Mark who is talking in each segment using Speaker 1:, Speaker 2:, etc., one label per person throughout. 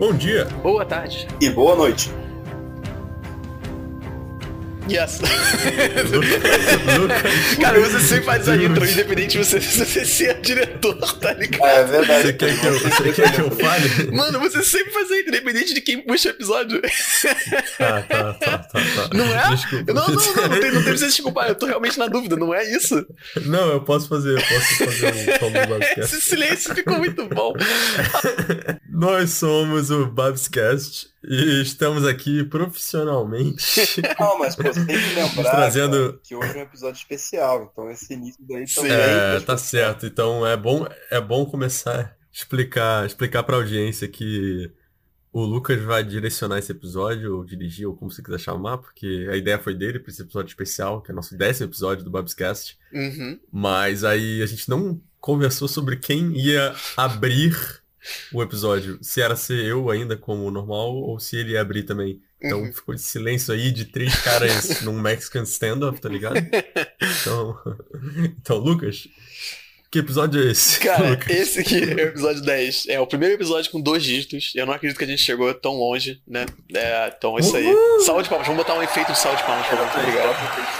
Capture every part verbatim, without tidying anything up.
Speaker 1: Bom dia.
Speaker 2: Boa tarde.
Speaker 3: E boa noite.
Speaker 2: Yes. Cara, você sempre faz a intro, independente de você, você ser diretor, tá ligado?
Speaker 3: É verdade.
Speaker 1: Você quer que eu, você quer que eu fale?
Speaker 2: Mano, você sempre faz a intro, independente de quem puxa o episódio.
Speaker 1: Tá, tá, tá, tá, tá.
Speaker 2: Não é?
Speaker 1: Desculpa.
Speaker 2: Não, não, não, não tem, não tem pra você desculpar, eu tô realmente na dúvida, não é isso?
Speaker 1: Não, eu posso fazer, eu posso fazer um tom do Babscast.
Speaker 2: Esse silêncio ficou muito bom.
Speaker 1: Nós somos o Babscast e estamos aqui profissionalmente.
Speaker 3: Não, mas pô, você tem que lembrar
Speaker 1: Trazendo...
Speaker 3: cara, que hoje é um episódio especial, então esse início daí
Speaker 2: Sim.
Speaker 3: também
Speaker 1: É,
Speaker 3: é
Speaker 1: tá certo. Então é bom, é bom começar a explicar, explicar pra audiência que o Lucas vai direcionar esse episódio, ou dirigir, ou como você quiser chamar, porque a ideia foi dele pra esse episódio especial, que é o nosso décimo episódio do Babscast.
Speaker 2: Uhum.
Speaker 1: Mas aí a gente não conversou sobre quem ia abrir o episódio. Se era ser eu ainda como normal, ou se ele ia abrir também. Então
Speaker 2: Uhum.
Speaker 1: ficou esse silêncio aí de três caras num Mexican stand-up, tá ligado? Então, então, Lucas, que episódio é esse?
Speaker 2: Cara,
Speaker 1: Lucas?
Speaker 2: esse aqui é o episódio dez. É o primeiro episódio com dois dígitos. Eu não acredito que a gente chegou tão longe, né? É, então é isso aí.
Speaker 1: Uhul!
Speaker 2: Salve de palmas. Vamos botar um efeito de salve de palmas pra muito obrigado.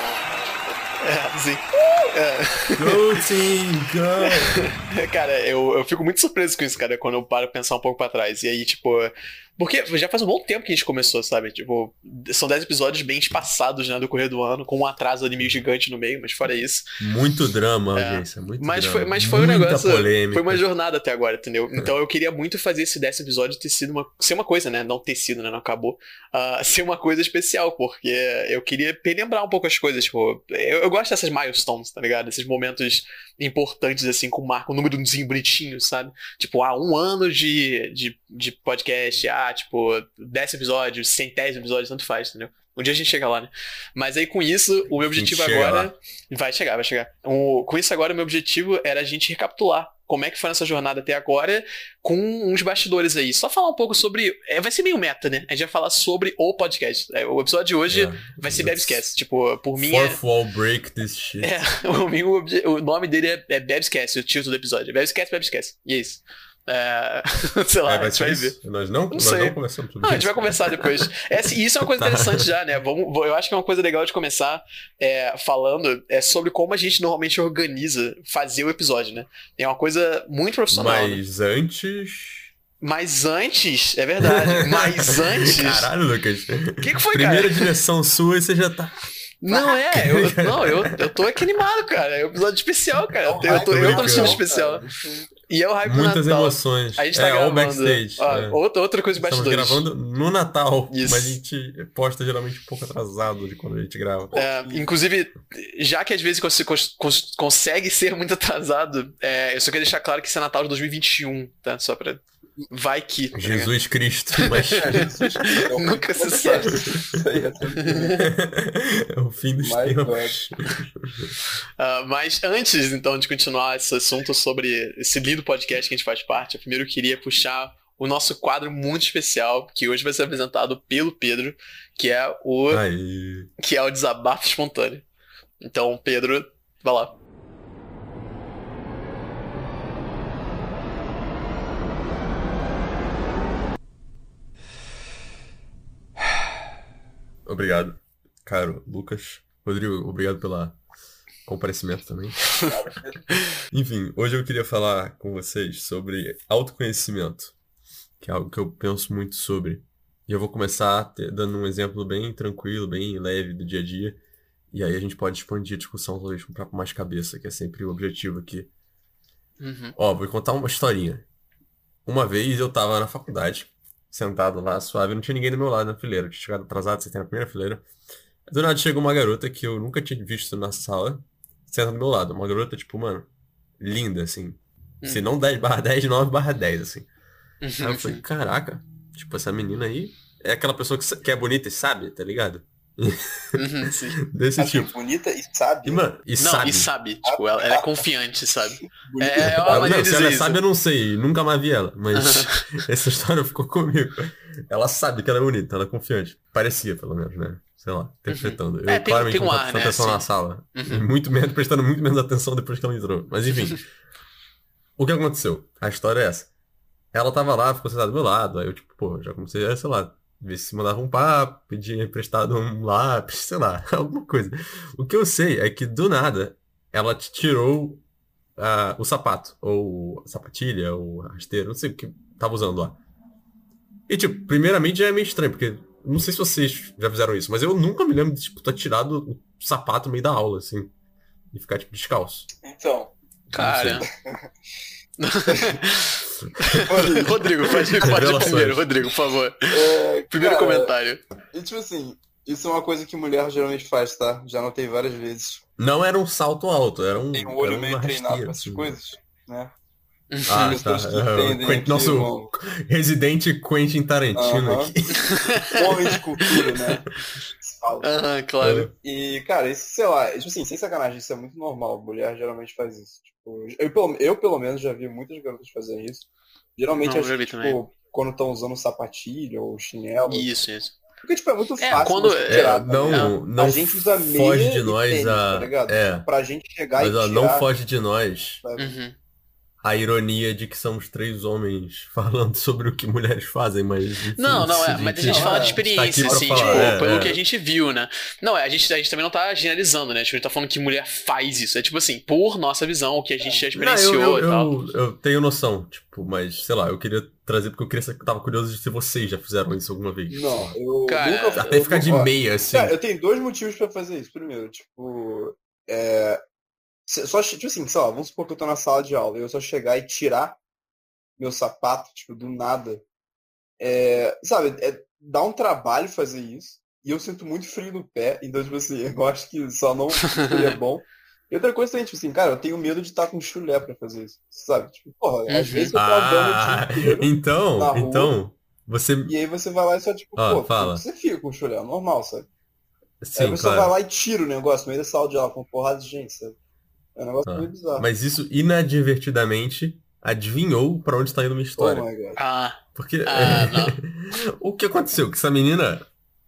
Speaker 2: É, sim. É.
Speaker 1: Go team, go!
Speaker 2: Cara, eu, eu fico muito surpreso com isso, cara, quando eu paro pra pensar um pouco pra trás. E aí, tipo... Porque já faz um bom tempo que a gente começou, sabe? Tipo, são dez episódios bem espaçados, né, do correr do ano, com um atraso ali meio gigante no meio, mas fora isso...
Speaker 1: Muito drama,
Speaker 2: É.
Speaker 1: audiência, muito
Speaker 2: Mas
Speaker 1: drama.
Speaker 2: foi, mas foi um
Speaker 1: Muita
Speaker 2: negócio.
Speaker 1: polêmica.
Speaker 2: Foi uma jornada até agora, entendeu? Então eu queria muito fazer esse décimo episódio ter sido uma. Ser uma coisa, né? Não ter sido, né? Não acabou. Uh, ser uma coisa especial, porque eu queria relembrar um pouco as coisas. Tipo, eu, eu gosto dessas milestones, tá ligado? Esses momentos importantes, assim, com marca, um númerozinho bonitinho, sabe? Tipo, ah, um ano de, de, de podcast, ah, tipo, décimo episódio, centésimo episódio, tanto faz, entendeu? Um dia a gente chega lá, né? Mas aí com isso, o meu objetivo
Speaker 1: chega
Speaker 2: agora...
Speaker 1: lá.
Speaker 2: Vai chegar, vai chegar. O, com isso agora, o meu objetivo era a gente recapitular como é que foi nossa jornada até agora com uns bastidores aí. Só falar um pouco sobre... É, vai ser meio meta, né? A gente vai falar sobre o podcast. É, o episódio de hoje
Speaker 1: É.
Speaker 2: vai ser Babscast. Tipo, por mim
Speaker 1: Fourth wall break this shit.
Speaker 2: é... é o, meu, obje- o nome dele é, é Babscast, o título do episódio. Babscast, Babscast. E é isso. É... Sei lá,
Speaker 1: É,
Speaker 2: a
Speaker 1: vai
Speaker 2: gente vai
Speaker 1: ser
Speaker 2: ver.
Speaker 1: isso? Nós não, nós
Speaker 2: sei.
Speaker 1: não conversamos sobre
Speaker 2: Ah, a
Speaker 1: isso.
Speaker 2: gente vai conversar depois. Essa, isso é uma coisa
Speaker 1: Tá.
Speaker 2: interessante já, né? Vamos, vou- eu acho que é uma coisa legal de começar é, falando é, sobre como a gente normalmente organiza fazer o episódio, né? É uma coisa muito profissional. Né?
Speaker 1: Mas antes...
Speaker 2: Mas antes, é verdade, mas antes...
Speaker 1: Caralho, Lucas.
Speaker 2: O que, que foi,
Speaker 1: Primeira
Speaker 2: cara?
Speaker 1: direção sua e você já tá...
Speaker 2: Não é, eu, não, eu, eu tô aqui animado, cara. É um episódio especial, cara. Eu, tô- eu, tô, eu tô me sentindo especial. E é o hype do
Speaker 1: Muitas
Speaker 2: Natal.
Speaker 1: emoções.
Speaker 2: A gente tá
Speaker 1: é,
Speaker 2: gravando.
Speaker 1: all backstage.
Speaker 2: Ó,
Speaker 1: é.
Speaker 2: outra, outra coisa de
Speaker 1: Estamos
Speaker 2: bastidores.
Speaker 1: gravando no Natal,
Speaker 2: Isso.
Speaker 1: mas a gente posta geralmente um pouco atrasado de quando a gente grava.
Speaker 2: É, inclusive, já que às vezes você cons- cons- consegue ser muito atrasado, é, eu só queria deixar claro que isso é Natal de dois mil e vinte e um, tá? Só pra... Vai que... tá ligado?
Speaker 1: Jesus Cristo, mas
Speaker 2: Nunca se sabe.
Speaker 3: Isso aí, é
Speaker 1: é o fim dos
Speaker 3: My
Speaker 1: tempos.
Speaker 2: Ah, mas antes, então, de continuar esse assunto sobre esse lindo podcast que a gente faz parte, eu primeiro queria puxar o nosso quadro muito especial, que hoje vai ser apresentado pelo Pedro, que é o,
Speaker 1: Aí.
Speaker 2: que é o desabafo espontâneo. Então, Pedro, vai lá.
Speaker 1: Obrigado, caro Lucas. Rodrigo, obrigado pelo comparecimento também. Enfim, hoje eu queria falar com vocês sobre autoconhecimento, que é algo que eu penso muito sobre. E eu vou começar te- dando um exemplo bem tranquilo, bem leve do dia a dia. E aí a gente pode expandir a discussão talvez para mais cabeça, que é sempre o objetivo aqui.
Speaker 2: Uhum.
Speaker 1: Ó, vou contar uma historinha. Uma vez eu tava na faculdade, sentado lá, suave, não tinha ninguém do meu lado na fileira. Eu tinha chegado atrasado, sentei na primeira fileira. Do nada chegou uma garota que eu nunca tinha visto na sala, senta do meu lado. Uma garota, tipo, mano, linda, assim. Se
Speaker 2: Uhum.
Speaker 1: não dez barra dez, nove barra dez, assim. Aí eu
Speaker 2: Uhum.
Speaker 1: falei, caraca, tipo, essa menina aí é aquela pessoa que, sa- que é bonita e sabe, tá ligado?
Speaker 2: Uhum, sim.
Speaker 1: Desse
Speaker 3: assim,
Speaker 1: tipo.
Speaker 3: bonita e sabe.
Speaker 1: E, mano, e
Speaker 2: Não,
Speaker 1: sabe.
Speaker 2: e sabe, tipo, ela, ela é confiante, sabe?
Speaker 3: Bonita.
Speaker 2: É, é
Speaker 1: Ah,
Speaker 2: uma maneira
Speaker 1: não,
Speaker 2: de
Speaker 1: se ela
Speaker 2: dizer
Speaker 1: é
Speaker 2: isso.
Speaker 1: sábia, eu não sei, nunca mais vi ela, mas essa história ficou comigo. Ela sabe que ela é bonita, ela é confiante. Parecia, pelo menos, né? Sei lá, interpretando. Eu
Speaker 2: É, tem-
Speaker 1: claramente
Speaker 2: tem um
Speaker 1: não
Speaker 2: ar,
Speaker 1: tava prestando
Speaker 2: né,
Speaker 1: atenção na
Speaker 2: assim.
Speaker 1: sala.
Speaker 2: Uhum.
Speaker 1: E muito menos, prestando muito menos atenção depois que ela entrou. Mas enfim. O que aconteceu? A história é essa. ela tava lá, ficou sentada do meu lado. Aí eu, tipo, pô, já comecei a, sei lá, ver se mandava um papo, pedia emprestado um lápis, sei lá, alguma coisa. O que eu sei é que, do nada, ela te tirou ah, o sapato, ou a sapatilha, ou a rasteira, não sei o que tava usando lá. E, tipo, primeiramente já é meio estranho, porque não sei se vocês já fizeram isso, mas eu nunca me lembro de, tipo, ter tirado o sapato no meio da aula, assim, e ficar, tipo, descalço.
Speaker 3: Então,
Speaker 1: Não sei.
Speaker 2: Cara. Rodrigo, pode, pode ir
Speaker 1: Revelações.
Speaker 2: primeiro, Rodrigo, por favor.
Speaker 3: é,
Speaker 2: Primeiro
Speaker 3: cara,
Speaker 2: comentário.
Speaker 3: E tipo assim, isso é uma coisa que mulher geralmente faz, tá? Já notei várias vezes.
Speaker 1: Não era um salto alto, era um,
Speaker 3: Tem um
Speaker 1: era
Speaker 3: olho
Speaker 1: uma
Speaker 3: meio treinado
Speaker 1: rasteira,
Speaker 3: pra essas
Speaker 1: assim.
Speaker 3: coisas, né?
Speaker 1: Ah,
Speaker 3: Tem
Speaker 1: tá.
Speaker 3: pessoas que
Speaker 1: Ah,
Speaker 3: entendem
Speaker 1: Quentin-
Speaker 3: aqui,
Speaker 1: nosso
Speaker 3: irmão.
Speaker 1: residente Quentin Tarantino
Speaker 3: Aham.
Speaker 1: aqui.
Speaker 3: Homem de cultura, né? Se fala.
Speaker 2: Aham, claro.
Speaker 3: E, cara, isso, sei lá, tipo assim, sem sacanagem, isso é muito normal. Mulher geralmente faz isso. Tipo, eu, pelo- eu, pelo menos, já vi muitas garotas fazerem isso. Geralmente,
Speaker 2: Não,
Speaker 3: acho
Speaker 2: já
Speaker 3: que,
Speaker 2: vi também.
Speaker 3: tipo, quando estão usando sapatilha ou chinelo.
Speaker 2: Isso, isso.
Speaker 3: Porque, tipo, é muito
Speaker 2: É,
Speaker 3: fácil
Speaker 2: quando-
Speaker 3: você
Speaker 2: é,
Speaker 3: tirar
Speaker 1: É,
Speaker 3: também.
Speaker 1: não, não
Speaker 3: A gente usa
Speaker 1: foge
Speaker 3: meia
Speaker 1: de
Speaker 3: e
Speaker 1: nós
Speaker 3: tênis, tá
Speaker 1: a.
Speaker 3: ligado?
Speaker 1: É,
Speaker 3: Pra gente chegar
Speaker 1: mas
Speaker 3: e
Speaker 1: ó,
Speaker 3: tirar,
Speaker 1: não foge de nós
Speaker 3: sabe?
Speaker 2: Uhum.
Speaker 1: a ironia de que somos três homens falando sobre o que mulheres fazem, mas enfim,
Speaker 2: Não, não, é,
Speaker 1: a
Speaker 2: mas a
Speaker 1: gente
Speaker 2: gente fala de
Speaker 3: é,
Speaker 2: experiência,
Speaker 1: tá aqui pra
Speaker 2: assim,
Speaker 1: falar,
Speaker 2: tipo,
Speaker 1: é,
Speaker 2: pelo
Speaker 1: é.
Speaker 2: que a gente viu, né? Não, é, a gente, a gente também não tá generalizando, né? Tipo, a gente tá falando que mulher faz isso. É tipo assim, por nossa visão, o que a gente já
Speaker 1: Não, eu,
Speaker 2: experienciou
Speaker 1: eu,
Speaker 2: e tal.
Speaker 1: eu, eu tenho noção, tipo, mas sei lá, eu queria trazer porque eu queria, eu tava curioso de se vocês já fizeram isso alguma vez.
Speaker 3: Não, eu
Speaker 2: Cara,
Speaker 3: nunca.
Speaker 1: Até
Speaker 3: eu
Speaker 1: ficar de
Speaker 3: nu- ó,
Speaker 1: meia, assim.
Speaker 3: Cara, eu tenho dois motivos pra fazer isso. Primeiro, tipo, é, se- só, tipo assim, sei lá, vamos supor que eu tô na sala de aula e eu só chegar e tirar meu sapato, tipo, do nada. É, sabe, é, dá um trabalho fazer isso. E eu sinto muito frio no pé, então, tipo assim, eu acho que só não seria bom. E outra coisa também, tipo assim, cara, eu tenho medo de estar com chulé pra fazer isso, sabe? Tipo, porra, às
Speaker 2: Uhum.
Speaker 3: vezes eu tô andando o
Speaker 1: Ah,
Speaker 3: dia inteiro
Speaker 1: então,
Speaker 3: na rua,
Speaker 1: então, você.
Speaker 3: e aí você vai lá e só, tipo,
Speaker 1: Ó,
Speaker 3: pô,
Speaker 1: fala.
Speaker 3: você fica com chulé, é normal, sabe? Aí a
Speaker 1: Sim,
Speaker 3: pessoa vai
Speaker 1: claro.
Speaker 3: lá e tira o negócio no meio da sala de aula com porrada de gente, sabe? É um negócio
Speaker 1: Ah,
Speaker 3: meio bizarro.
Speaker 1: Mas isso inadvertidamente adivinhou pra onde tá indo minha
Speaker 3: Oh
Speaker 1: história.
Speaker 3: my god.
Speaker 2: Ah,
Speaker 1: Porque
Speaker 2: ah, não.
Speaker 1: o que aconteceu? Que essa menina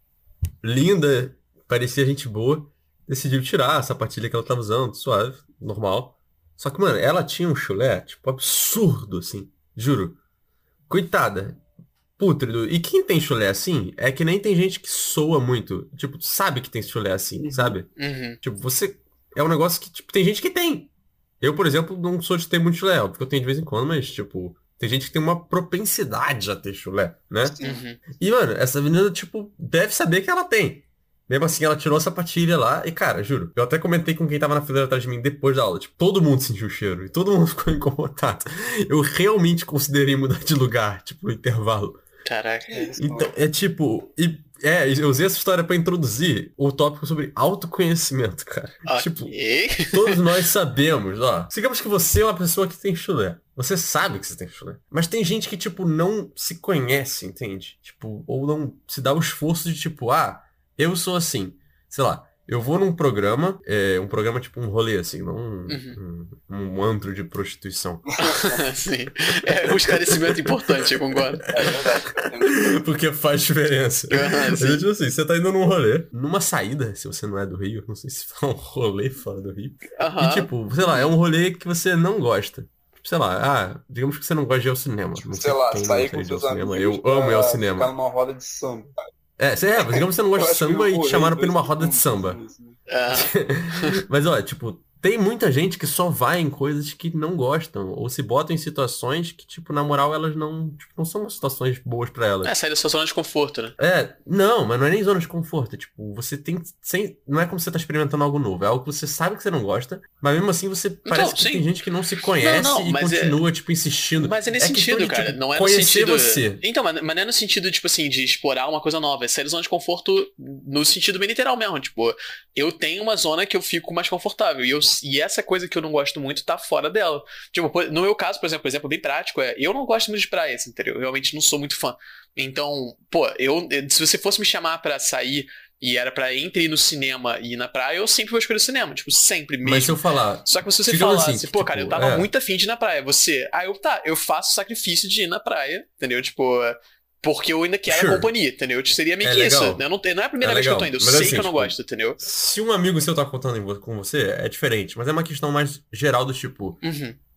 Speaker 1: linda, parecia gente boa, decidiu tirar a sapatilha que ela tava usando, suave, normal. Só que, mano, ela tinha um chulé, tipo, absurdo, assim. Juro. Coitada. Pútrido. E quem tem chulé assim, é que nem tem gente que soa muito. Tipo, sabe que tem chulé assim,
Speaker 3: Uhum.
Speaker 1: sabe?
Speaker 2: Uhum.
Speaker 1: Tipo, você... É um negócio que, tipo, tem gente que tem. Eu, por exemplo, não sou de ter muito chulé, óbvio que eu tenho de vez em quando, mas, tipo... Tem gente que tem uma propensidade a ter chulé, né?
Speaker 3: Sim.
Speaker 2: Uhum.
Speaker 1: E, mano, essa menina, tipo, deve saber que ela tem. Mesmo assim, ela tirou a sapatilha lá e, cara, juro, eu até comentei com quem tava na fileira atrás de mim depois da aula. Tipo, todo mundo sentiu o cheiro e todo mundo ficou incomodado. Eu realmente considerei mudar de lugar, tipo, no intervalo.
Speaker 2: Caraca.
Speaker 3: Que isso,
Speaker 1: Então,
Speaker 3: mano.
Speaker 1: é tipo... E, é, eu usei essa história pra introduzir o tópico sobre autoconhecimento, cara. Tipo,
Speaker 2: Ok.
Speaker 1: todos nós sabemos, ó. Digamos que você é uma pessoa que tem chulé. Você sabe que você tem chulé. Mas tem gente que, tipo, não se conhece, entende? Tipo, ou não se dá o esforço de, tipo, ah, eu sou assim. Sei lá, eu vou num programa, é, um programa tipo um rolê, assim, não um,
Speaker 2: Uhum.
Speaker 1: um, um antro de prostituição.
Speaker 2: Sim. É um esclarecimento importante, eu concordo.
Speaker 3: É verdade.
Speaker 1: Porque faz diferença.
Speaker 2: Aham,
Speaker 1: Mas,
Speaker 2: sim.
Speaker 1: tipo assim, você tá indo num rolê, numa saída, se você não é do Rio, não sei se é um rolê fora do Rio. E
Speaker 2: Aham.
Speaker 1: tipo, sei lá, é um rolê que você não gosta. Tipo, sei lá, ah, digamos que você não gosta de ir ao cinema. Não
Speaker 3: Sei
Speaker 1: sei
Speaker 3: lá,
Speaker 1: quem não
Speaker 3: sair
Speaker 1: gosta
Speaker 3: com
Speaker 1: de ir ao
Speaker 3: seus
Speaker 1: cinema.
Speaker 3: amigos
Speaker 1: Eu
Speaker 3: pra
Speaker 1: amo ir ao
Speaker 3: ficar
Speaker 1: cinema.
Speaker 3: numa roda de samba.
Speaker 1: É, você, é, digamos que você não gosta
Speaker 3: Eu
Speaker 1: de
Speaker 3: acho que
Speaker 1: samba
Speaker 3: eu
Speaker 1: e te
Speaker 3: morri
Speaker 1: chamaram pra ir
Speaker 3: dois
Speaker 1: numa roda de
Speaker 3: segundos
Speaker 1: samba.
Speaker 3: fazendo isso, né?
Speaker 2: Ah,
Speaker 1: Mas, ó, tipo, tem muita gente que só vai em coisas que não gostam, ou se botam em situações que, tipo, na moral, elas não, tipo, não são situações boas pra elas.
Speaker 2: é, sair da sua zona de conforto, né?
Speaker 1: É, não, mas não é nem zona de conforto. Tipo, você tem. Sem, não é como você tá experimentando algo novo. É algo que você sabe que você não gosta, mas mesmo assim você parece que
Speaker 2: sim.
Speaker 1: tem gente que não se conhece
Speaker 2: Não, não,
Speaker 1: e
Speaker 2: mas é-
Speaker 1: continua, tipo, insistindo.
Speaker 2: Mas é nesse
Speaker 1: questão
Speaker 2: sentido,
Speaker 1: de,
Speaker 2: cara.
Speaker 1: tipo,
Speaker 2: Não é no
Speaker 1: conhecer
Speaker 2: sentido.
Speaker 1: você.
Speaker 2: Então, mas, mas não é no sentido, tipo assim, de explorar uma coisa nova. É sair da zona de conforto no sentido bem literal mesmo. Tipo, eu tenho uma zona que eu fico mais confortável. E, eu, e essa coisa que eu não gosto muito tá fora dela. Tipo, por- no meu caso, por exemplo, exemplo bem prático é, eu não gosto muito de praia, assim, entendeu? Eu realmente não sou muito fã. Então, pô, eu, se você fosse me chamar pra sair e era pra entre ir no cinema e ir na praia, eu sempre vou escolher o cinema. Tipo, sempre mesmo.
Speaker 1: Mas se eu falar.
Speaker 2: Só que se você
Speaker 1: digamos
Speaker 2: falasse,
Speaker 1: assim, que,
Speaker 2: pô,
Speaker 1: tipo,
Speaker 2: cara, eu tava
Speaker 1: é.
Speaker 2: muito afim de ir na praia, você, ah, eu tá, eu faço o sacrifício de ir na praia, entendeu? Tipo, porque eu ainda quero
Speaker 1: Sure.
Speaker 2: a companhia, entendeu? Seria meio
Speaker 1: É
Speaker 2: que
Speaker 1: legal.
Speaker 2: isso. Eu não, não é a primeira
Speaker 1: É
Speaker 2: vez que eu
Speaker 1: legal.
Speaker 2: tô indo, eu
Speaker 1: Mas
Speaker 2: sei
Speaker 1: assim,
Speaker 2: que eu não
Speaker 1: tipo,
Speaker 2: gosto, entendeu?
Speaker 1: Se um amigo seu tá contando em vo- com você, é diferente. Mas é uma questão mais geral do tipo.
Speaker 2: Uhum.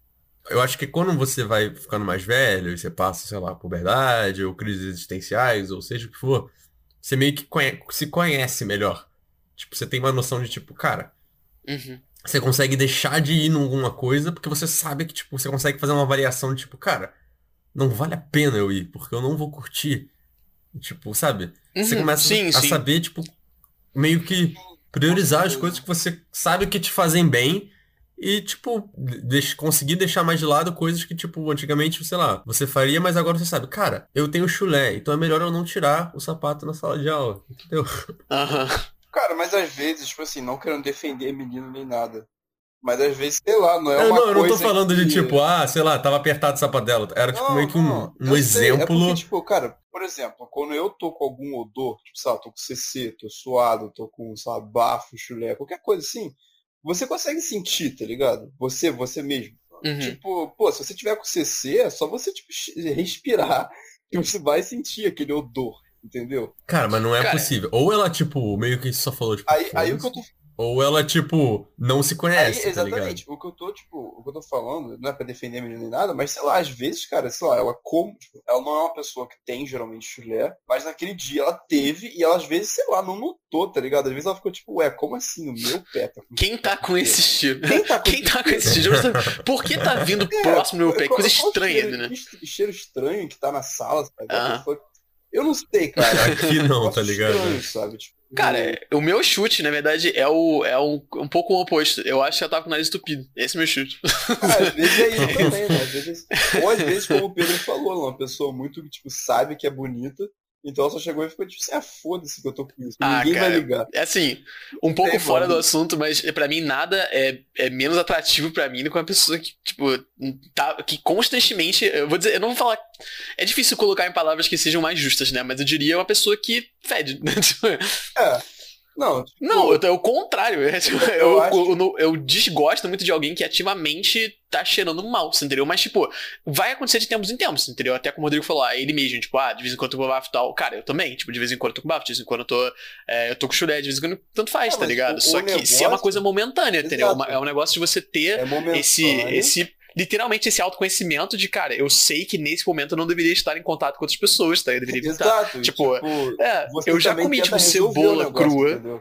Speaker 1: Eu acho que quando você vai ficando mais velho, e você passa, sei lá, puberdade, ou crises existenciais, ou seja o que for, você meio que conhe- se conhece melhor. Tipo, você tem uma noção de, tipo, cara,
Speaker 2: Uhum.
Speaker 1: você consegue deixar de ir em alguma coisa, porque você sabe que, tipo, você consegue fazer uma variação de, tipo, cara, não vale a pena eu ir, porque eu não vou curtir. Tipo, sabe? Você
Speaker 2: Uhum.
Speaker 1: começa
Speaker 2: Sim,
Speaker 1: a
Speaker 2: sim.
Speaker 1: saber, tipo, meio que priorizar as coisas que você sabe que te fazem bem e, tipo, de- conseguir deixar mais de lado coisas que, tipo, antigamente, sei lá, você faria, mas agora você sabe, cara, eu tenho chulé, então é melhor eu não tirar o sapato na sala de aula, entendeu?
Speaker 2: Aham.
Speaker 3: Cara, mas às vezes, tipo assim, não querendo defender menino nem nada. Mas às vezes, sei lá, não é
Speaker 1: Eu
Speaker 3: uma
Speaker 1: não, eu não tô
Speaker 3: coisa
Speaker 1: falando de,
Speaker 3: que.
Speaker 1: tipo, ah, sei lá, tava apertado o sapato dela. Era, tipo,
Speaker 3: Não,
Speaker 1: meio que um,
Speaker 3: não,
Speaker 1: um
Speaker 3: eu sei. É porque,
Speaker 1: exemplo.
Speaker 3: tipo, cara, por exemplo, quando eu tô com algum odor, tipo, sei lá, tô com C C, tô suado, tô com, sei lá, bafo, chulé, qualquer coisa assim, você consegue sentir, tá ligado? Você, você mesmo.
Speaker 2: Uhum.
Speaker 3: Tipo, pô, se você tiver com C C, é só você, tipo, respirar que você vai sentir aquele odor, entendeu?
Speaker 1: Cara, mas não é
Speaker 2: Cara,
Speaker 1: possível. Ou ela, tipo, meio que só falou, tipo,
Speaker 3: Aí, aí o que eu
Speaker 1: foda-se.
Speaker 3: tô
Speaker 1: Ou ela, tipo, não se
Speaker 3: Aí,
Speaker 1: conhece, tá ligado?
Speaker 3: exatamente, o que eu tô, tipo, o que eu tô falando, não é pra defender a menina nem nada, mas sei lá, às vezes, cara, sei lá, ela como, tipo, ela não é uma pessoa que tem geralmente chulé, mas naquele dia ela teve e ela às vezes, sei lá, não notou, tá ligado? Às vezes ela ficou tipo, ué, como assim? O meu pé tá com
Speaker 2: quem tá com esse cheiro?
Speaker 3: Quem tá com
Speaker 2: Quem
Speaker 3: esse
Speaker 2: tá com esse cheiro? Por que tá vindo
Speaker 3: É,
Speaker 2: próximo do meu pé?
Speaker 3: qual,
Speaker 2: Coisa
Speaker 3: qual
Speaker 2: estranha,
Speaker 3: cheiro,
Speaker 2: né?
Speaker 3: que est- cheiro estranho que tá na sala, sabe? What the
Speaker 2: Aham.
Speaker 3: fuck? Eu não sei, cara.
Speaker 1: Aqui
Speaker 3: É um
Speaker 1: não, tá
Speaker 3: negócio
Speaker 1: ligado?
Speaker 3: estranho, sabe? Tipo,
Speaker 2: Cara, o meu chute, na verdade, é, o, é um, um pouco o oposto. Eu acho que ela tava com o nariz estupido. Esse é o meu chute.
Speaker 3: Ah, às vezes é isso também, né? Às vezes, ou às vezes, como o Pedro falou, ela é uma pessoa muito que, tipo, sabe que é bonita, então ela só chegou e ficou tipo assim, ah, foda-se que eu tô com isso.
Speaker 2: Ah,
Speaker 3: Ninguém vai
Speaker 2: cara,
Speaker 3: ligar.
Speaker 2: é assim, um pouco
Speaker 3: Tem,
Speaker 2: fora do
Speaker 3: mano.
Speaker 2: assunto, mas pra mim nada é, é menos atrativo pra mim do que uma pessoa que, tipo, tá, que constantemente, eu vou dizer, eu não vou falar, é difícil colocar em palavras que sejam mais justas, né, mas eu diria uma pessoa que fede, né, tipo,
Speaker 3: É. Não, tipo,
Speaker 2: não, eu- é o contrário, é, tipo,
Speaker 3: eu
Speaker 2: eu,
Speaker 3: acho
Speaker 2: eu, eu, eu desgosto muito de alguém que ativamente tá cheirando mal, você entendeu? Mas, tipo, vai acontecer de tempos em tempos, entendeu? Até como o Rodrigo falou, ah, ele mesmo, tipo, ah, de vez em quando eu tô com bafo e tal. Cara, eu também, tipo, de vez em quando eu tô com bafo, de vez em quando eu tô, é, eu tô com chulé, de vez em quando tanto faz,
Speaker 3: É,
Speaker 2: tá
Speaker 3: mas
Speaker 2: ligado?
Speaker 3: o-
Speaker 2: Só
Speaker 3: o
Speaker 2: que se é uma
Speaker 3: negócio-
Speaker 2: coisa momentânea, entendeu? É
Speaker 3: Exato.
Speaker 2: uma- É um negócio de você ter
Speaker 3: é momentâneo.
Speaker 2: esse, esse, literalmente esse autoconhecimento de, cara, eu sei que nesse momento eu não deveria estar em contato com outras pessoas, tá? Eu deveria evitar.
Speaker 3: Exato. e,
Speaker 2: Tipo, é,
Speaker 3: você
Speaker 2: eu já
Speaker 3: também
Speaker 2: comi,
Speaker 3: tenta
Speaker 2: tipo,
Speaker 3: resolver o
Speaker 2: cebola
Speaker 3: negócio,
Speaker 2: crua.
Speaker 3: entendeu?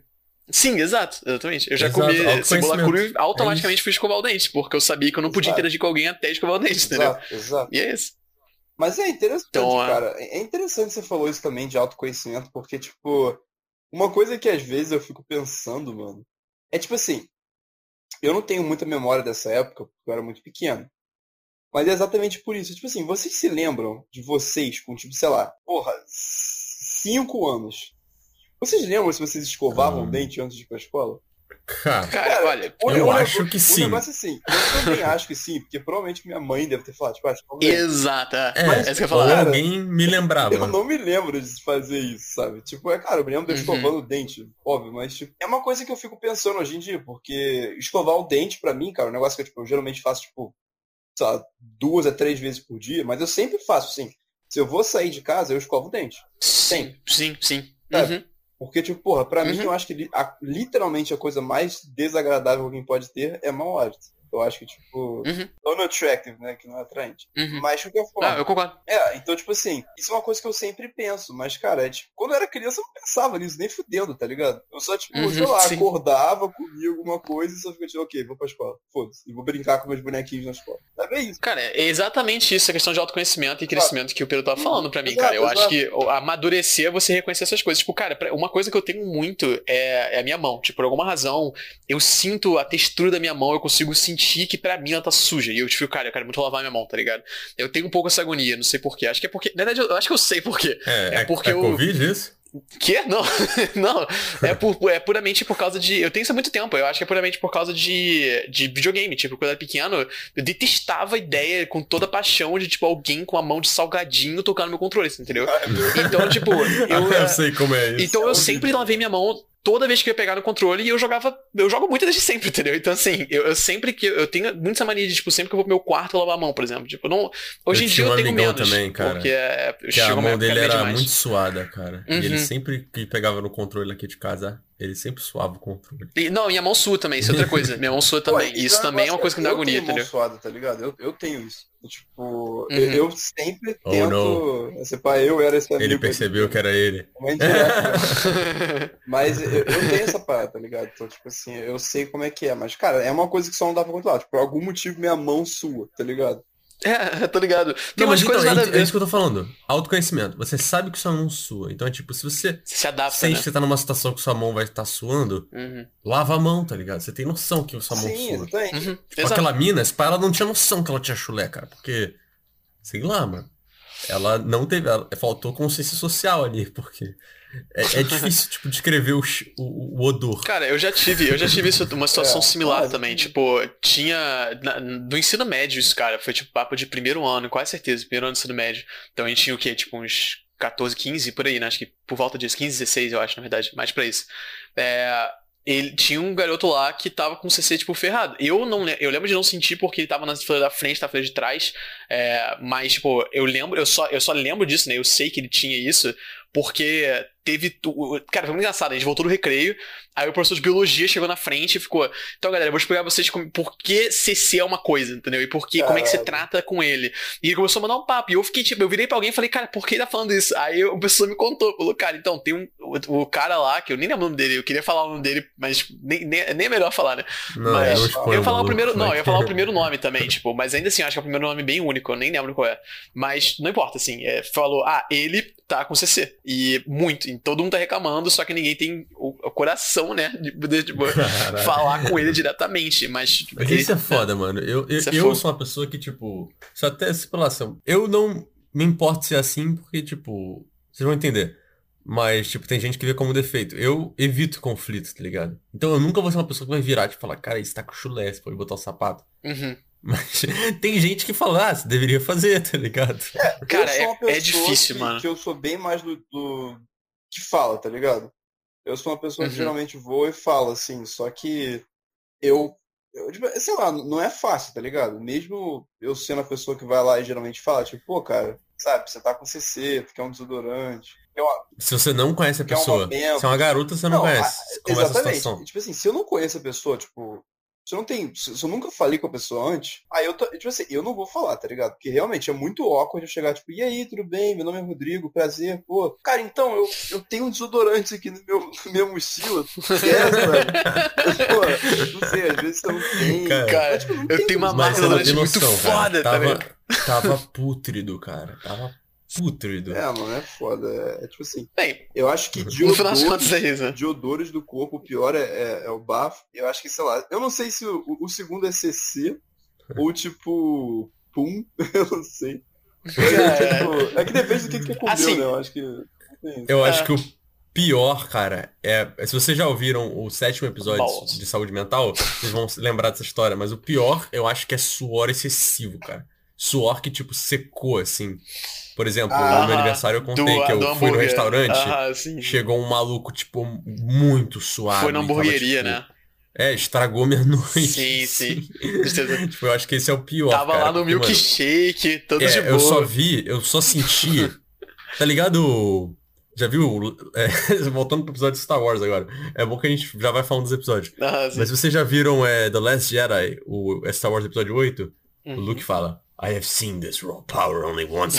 Speaker 2: Sim, exato, exatamente. Eu já
Speaker 1: Exato,
Speaker 2: comi cebola
Speaker 1: autoconhecimento.
Speaker 2: crua e automaticamente
Speaker 1: É
Speaker 2: fui escovar o dente, porque eu sabia que eu não podia
Speaker 3: Exato.
Speaker 2: interagir com alguém até escovar o dente, entendeu?
Speaker 3: Exato, exato.
Speaker 2: E é isso.
Speaker 3: Mas é interessante,
Speaker 2: Então, ah,
Speaker 3: cara. É interessante você falou isso também de autoconhecimento, porque, tipo, uma coisa que às vezes eu fico pensando, mano, é tipo assim, eu não tenho muita memória dessa época, porque eu era muito pequeno. Mas é exatamente por isso. Tipo assim, vocês se lembram de vocês com, tipo, sei lá, porra, cinco anos? Vocês lembram se vocês escovavam o
Speaker 1: Hum.
Speaker 3: dente antes de ir pra escola?
Speaker 1: Cara,
Speaker 2: cara,
Speaker 3: Cara,
Speaker 2: olha,
Speaker 3: O,
Speaker 1: Eu
Speaker 3: o
Speaker 1: acho
Speaker 3: nego-
Speaker 1: que
Speaker 3: o
Speaker 1: sim.
Speaker 3: negócio é assim, eu também acho que sim, porque provavelmente minha mãe deve ter falado, tipo, ah, escova o dente.
Speaker 2: exato, é,
Speaker 1: é,
Speaker 2: é isso que eu ia
Speaker 1: ou
Speaker 2: falar.
Speaker 3: cara,
Speaker 1: alguém me lembrava.
Speaker 3: Eu não me lembro de fazer isso, sabe? Tipo, é cara, eu me lembro de eu
Speaker 2: Uhum.
Speaker 3: escovando o dente, óbvio, mas tipo, é uma coisa que eu fico pensando hoje em dia, porque escovar o dente, pra mim, cara, é um negócio que eu, tipo, eu geralmente faço, tipo, sei lá, duas a três vezes por dia, mas eu sempre faço assim. Se eu vou sair de casa, eu escovo o dente.
Speaker 2: Sim, sim, sim.
Speaker 3: Sabe?
Speaker 2: Uhum.
Speaker 3: Porque, tipo, porra, pra mim,
Speaker 2: Uhum.
Speaker 3: eu acho que li- a- literalmente a coisa mais desagradável que alguém pode ter é mau hálito. Eu acho que, tipo,
Speaker 2: Uhum.
Speaker 3: unattractive, né? Que não é atraente.
Speaker 2: Uhum.
Speaker 3: Mas, de qualquer forma.
Speaker 2: Ah, eu concordo.
Speaker 3: É, então, tipo assim, isso é uma coisa que eu sempre penso, mas, cara, é, tipo, quando eu era criança eu não pensava nisso, nem fudendo, tá ligado? Eu só, tipo,
Speaker 2: Uhum,
Speaker 3: sei lá,
Speaker 2: sim.
Speaker 3: acordava, comia alguma coisa e só ficava, tipo, ok, vou pra escola, foda-se, e vou brincar com meus bonequinhos na escola. Sabe, é isso.
Speaker 2: Cara, é exatamente isso, a questão de autoconhecimento e crescimento que o Pedro tava falando pra mim,
Speaker 3: Exato,
Speaker 2: cara. Eu
Speaker 3: exato.
Speaker 2: acho que o- amadurecer é você reconhecer essas coisas. Tipo, cara, pra- uma coisa que eu tenho muito é, é a minha mão. Tipo, por alguma razão, eu sinto a textura da minha mão, eu consigo sentir que pra mim ela tá suja. E eu, tipo, cara, eu quero muito lavar minha mão, tá ligado? Eu tenho um pouco essa agonia, não sei porquê. Acho que é porque. Na verdade, eu eu acho que eu sei porquê.
Speaker 1: É,
Speaker 2: É
Speaker 1: é,
Speaker 2: porque
Speaker 1: é
Speaker 2: eu-
Speaker 1: Covid isso?
Speaker 2: Quê? Não, não. É, por, é puramente por causa de. Eu tenho isso há muito tempo. Eu acho que é puramente por causa de, de videogame. Tipo, quando eu era pequeno, eu detestava a ideia com toda a paixão de, tipo, alguém com a mão de salgadinho tocar no meu controle, entendeu?
Speaker 3: Ai, meu Deus.
Speaker 2: Então, tipo, eu.
Speaker 1: eu sei como é isso.
Speaker 2: Então
Speaker 3: é
Speaker 2: eu
Speaker 3: horrível.
Speaker 2: sempre lavei minha mão toda vez que eu ia pegar no controle, eu jogava, eu jogo muito desde sempre, entendeu? Então, assim, eu, eu sempre que, eu tenho muito essa mania de, tipo, sempre que eu vou pro meu quarto, eu lavar a mão, por exemplo. Tipo, não, hoje
Speaker 1: Eu
Speaker 2: em dia
Speaker 1: tinha um
Speaker 2: eu tenho
Speaker 1: amigão
Speaker 2: menos,
Speaker 1: também, cara,
Speaker 2: porque é, eu
Speaker 1: que a
Speaker 2: chego
Speaker 1: mão
Speaker 2: a
Speaker 1: dele
Speaker 2: comer
Speaker 1: era
Speaker 2: demais.
Speaker 1: muito suada, cara. E ele
Speaker 2: Uhum.
Speaker 1: sempre que pegava no controle aqui de casa, ele sempre suava o controle.
Speaker 2: E, não, minha mão sua também, isso é outra coisa. Minha mão sua
Speaker 3: Pô,
Speaker 2: também. E
Speaker 3: isso é
Speaker 2: isso
Speaker 3: um
Speaker 2: também é uma
Speaker 3: negócio
Speaker 2: coisa que
Speaker 3: que
Speaker 2: me dá
Speaker 3: eu
Speaker 2: agonia,
Speaker 3: tenho mão
Speaker 2: entendeu?
Speaker 3: suada, tá ligado? Eu, eu tenho isso. Tipo, eu,
Speaker 2: Uhum.
Speaker 3: eu sempre
Speaker 1: Oh, não.
Speaker 3: tento. Esse pai, eu era esse
Speaker 1: Ele
Speaker 3: amigo aí do
Speaker 1: percebeu que
Speaker 3: Bruno.
Speaker 1: era ele.
Speaker 3: Uma indireta mesmo. Mas eu, eu tenho essa parada, tá ligado? Então, tipo assim, eu sei como é que é. Mas, cara, é uma coisa que só não dá pra controlar. Tipo, por algum motivo minha mão sua, tá ligado?
Speaker 2: É, tô ligado. Tem
Speaker 1: Não, mas
Speaker 2: umas
Speaker 1: então,
Speaker 2: coisas
Speaker 1: é,
Speaker 2: nada a
Speaker 1: é isso
Speaker 2: ver.
Speaker 1: que eu tô falando. Autoconhecimento. Você sabe que sua mão sua. Então é tipo, se você
Speaker 2: Você se adapta,
Speaker 1: sente que
Speaker 2: né?
Speaker 1: você tá numa situação que sua mão vai estar suando,
Speaker 2: Uhum.
Speaker 1: lava a mão, tá ligado? Você tem noção que sua mão
Speaker 3: Sim,
Speaker 1: sua.
Speaker 3: exatamente.
Speaker 2: Uhum.
Speaker 1: Tipo,
Speaker 2: Exato.
Speaker 1: aquela mina, esse pai, ela não tinha noção que ela tinha chulé, cara. Porque, sei lá, mano. Ela não teve. Ela, faltou consciência social ali, porque é, é difícil, tipo, descrever o, ch- o, o odor.
Speaker 2: Cara, eu já tive, eu já tive isso, uma situação
Speaker 3: É,
Speaker 2: similar
Speaker 3: ah,
Speaker 2: também.
Speaker 3: exatamente.
Speaker 2: Tipo, tinha. Na, do ensino médio, isso, cara. Foi tipo papo de primeiro ano, quase certeza, primeiro ano do ensino médio. Então a gente tinha o quê? Tipo, uns catorze, quinze, por aí, né? Acho que por volta disso, quinze, dezesseis, eu acho, na verdade, mais pra isso. É, ele tinha um garoto lá que tava com o C C, tipo, ferrado. Eu não le- eu lembro de não sentir porque ele tava na fila da frente, na fila de trás. É, mas, tipo, eu lembro, eu só, eu só lembro disso, né? Eu sei que ele tinha isso, porque teve. tu- Cara, foi muito engraçado. A gente voltou do recreio, aí o professor de biologia chegou na frente e ficou. Então, galera, eu vou explicar pra vocês como, por que C C é uma coisa, entendeu? E por que, como é que você
Speaker 3: Caralho.
Speaker 2: trata com ele. E ele começou a mandar um papo. E eu fiquei, tipo, eu virei pra alguém e falei, cara, por que ele tá falando isso? Aí o professor me contou, falou, cara, então, tem um. O, o cara lá, que eu nem lembro o nome dele, eu queria falar o nome dele, mas nem, nem, nem é melhor falar, né?
Speaker 1: Não,
Speaker 3: É,
Speaker 1: não
Speaker 2: Mas.
Speaker 1: expõe
Speaker 2: Eu ia
Speaker 1: o
Speaker 2: falar o
Speaker 1: maluco,
Speaker 2: primeiro. Não, eu
Speaker 1: vai.
Speaker 2: ia falar o primeiro nome também, tipo, mas ainda assim, eu acho que é o primeiro nome bem único, eu nem lembro qual é. Mas não importa, assim, é, falou, ah, ele tá com C C. E muito, e todo mundo tá reclamando, só que ninguém tem o, o coração, né, de poder, tipo,
Speaker 1: Caralho.
Speaker 2: falar com ele diretamente. Mas, tipo,
Speaker 1: Mas
Speaker 2: ele-
Speaker 1: isso é foda, mano. Eu, eu,
Speaker 2: Isso é
Speaker 1: eu
Speaker 2: fogo.
Speaker 1: sou uma pessoa que, tipo, se até se falar assim, eu não me importo ser assim porque, tipo, vocês vão entender. Mas, tipo, tem gente que vê como defeito. Eu evito conflitos, tá ligado? Então eu nunca vou ser uma pessoa que vai virar e falar, cara, isso tá com chulé, você pode botar o sapato.
Speaker 2: Uhum.
Speaker 1: Mas tem gente que fala, ah, você deveria fazer, tá ligado?
Speaker 2: Cara,
Speaker 3: eu sou uma
Speaker 2: é, é
Speaker 3: pessoa
Speaker 2: difícil,
Speaker 3: que,
Speaker 2: mano.
Speaker 3: que eu sou bem mais do, do que fala, tá ligado? Eu sou uma pessoa que
Speaker 2: Uhum.
Speaker 3: geralmente vou e fala, assim, só que eu, eu, tipo, sei lá, não é fácil, tá ligado? Mesmo eu sendo a pessoa que vai lá e geralmente fala, tipo, pô, cara, sabe, você tá com C C, tu quer um desodorante, quer uma,
Speaker 1: Se você não conhece a
Speaker 3: quer uma
Speaker 1: pessoa, se é uma
Speaker 3: Mentos.
Speaker 1: garota, você não
Speaker 3: Não, a-
Speaker 1: conhece. Como essa
Speaker 3: exatamente.
Speaker 1: situação.
Speaker 3: Tipo assim, se eu não conheço a pessoa, tipo, se eu não tenho, se se eu nunca falei com a pessoa antes, aí eu tô, tipo assim, eu não vou falar, tá ligado? Porque realmente é muito awkward eu chegar, tipo, e aí, tudo bem? Meu nome é Rodrigo, prazer, pô. Cara, então, eu, eu tenho um desodorante aqui no meu, na minha mochila, tu quer, sabe? Pô, não sei, às vezes eu não tenho.
Speaker 1: Cara,
Speaker 2: Cara,
Speaker 3: Mas, tipo, não
Speaker 2: eu
Speaker 3: tem
Speaker 2: tenho uma
Speaker 3: como
Speaker 1: mas
Speaker 2: marca
Speaker 1: você
Speaker 3: falar.
Speaker 1: não tem
Speaker 2: durante muito
Speaker 1: noção, cara.
Speaker 2: foda, tá
Speaker 1: Tava,
Speaker 2: ligado?
Speaker 1: tava pútrido, cara. Tava pútrido.
Speaker 3: É, mano, é foda. É, é tipo assim,
Speaker 2: Bem,
Speaker 3: eu acho que de
Speaker 2: no final das contas
Speaker 3: odores,
Speaker 2: é isso, né?
Speaker 3: de odores do corpo, o pior é, é, é o bafo. Eu acho que, sei lá, eu não sei se o, o segundo é C C ou tipo pum, eu não sei. Mas é,
Speaker 2: Cara,
Speaker 3: tipo, é que depende do que, que você comeu,
Speaker 2: assim,
Speaker 3: né? Eu acho que tem isso.
Speaker 1: Eu acho
Speaker 2: é,
Speaker 1: que o pior, cara, é. Se vocês já ouviram o sétimo episódio
Speaker 2: balls.
Speaker 1: de saúde mental, vocês vão se lembrar dessa história. Mas o pior, eu acho que é suor excessivo, cara. Suor que, tipo, secou, assim. Por exemplo, no meu
Speaker 3: Ah,
Speaker 2: Aham,
Speaker 1: aniversário eu
Speaker 2: do,
Speaker 1: contei que
Speaker 2: do
Speaker 1: eu fui no
Speaker 2: hambúrguer.
Speaker 1: restaurante,
Speaker 2: Aham, sim.
Speaker 1: chegou um maluco, tipo, muito
Speaker 2: Foi na
Speaker 1: suado e tava,
Speaker 2: hamburgueria,
Speaker 1: tipo.
Speaker 2: né?
Speaker 1: É, estragou minha noite,
Speaker 2: Sim, sim.
Speaker 1: assim.
Speaker 2: Com certeza.
Speaker 1: Tipo, eu acho que esse é o pior,
Speaker 2: Tava
Speaker 1: cara.
Speaker 2: lá no
Speaker 1: Porque, mano,
Speaker 2: milkshake, todo de
Speaker 1: é, eu só
Speaker 2: boa.
Speaker 1: vi, eu só senti. Tá ligado? Já viu? É, voltando pro episódio de Star Wars agora. É bom que a gente já vai falando dos episódios.
Speaker 2: Aham,
Speaker 1: Mas
Speaker 2: sim.
Speaker 1: vocês já viram é, The Last Jedi, o é Star Wars episódio oito? O Luke
Speaker 2: Uhum.
Speaker 1: fala, I have seen this raw power only once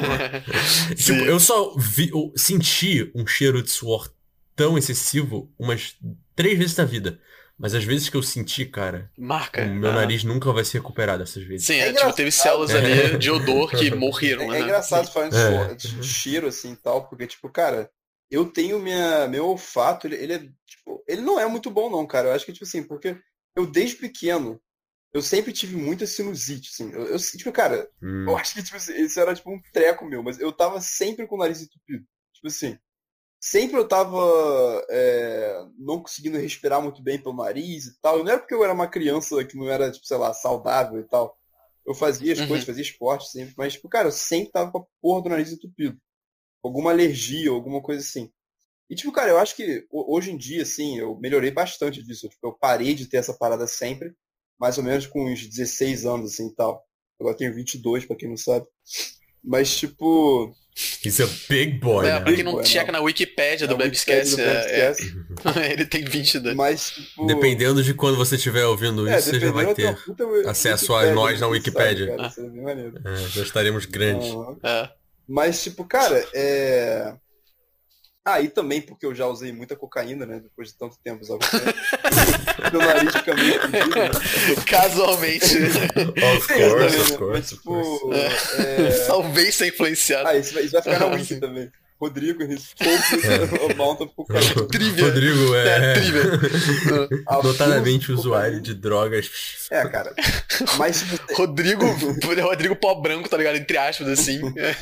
Speaker 1: before. Tipo,
Speaker 2: Sim.
Speaker 1: eu só vi, eu senti um cheiro de suor tão excessivo umas três vezes na vida. Mas as vezes que eu senti, cara, o
Speaker 2: Marca.
Speaker 1: meu
Speaker 2: Aham.
Speaker 1: nariz nunca vai se recuperar dessas vezes.
Speaker 2: Sim,
Speaker 3: é
Speaker 2: é, tipo, teve
Speaker 3: engraçado.
Speaker 2: células ali de odor que morreram,
Speaker 3: É, é
Speaker 2: né?
Speaker 3: engraçado falar de,
Speaker 1: É.
Speaker 3: suor- de cheiro assim e tal, porque, tipo, cara, eu tenho minha, meu olfato, ele, ele é, tipo, ele não é muito bom, não, cara. Eu acho que, tipo assim, porque eu desde pequeno, eu sempre tive muita sinusite, assim. Eu, eu, tipo, cara,
Speaker 1: Hum.
Speaker 3: eu acho que, tipo assim, isso era, tipo, um treco meu, mas eu tava sempre com o nariz entupido. Tipo assim, sempre eu tava é, não conseguindo respirar muito bem pelo nariz e tal. Não era porque eu era uma criança que não era, tipo, sei lá, saudável e tal. Eu fazia as
Speaker 2: Uhum.
Speaker 3: coisas, fazia esporte sempre, mas, tipo, cara, eu sempre tava com a porra do nariz entupido. Alguma alergia, alguma coisa assim. E, tipo, cara, eu acho que hoje em dia, assim, eu melhorei bastante disso. Tipo, eu parei de ter essa parada sempre, mais ou menos com uns dezesseis anos, assim, e tal. Agora eu tenho vinte e dois, pra quem não sabe. Mas, tipo...
Speaker 1: He's a big boy,
Speaker 2: É,
Speaker 1: né?
Speaker 2: pra quem não
Speaker 3: Boy,
Speaker 2: checa
Speaker 3: não.
Speaker 2: na Wikipédia do
Speaker 3: Na Wikipédia
Speaker 2: Blabscast,
Speaker 3: do
Speaker 2: é,
Speaker 3: Blabscast.
Speaker 2: é, ele tem vinte e dois.
Speaker 3: Mas, tipo...
Speaker 1: Dependendo de quando você estiver ouvindo
Speaker 3: É,
Speaker 1: isso, você já vai
Speaker 3: dependendo, eu
Speaker 1: ter
Speaker 3: tenho uma puta
Speaker 1: acesso a
Speaker 3: Wikipédia,
Speaker 1: nós na
Speaker 3: quem
Speaker 1: Wikipédia.
Speaker 3: sabe, cara,
Speaker 2: Ah.
Speaker 3: isso é bem maneiro.
Speaker 1: É, já estaremos grandes.
Speaker 3: Aham.
Speaker 2: É.
Speaker 3: Mas, tipo, cara, é... Ah, e também porque eu já usei muita cocaína, né? Depois de tanto tempo usar cocaína. Meu nariz fica meio fudido, né?
Speaker 2: Casualmente.
Speaker 1: Of
Speaker 3: Tem isso
Speaker 1: course,
Speaker 3: também,
Speaker 1: of
Speaker 3: né?
Speaker 1: course,
Speaker 3: Mas,
Speaker 1: of course.
Speaker 3: tipo...
Speaker 2: É.
Speaker 3: é...
Speaker 2: Talvez ser influenciado.
Speaker 3: Ah, isso vai, isso vai ficar na
Speaker 2: Ah,
Speaker 3: Wiki
Speaker 2: sim.
Speaker 3: também. Rodrigo, his focus amount of cocaine.
Speaker 2: Trivia.
Speaker 1: Rodrigo é,
Speaker 2: É, trivia.
Speaker 1: notadamente
Speaker 3: Abuso de
Speaker 1: usuário
Speaker 3: cocaína.
Speaker 1: de drogas.
Speaker 3: É, cara. Mas se você...
Speaker 2: Rodrigo, Rodrigo Pó Branco, tá ligado? Entre aspas, assim.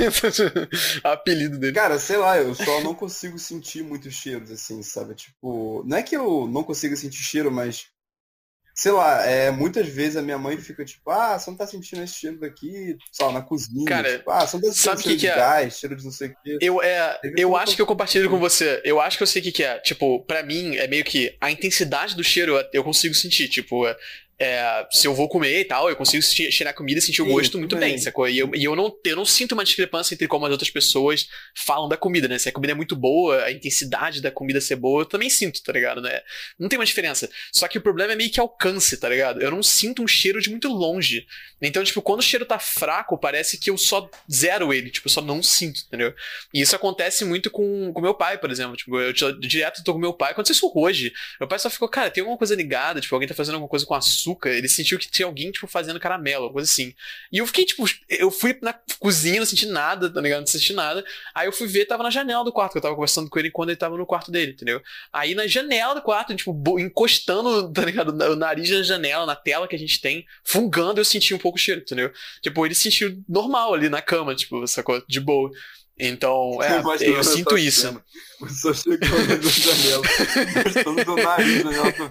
Speaker 2: É o apelido dele.
Speaker 3: Cara, sei lá, eu só não consigo sentir muitos cheiros, assim, sabe? Tipo, não é que eu não consiga sentir cheiro, mas, sei lá, é, muitas vezes a minha mãe fica tipo, ah, você não tá sentindo esse cheiro daqui, sei lá, na cozinha.
Speaker 2: Cara,
Speaker 3: tipo, ah, você não tá sentindo
Speaker 2: sabe o que
Speaker 3: cheiro
Speaker 2: que
Speaker 3: de
Speaker 2: é?
Speaker 3: gás, cheiro de não sei o quê.
Speaker 2: Eu, é,
Speaker 3: Teve
Speaker 2: eu
Speaker 3: uma
Speaker 2: acho que eu compartilho com você. Eu acho que eu sei o que, que é. Tipo, pra mim, é meio que a intensidade do cheiro eu consigo sentir. Tipo, é, é, se eu vou comer e tal, eu consigo che- cheirar a comida e sentir o
Speaker 3: Sim,
Speaker 2: gosto muito
Speaker 3: também.
Speaker 2: bem, sacou? E, eu, e eu, não, eu não sinto uma discrepância entre como as outras pessoas falam da comida, né? Se a comida é muito boa, a intensidade da comida ser boa, eu também sinto, tá ligado? Né? Não tem uma diferença. Só que o problema é meio que alcance, tá ligado? Eu não sinto um cheiro de muito longe. Então, tipo, quando o cheiro tá fraco, parece que eu só zero ele, tipo, eu só não sinto, entendeu? E isso acontece muito com o meu pai, por exemplo. Tipo, eu t- direto tô com meu pai. Aconteceu isso hoje. Meu pai só ficou, cara, tem alguma coisa ligada, tipo, alguém tá fazendo alguma coisa com açúcar. Ele sentiu que tinha alguém, tipo, fazendo caramelo, coisa assim. E eu fiquei, tipo, eu fui na cozinha, não senti nada, tá ligado? Não senti nada. Aí eu fui ver, tava na janela do quarto, que eu tava conversando com ele quando ele tava no quarto dele, entendeu? Aí na janela do quarto, tipo, bo- encostando, tá ligado? O nariz na janela, na tela que a gente tem, fungando, eu senti um pouco o cheiro, entendeu? Tipo, ele sentiu normal ali na cama, tipo, sacou? De boa. Então, é,
Speaker 3: Imagina
Speaker 2: eu
Speaker 3: essa
Speaker 2: sinto isso.
Speaker 3: cena. O pessoal chegando na janela, gostando do nariz na janela.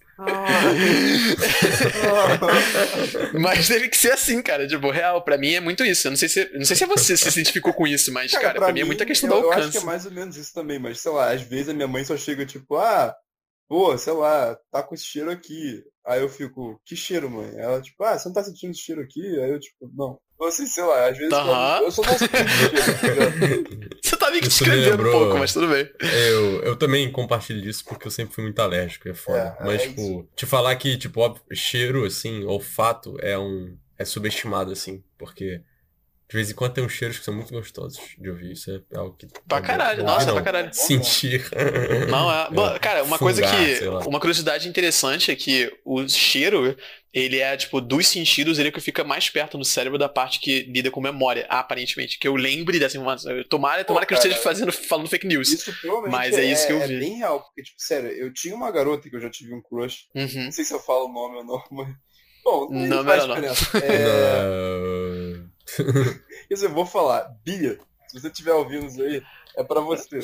Speaker 2: Mas teve que ser assim, cara. Tipo, real, pra mim é muito isso. Eu não sei se, não sei se você se identificou com isso, mas, cara, pra, mim é muita questão
Speaker 3: eu,
Speaker 2: do
Speaker 3: eu
Speaker 2: alcance.
Speaker 3: acho que é mais ou menos isso também, mas sei lá, às vezes a minha mãe só chega tipo, ah, pô, sei lá, tá com esse cheiro aqui. Aí eu fico, que cheiro, mãe? Ela, tipo, ah, você não tá sentindo esse cheiro aqui? Aí eu, tipo, não. Então, assim, sei lá, às vezes
Speaker 2: Aham.
Speaker 3: eu, eu só não sinto cheiro, tá ligado?
Speaker 2: Você tá meio que
Speaker 1: Isso me
Speaker 2: descrevendo
Speaker 1: lembrou-
Speaker 2: um pouco, mas tudo bem.
Speaker 1: Eu, eu também compartilho disso porque eu sempre fui muito alérgico, é foda.
Speaker 3: É,
Speaker 1: Mas,
Speaker 3: é
Speaker 1: tipo, te falar que, tipo, óbvio, cheiro, assim, olfato é um. É subestimado, assim, porque de vez em quando tem uns cheiros que são muito gostosos de ouvir. Isso é algo que.
Speaker 2: Pra
Speaker 1: é bom.
Speaker 2: caralho,
Speaker 1: Ouvir
Speaker 2: nossa,
Speaker 1: não,
Speaker 2: pra caralho.
Speaker 1: Sentir.
Speaker 2: Não, é. Bom, cara, uma coisa
Speaker 1: Fungar,
Speaker 2: que.
Speaker 1: sei lá.
Speaker 2: Uma curiosidade interessante é que o cheiro, ele é, tipo, dos sentidos, ele é que fica mais perto no cérebro da parte que lida com memória, aparentemente. Que eu lembre dessa informação. Tomara, tomara que eu
Speaker 3: cara,
Speaker 2: esteja fazendo, falando fake news.
Speaker 3: Isso provavelmente
Speaker 2: Mas é isso que eu
Speaker 3: é
Speaker 2: vi.
Speaker 3: bem real, porque, tipo, sério, eu tinha uma garota que eu já tive um crush.
Speaker 2: Uhum.
Speaker 3: Não sei se eu falo o nome ou não, mas. Bom, não,
Speaker 2: Não,
Speaker 3: faz
Speaker 2: melhor não.
Speaker 3: diferença. É...
Speaker 1: Não.
Speaker 3: Isso eu vou falar. Bia, se você estiver ouvindo isso aí, é pra você.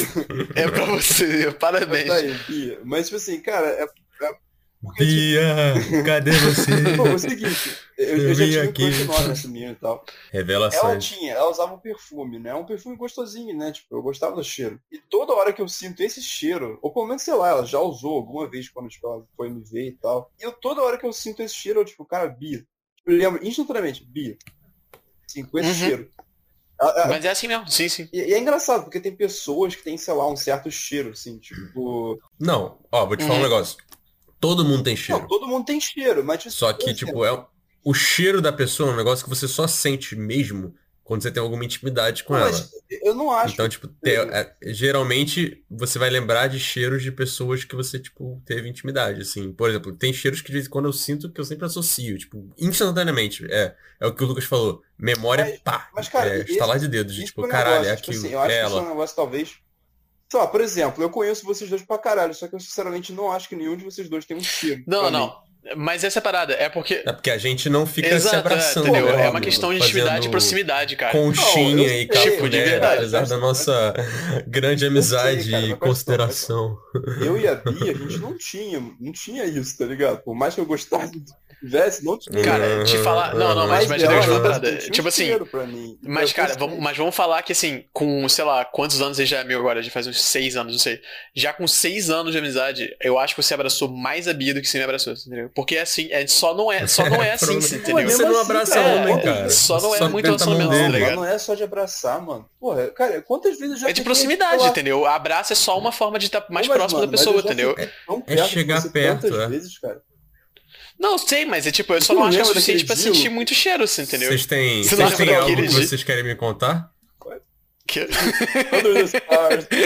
Speaker 2: É pra você, parabéns.
Speaker 3: Tá aí, Bia. Mas, tipo assim, cara, é. Porque, tipo,
Speaker 1: Bia, cadê você?
Speaker 3: pô, é o seguinte, eu, eu
Speaker 1: Eu
Speaker 3: já
Speaker 1: vim
Speaker 3: tive um
Speaker 1: aqui.
Speaker 3: crush enorme nessa menina e tal. Ela
Speaker 1: Revelações.
Speaker 3: tinha, ela usava um perfume, né? Um perfume gostosinho, né? Tipo, eu gostava do cheiro. E toda hora que eu sinto esse cheiro, ou pelo menos, sei lá, ela já usou alguma vez quando tipo, ela foi me ver e tal. E eu, toda hora que eu sinto esse cheiro, eu, tipo, cara, Bia. Eu lembro instantaneamente, Bia. Assim, com esse
Speaker 2: Uhum.
Speaker 3: cheiro. A- a-
Speaker 2: Mas é assim mesmo, sim, sim.
Speaker 3: E, e é engraçado, porque tem pessoas que têm, sei lá, um certo cheiro, assim, tipo.
Speaker 1: Não, ó, vou te falar um
Speaker 2: Uhum.
Speaker 1: negócio. Todo mundo tem cheiro.
Speaker 3: Não, todo mundo tem cheiro, mas. tipo,
Speaker 1: Só
Speaker 3: por
Speaker 1: que,
Speaker 3: exemplo,
Speaker 1: tipo, é um- o cheiro da pessoa é um negócio que você só sente mesmo quando você tem alguma intimidade com
Speaker 3: não,
Speaker 1: ela.
Speaker 3: mas eu não acho.
Speaker 1: Então, tipo, te- é- geralmente você vai lembrar de cheiros de pessoas que você, tipo, teve intimidade, assim. Por exemplo, tem cheiros que de vez em quando eu sinto que eu sempre associo, tipo, instantaneamente. É, é o que o Lucas falou. Memória,
Speaker 3: Mas-
Speaker 1: pá.
Speaker 3: mas, cara,
Speaker 1: é,
Speaker 3: esse-
Speaker 1: estalar de dedos, de,
Speaker 3: Isso
Speaker 1: tipo,
Speaker 3: que é um
Speaker 1: caralho,
Speaker 3: negócio,
Speaker 1: é
Speaker 3: tipo
Speaker 1: aquilo,
Speaker 3: assim, eu acho
Speaker 1: é
Speaker 3: que isso é um
Speaker 1: ela.
Speaker 3: negócio, talvez. Sei lá, por exemplo, eu conheço vocês dois pra caralho, só que eu sinceramente não acho que nenhum de vocês dois tem um cheiro.
Speaker 2: Não,
Speaker 3: pra mim.
Speaker 2: não. Mas essa é a parada. É porque.
Speaker 1: É porque a gente não fica se
Speaker 2: Exato, é,
Speaker 1: abraçando,
Speaker 2: entendeu?
Speaker 1: né,
Speaker 2: É uma
Speaker 1: amigo?
Speaker 2: questão de intimidade e
Speaker 1: Fazendo
Speaker 2: proximidade, cara.
Speaker 1: conchinha
Speaker 3: Não, eu
Speaker 1: e
Speaker 3: sei,
Speaker 1: cafuné,
Speaker 2: tipo, de verdade,
Speaker 1: apesar
Speaker 3: mas-
Speaker 1: da nossa grande amizade
Speaker 3: cara,
Speaker 1: e
Speaker 3: mas
Speaker 1: consideração.
Speaker 3: Eu e a Bia, a gente não tinha, não tinha isso, tá ligado? Por mais que eu gostasse, tivesse, não tinha.
Speaker 2: Cara, te falar. Não, não, mas, mas
Speaker 3: ela
Speaker 2: Deus, uma
Speaker 3: não
Speaker 2: parada.
Speaker 3: tinha um
Speaker 2: Tipo assim.
Speaker 3: cheiro pra mim.
Speaker 2: Mas,
Speaker 3: Eu
Speaker 2: cara,
Speaker 3: gostei.
Speaker 2: vamos, mas vamos falar que, assim, com, sei lá, quantos anos ele já é meu agora? Já faz uns seis anos, não sei. Já com seis anos de amizade, eu acho que você abraçou mais a Bia do que você me abraçou, entendeu? Porque, assim, é, só não é, só não é assim,
Speaker 1: Pronto.
Speaker 2: você entendeu?
Speaker 1: Você não
Speaker 3: Mesmo
Speaker 1: abraça
Speaker 3: assim,
Speaker 1: homem,
Speaker 2: é,
Speaker 1: cara.
Speaker 2: só não é
Speaker 1: Só
Speaker 2: muito
Speaker 1: aperta a mão
Speaker 2: relacionamento, tá
Speaker 1: dele.
Speaker 2: ligado?
Speaker 3: Não é só de abraçar, mano. Porra, cara, quantas vezes eu já
Speaker 2: É de
Speaker 3: fiquei,
Speaker 2: proximidade,
Speaker 3: sei lá,
Speaker 2: entendeu? Abraço é só uma forma de estar mais
Speaker 3: Pô, mas,
Speaker 2: próximo
Speaker 3: mano,
Speaker 2: da
Speaker 3: mas
Speaker 2: pessoa,
Speaker 3: eu já
Speaker 2: entendeu?
Speaker 3: fiquei tão
Speaker 1: É
Speaker 3: perto de
Speaker 1: chegar
Speaker 3: você
Speaker 1: perto,
Speaker 3: tantas
Speaker 1: é.
Speaker 3: vezes, cara.
Speaker 2: Não, sei, mas é tipo, eu só
Speaker 3: Tu
Speaker 2: não
Speaker 3: não
Speaker 2: acho que é
Speaker 3: lembra
Speaker 2: suficiente
Speaker 3: daquele
Speaker 2: pra
Speaker 3: dia?
Speaker 2: sentir muito cheiro, você entendeu?
Speaker 1: Vocês têm,
Speaker 2: Você
Speaker 1: vocês
Speaker 2: não
Speaker 1: têm
Speaker 2: lembra
Speaker 1: algo
Speaker 2: daquele
Speaker 1: que
Speaker 2: dia?
Speaker 1: vocês querem me contar?
Speaker 2: Que...
Speaker 3: Under the stars, tá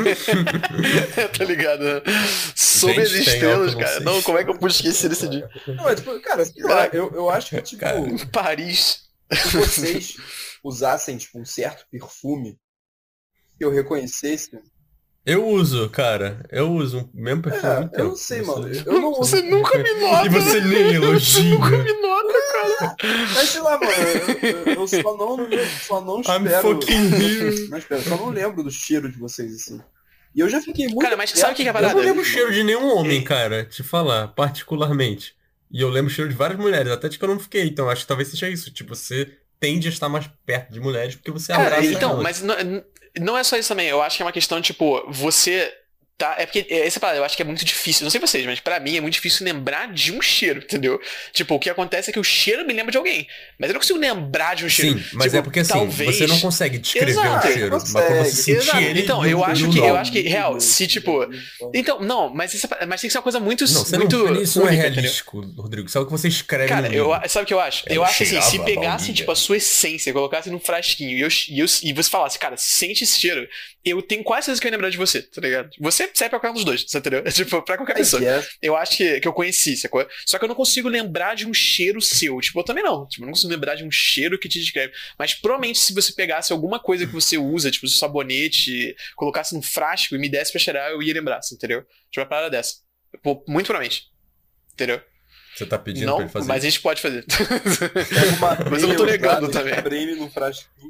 Speaker 3: ligado?
Speaker 2: tá ligado, né? Sob
Speaker 1: Gente,
Speaker 2: as
Speaker 1: tem
Speaker 2: estrelas,
Speaker 1: algo, não
Speaker 2: cara.
Speaker 1: sei.
Speaker 2: Não, como é que eu pude esquecer desse dia?
Speaker 3: Não, é tipo, cara, sei lá, eu, eu acho que, tipo,
Speaker 1: Cara.
Speaker 2: Paris.
Speaker 3: se vocês usassem, tipo, um certo perfume que eu reconhecesse.
Speaker 1: Eu uso, cara. Eu uso o mesmo perfume há muito
Speaker 3: É, eu não
Speaker 1: tempo.
Speaker 3: sei,
Speaker 1: Você-
Speaker 3: mano. Eu não
Speaker 2: Você
Speaker 3: uso.
Speaker 2: nunca me nota.
Speaker 1: E você nem
Speaker 2: Você
Speaker 1: elogia.
Speaker 2: nunca me nota, cara.
Speaker 3: Mas sei lá, mano, eu, eu- eu só não, eu só não
Speaker 1: I'm
Speaker 3: espero.
Speaker 1: fucking here.
Speaker 3: Mas espera, eu só não lembro do cheiro de vocês, assim. E eu já fiquei muito.
Speaker 2: Cara, mas sabe o que que é a
Speaker 3: perto
Speaker 1: Eu
Speaker 2: parada?
Speaker 1: não lembro o
Speaker 3: deles,
Speaker 1: cheiro
Speaker 3: mano.
Speaker 1: de nenhum homem, cara, te falar, particularmente. E eu lembro o cheiro de várias mulheres, até de que eu não fiquei, então acho que talvez seja isso. Tipo, você tende a estar mais perto de mulheres porque você
Speaker 2: Cara,
Speaker 1: abraça
Speaker 2: então,
Speaker 1: elas.
Speaker 2: mas não, não é só isso também. Eu acho que é uma questão, tipo, você tá. É porque, é, essa parada, eu acho que é muito difícil. Não sei vocês, mas pra mim é muito difícil lembrar de um cheiro, entendeu? Tipo, o que acontece é que o cheiro me lembra de alguém. Mas eu não consigo lembrar de um cheiro.
Speaker 1: Sim, mas
Speaker 2: Tipo,
Speaker 1: é porque assim,
Speaker 2: talvez...
Speaker 1: você não consegue descrever
Speaker 2: Exato.
Speaker 1: um cheiro, mas
Speaker 3: Consegue.
Speaker 1: quando você sentir
Speaker 2: Exato.
Speaker 1: ele...
Speaker 2: Então,
Speaker 1: no-
Speaker 2: eu
Speaker 1: no
Speaker 2: acho que-
Speaker 1: nome.
Speaker 2: eu acho que, real, se, tipo, Então, não, mas, isso, é- mas tem que ser uma coisa muito.
Speaker 1: Não, você
Speaker 2: muito
Speaker 1: não, isso não é
Speaker 2: única, entendeu?
Speaker 1: realístico, Rodrigo. Sabe o que você escreve
Speaker 2: Cara,
Speaker 1: no
Speaker 2: eu,
Speaker 1: livro.
Speaker 2: sabe o que eu acho?
Speaker 1: Ela
Speaker 2: Eu acho assim, se
Speaker 1: cheirava
Speaker 2: pegassem,
Speaker 1: baunilha.
Speaker 2: tipo, a sua essência, colocassem num frasquinho e, eu, e, eu, e você falasse, cara, sente esse cheiro, eu tenho quase certeza que eu ia lembrar de você, tá ligado? Você serve pra qualquer um dos dois, você entendeu? Tipo, pra qualquer pessoa.
Speaker 3: Yes.
Speaker 2: Eu acho que, que eu conheci, sacou? Só que eu não consigo lembrar de um cheiro seu. Tipo, eu também não. Tipo, eu não consigo lembrar de um cheiro que te descreve. Mas provavelmente se você pegasse alguma coisa que você usa, tipo, sabonete, colocasse num frasco e me desse pra cheirar, eu ia lembrar, você entendeu? Tipo, uma parada dessa. Pô, muito provavelmente. Entendeu?
Speaker 1: Você tá pedindo
Speaker 2: Não,
Speaker 1: pra ele fazer
Speaker 2: mas a
Speaker 1: isso.
Speaker 2: gente pode fazer.
Speaker 3: Pega uma
Speaker 2: Mas eu não tô
Speaker 3: breia
Speaker 2: negando
Speaker 3: usada,
Speaker 2: também.
Speaker 3: Spray ele num frasquinho.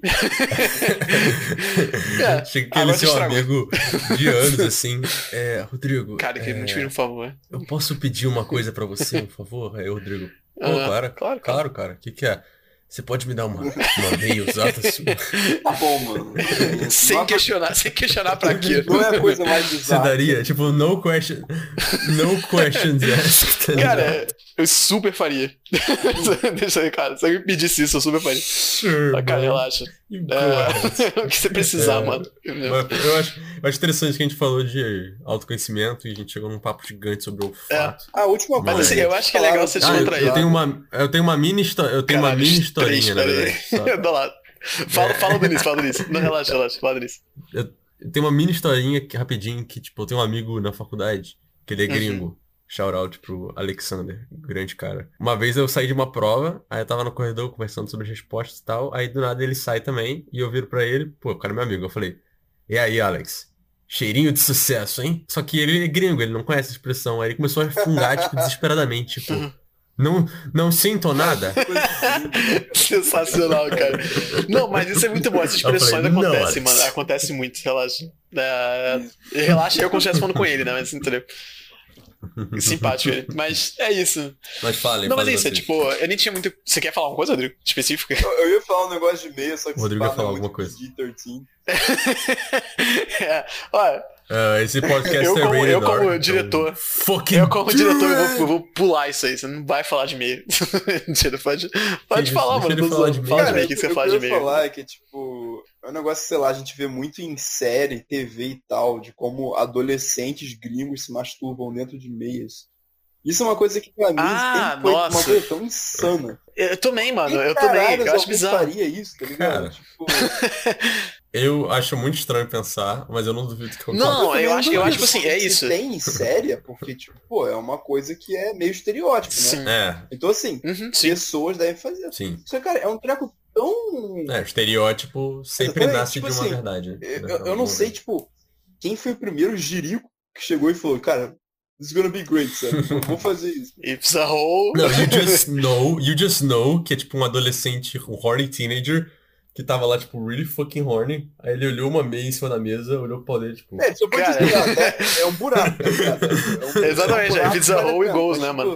Speaker 2: É,
Speaker 1: Chega
Speaker 2: agora
Speaker 1: aquele
Speaker 2: você
Speaker 1: seu
Speaker 2: estragou.
Speaker 1: amigo de anos, assim. É, Rodrigo,
Speaker 2: Cara, eu queria
Speaker 1: é,
Speaker 2: muito pedir um favor.
Speaker 1: eu posso pedir uma coisa pra você, por favor? Aí, Rodrigo. Pô,
Speaker 2: Ah,
Speaker 1: claro,
Speaker 2: claro,
Speaker 1: claro, cara. O que que é? Você pode me dar uma, uma meia usada sua?
Speaker 3: Tá bom, mano.
Speaker 2: Sem
Speaker 3: Não é-
Speaker 2: questionar, sem questionar pra quê?
Speaker 3: Não é a coisa mais
Speaker 1: Você
Speaker 3: bizarra.
Speaker 1: daria? Tipo, no question... No questions asked.
Speaker 2: Cara, eu super faria. Deixa aí, cara. Se alguém me pedisse isso, eu super faria.
Speaker 1: Sure,
Speaker 2: Ah, cara,
Speaker 1: bro.
Speaker 2: relaxa.
Speaker 1: You go ahead.
Speaker 2: É, o que você precisar,
Speaker 1: É.
Speaker 2: mano.
Speaker 1: Mas Eu acho, eu acho interessante que a gente falou de autoconhecimento e a gente chegou num papo gigante sobre o olfato.
Speaker 3: A última
Speaker 1: Mas,
Speaker 3: coisa.
Speaker 1: assim,
Speaker 2: eu acho que é legal você
Speaker 1: Ah, eu,
Speaker 2: descontrair.
Speaker 1: eu tenho uma, eu tenho uma mini história, eu tenho
Speaker 2: Caralho,
Speaker 1: uma mini
Speaker 2: os três,
Speaker 1: historinha, na
Speaker 2: pera aí.
Speaker 1: verdade. só.
Speaker 2: Dá lá. Fala, fala do início, fala do início. Não, relaxa, relaxa, fala do início.
Speaker 1: Eu tenho uma mini historinha que, rapidinho, que, tipo, eu tenho um amigo na faculdade, que ele é
Speaker 2: Uhum.
Speaker 1: gringo. Shout out pro Alexander, grande cara. Uma vez eu saí de uma prova, aí eu tava no corredor conversando sobre as respostas e tal, aí do nada ele sai também, e eu viro pra ele, pô, o cara é meu amigo, eu falei, e aí, Alex? Cheirinho de sucesso, hein? Só que ele é gringo, ele não conhece a expressão, aí ele começou a fungar, tipo, desesperadamente, tipo, não, não sinto nada?
Speaker 2: Sensacional, cara. Não, mas isso é muito bom. Essas
Speaker 1: Eu falei,
Speaker 2: expressões
Speaker 1: "Não,
Speaker 2: acontecem,
Speaker 1: Alex."
Speaker 2: mano. Acontece muito, relaxa. É, relaxa, eu continuo falando com ele, né? Mas entendeu? Simpático ele. Mas é isso.
Speaker 1: Mas falem,
Speaker 2: Não, mas é
Speaker 1: falem
Speaker 2: isso. É
Speaker 1: vocês.
Speaker 2: tipo, eu nem tinha muito. Você quer falar uma coisa, Rodrigo? Específica?
Speaker 3: Eu, eu ia falar um negócio de meia, só que
Speaker 1: O Rodrigo
Speaker 3: se
Speaker 1: ia
Speaker 3: pá,
Speaker 1: falar
Speaker 3: não é
Speaker 1: alguma
Speaker 3: muito
Speaker 1: coisa.
Speaker 3: P G treze.
Speaker 2: É, olha,
Speaker 1: Ah, esse podcast
Speaker 2: Eu
Speaker 1: é
Speaker 2: como-
Speaker 1: rated
Speaker 2: eu como
Speaker 1: R, então
Speaker 2: diretor-
Speaker 1: fucking
Speaker 2: eu como
Speaker 1: do
Speaker 2: diretor eu
Speaker 1: it!
Speaker 2: vou, eu vou pular isso aí. Você não vai falar de meio. Mentira, pode, pode
Speaker 1: isso?
Speaker 2: falar,
Speaker 1: Deixa
Speaker 2: mano.
Speaker 1: ele
Speaker 2: Tô
Speaker 1: falar
Speaker 2: zoando.
Speaker 1: de
Speaker 2: Fala
Speaker 1: meio.
Speaker 2: de meio, o que você fala de
Speaker 3: Eu ia
Speaker 2: meio.
Speaker 3: falar é que, tipo, é um negócio, sei lá, a gente vê muito em série, T V e tal, de como adolescentes gringos se masturbam dentro de meias. Isso é uma coisa que pra mim
Speaker 2: Ah,
Speaker 3: sempre foi
Speaker 2: nossa.
Speaker 3: uma coisa tão insana.
Speaker 2: Eu também, mano.
Speaker 3: Quem
Speaker 2: Eu também.
Speaker 3: caralhos
Speaker 2: Eu acho
Speaker 3: alguém
Speaker 2: bizarro.
Speaker 3: faria isso, tá ligado?
Speaker 1: Cara.
Speaker 3: Tipo,
Speaker 1: Eu acho muito estranho pensar, mas eu não duvido que eu
Speaker 2: Não,
Speaker 3: também
Speaker 2: eu acho- eu
Speaker 3: duvido.
Speaker 2: acho, tipo assim, é
Speaker 3: Se
Speaker 2: isso.
Speaker 3: tem em série, é porque, tipo, pô, é uma coisa que é meio estereótipo, né?
Speaker 2: Sim.
Speaker 1: É,
Speaker 3: Então, assim,
Speaker 2: Uhum, sim.
Speaker 3: pessoas devem fazer.
Speaker 1: sim.
Speaker 3: Só que, cara, é um treco tão...
Speaker 1: É, o estereótipo sempre
Speaker 3: Exatamente,
Speaker 1: nasce
Speaker 3: tipo
Speaker 1: de uma
Speaker 3: assim,
Speaker 1: verdade. né?
Speaker 3: Eu, eu não sei, tipo, quem foi o primeiro jirico que chegou e falou, cara, this is gonna be great, sabe? Eu vou fazer isso.
Speaker 2: It's a whole.
Speaker 1: Não, you just know, you just know que é tipo um adolescente, um horny teenager, que tava lá, tipo, really fucking horny. Aí ele olhou uma meia em cima da mesa, olhou pro pau dele, tipo...
Speaker 3: É, só pode
Speaker 2: Cara.
Speaker 3: dizer, é, é um buraco, tá ligado? É um,
Speaker 2: Exatamente,
Speaker 3: é um buraco
Speaker 2: if it's a
Speaker 3: que vale
Speaker 2: hole, it
Speaker 3: pena,
Speaker 2: goes,
Speaker 3: mas,
Speaker 2: né,
Speaker 3: tipo,
Speaker 2: mano?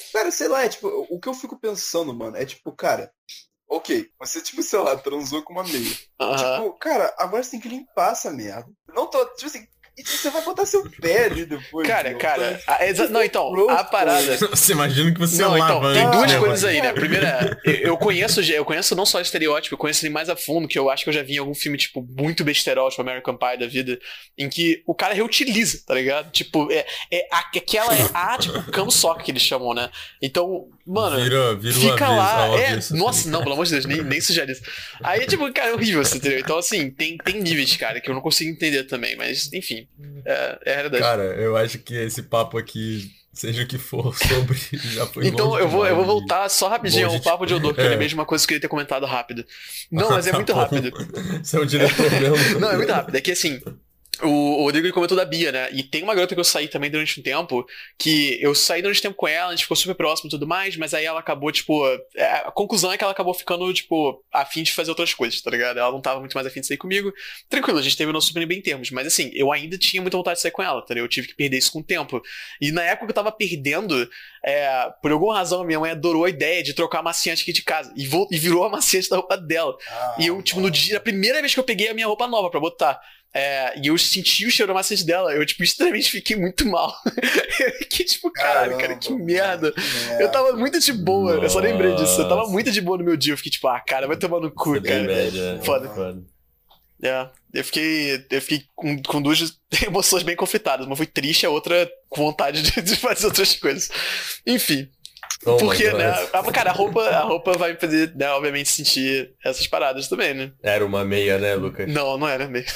Speaker 3: Cara, sei lá, é tipo, o que eu fico pensando, mano, é tipo, cara, ok, você, tipo, sei lá, transou com uma meia.
Speaker 2: Aham.
Speaker 3: Tipo, cara, agora você tem que limpar essa merda. Não tô, tipo assim, e você vai botar seu pé ali depois.
Speaker 2: Cara,
Speaker 3: meu,
Speaker 2: cara,
Speaker 3: sabe?
Speaker 2: a- exa- não, então,
Speaker 3: Gross,
Speaker 2: a parada.
Speaker 1: Você imagina que você
Speaker 2: Não, então,
Speaker 1: lava
Speaker 2: tem
Speaker 1: antes,
Speaker 2: duas
Speaker 1: né,
Speaker 2: coisas
Speaker 1: mano?
Speaker 2: aí, né? A primeira, eu eu conheço, eu conheço não só o estereótipo, eu conheço ele mais a fundo, que eu acho que eu já vi em algum filme, tipo, muito besterol, tipo American Pie da vida, em que o cara reutiliza, tá ligado? Tipo, é, é a- aquela é a, tipo, cam sock que eles chamam, né? Então, mano,
Speaker 1: Vira, vira o
Speaker 2: fica
Speaker 1: avesso,
Speaker 2: lá,
Speaker 1: ao
Speaker 2: é,
Speaker 1: avesso,
Speaker 2: nossa,
Speaker 1: assim.
Speaker 2: não, pelo amor de Deus, nem, nem sugere isso. Aí, tipo, cara, é horrível, você entendeu? Então, assim, tem, tem níveis, cara, que eu não consigo entender também, mas, enfim, é, é a realidade.
Speaker 1: Cara, eu acho que esse papo aqui, seja o que for sobre, já foi
Speaker 2: Então
Speaker 1: longe
Speaker 2: eu vou, eu vou
Speaker 1: demais.
Speaker 2: voltar só rapidinho
Speaker 1: Bom,
Speaker 2: ao
Speaker 1: gente,
Speaker 2: papo de odor, que
Speaker 1: é.
Speaker 2: eu lembrei de uma coisa que eu queria ter comentado rápido. Não, mas é
Speaker 1: Tá
Speaker 2: muito
Speaker 1: bom.
Speaker 2: rápido.
Speaker 1: Você é o diretor mesmo.
Speaker 2: Não, é muito rápido. É que assim, o o Rodrigo ele comentou da Bia, né? E tem uma garota que eu saí também durante um tempo, que eu saí durante um tempo com ela, a gente ficou super próximo e tudo mais, mas aí ela acabou, tipo. é, A conclusão é que ela acabou ficando, tipo, a fim de fazer outras coisas, tá ligado? Ela não tava muito mais afim de sair comigo. Tranquilo, a gente teve o nosso super bem termos, mas assim, eu ainda tinha muita vontade de sair com ela, tá ligado? Eu tive que perder isso com o tempo. E na época que eu tava perdendo, é, por alguma razão, minha mãe adorou a ideia de trocar a maciante aqui de casa. E, vo- e virou a maciante da roupa dela.
Speaker 3: Ah,
Speaker 2: E eu, tipo, no dia, a primeira vez que eu peguei a minha roupa nova pra botar, é, e eu senti o cheiro maciante dela, eu, tipo, extremamente fiquei muito mal. Eu fiquei, tipo, caralho, cara, que
Speaker 3: caramba,
Speaker 2: merda.
Speaker 3: que merda.
Speaker 2: Eu tava muito de boa, eu só lembrei disso. Eu tava
Speaker 1: Nossa.
Speaker 2: muito de boa no meu dia. Eu fiquei, tipo, ah, cara, vai tomar no cu,
Speaker 1: Você é bem
Speaker 2: cara.
Speaker 1: média,
Speaker 2: Foda.
Speaker 1: foda.
Speaker 2: É, eu fiquei, eu fiquei com, com duas emoções bem conflitadas. Uma foi triste, a outra com vontade de, de fazer outras coisas. Enfim.
Speaker 1: Oh my
Speaker 2: Porque,
Speaker 1: God.
Speaker 2: né? Ah, cara, a roupa, a roupa vai me fazer, né, obviamente, sentir essas paradas também, né?
Speaker 1: Era uma meia, né, Lucas?
Speaker 2: Não, não era mesmo.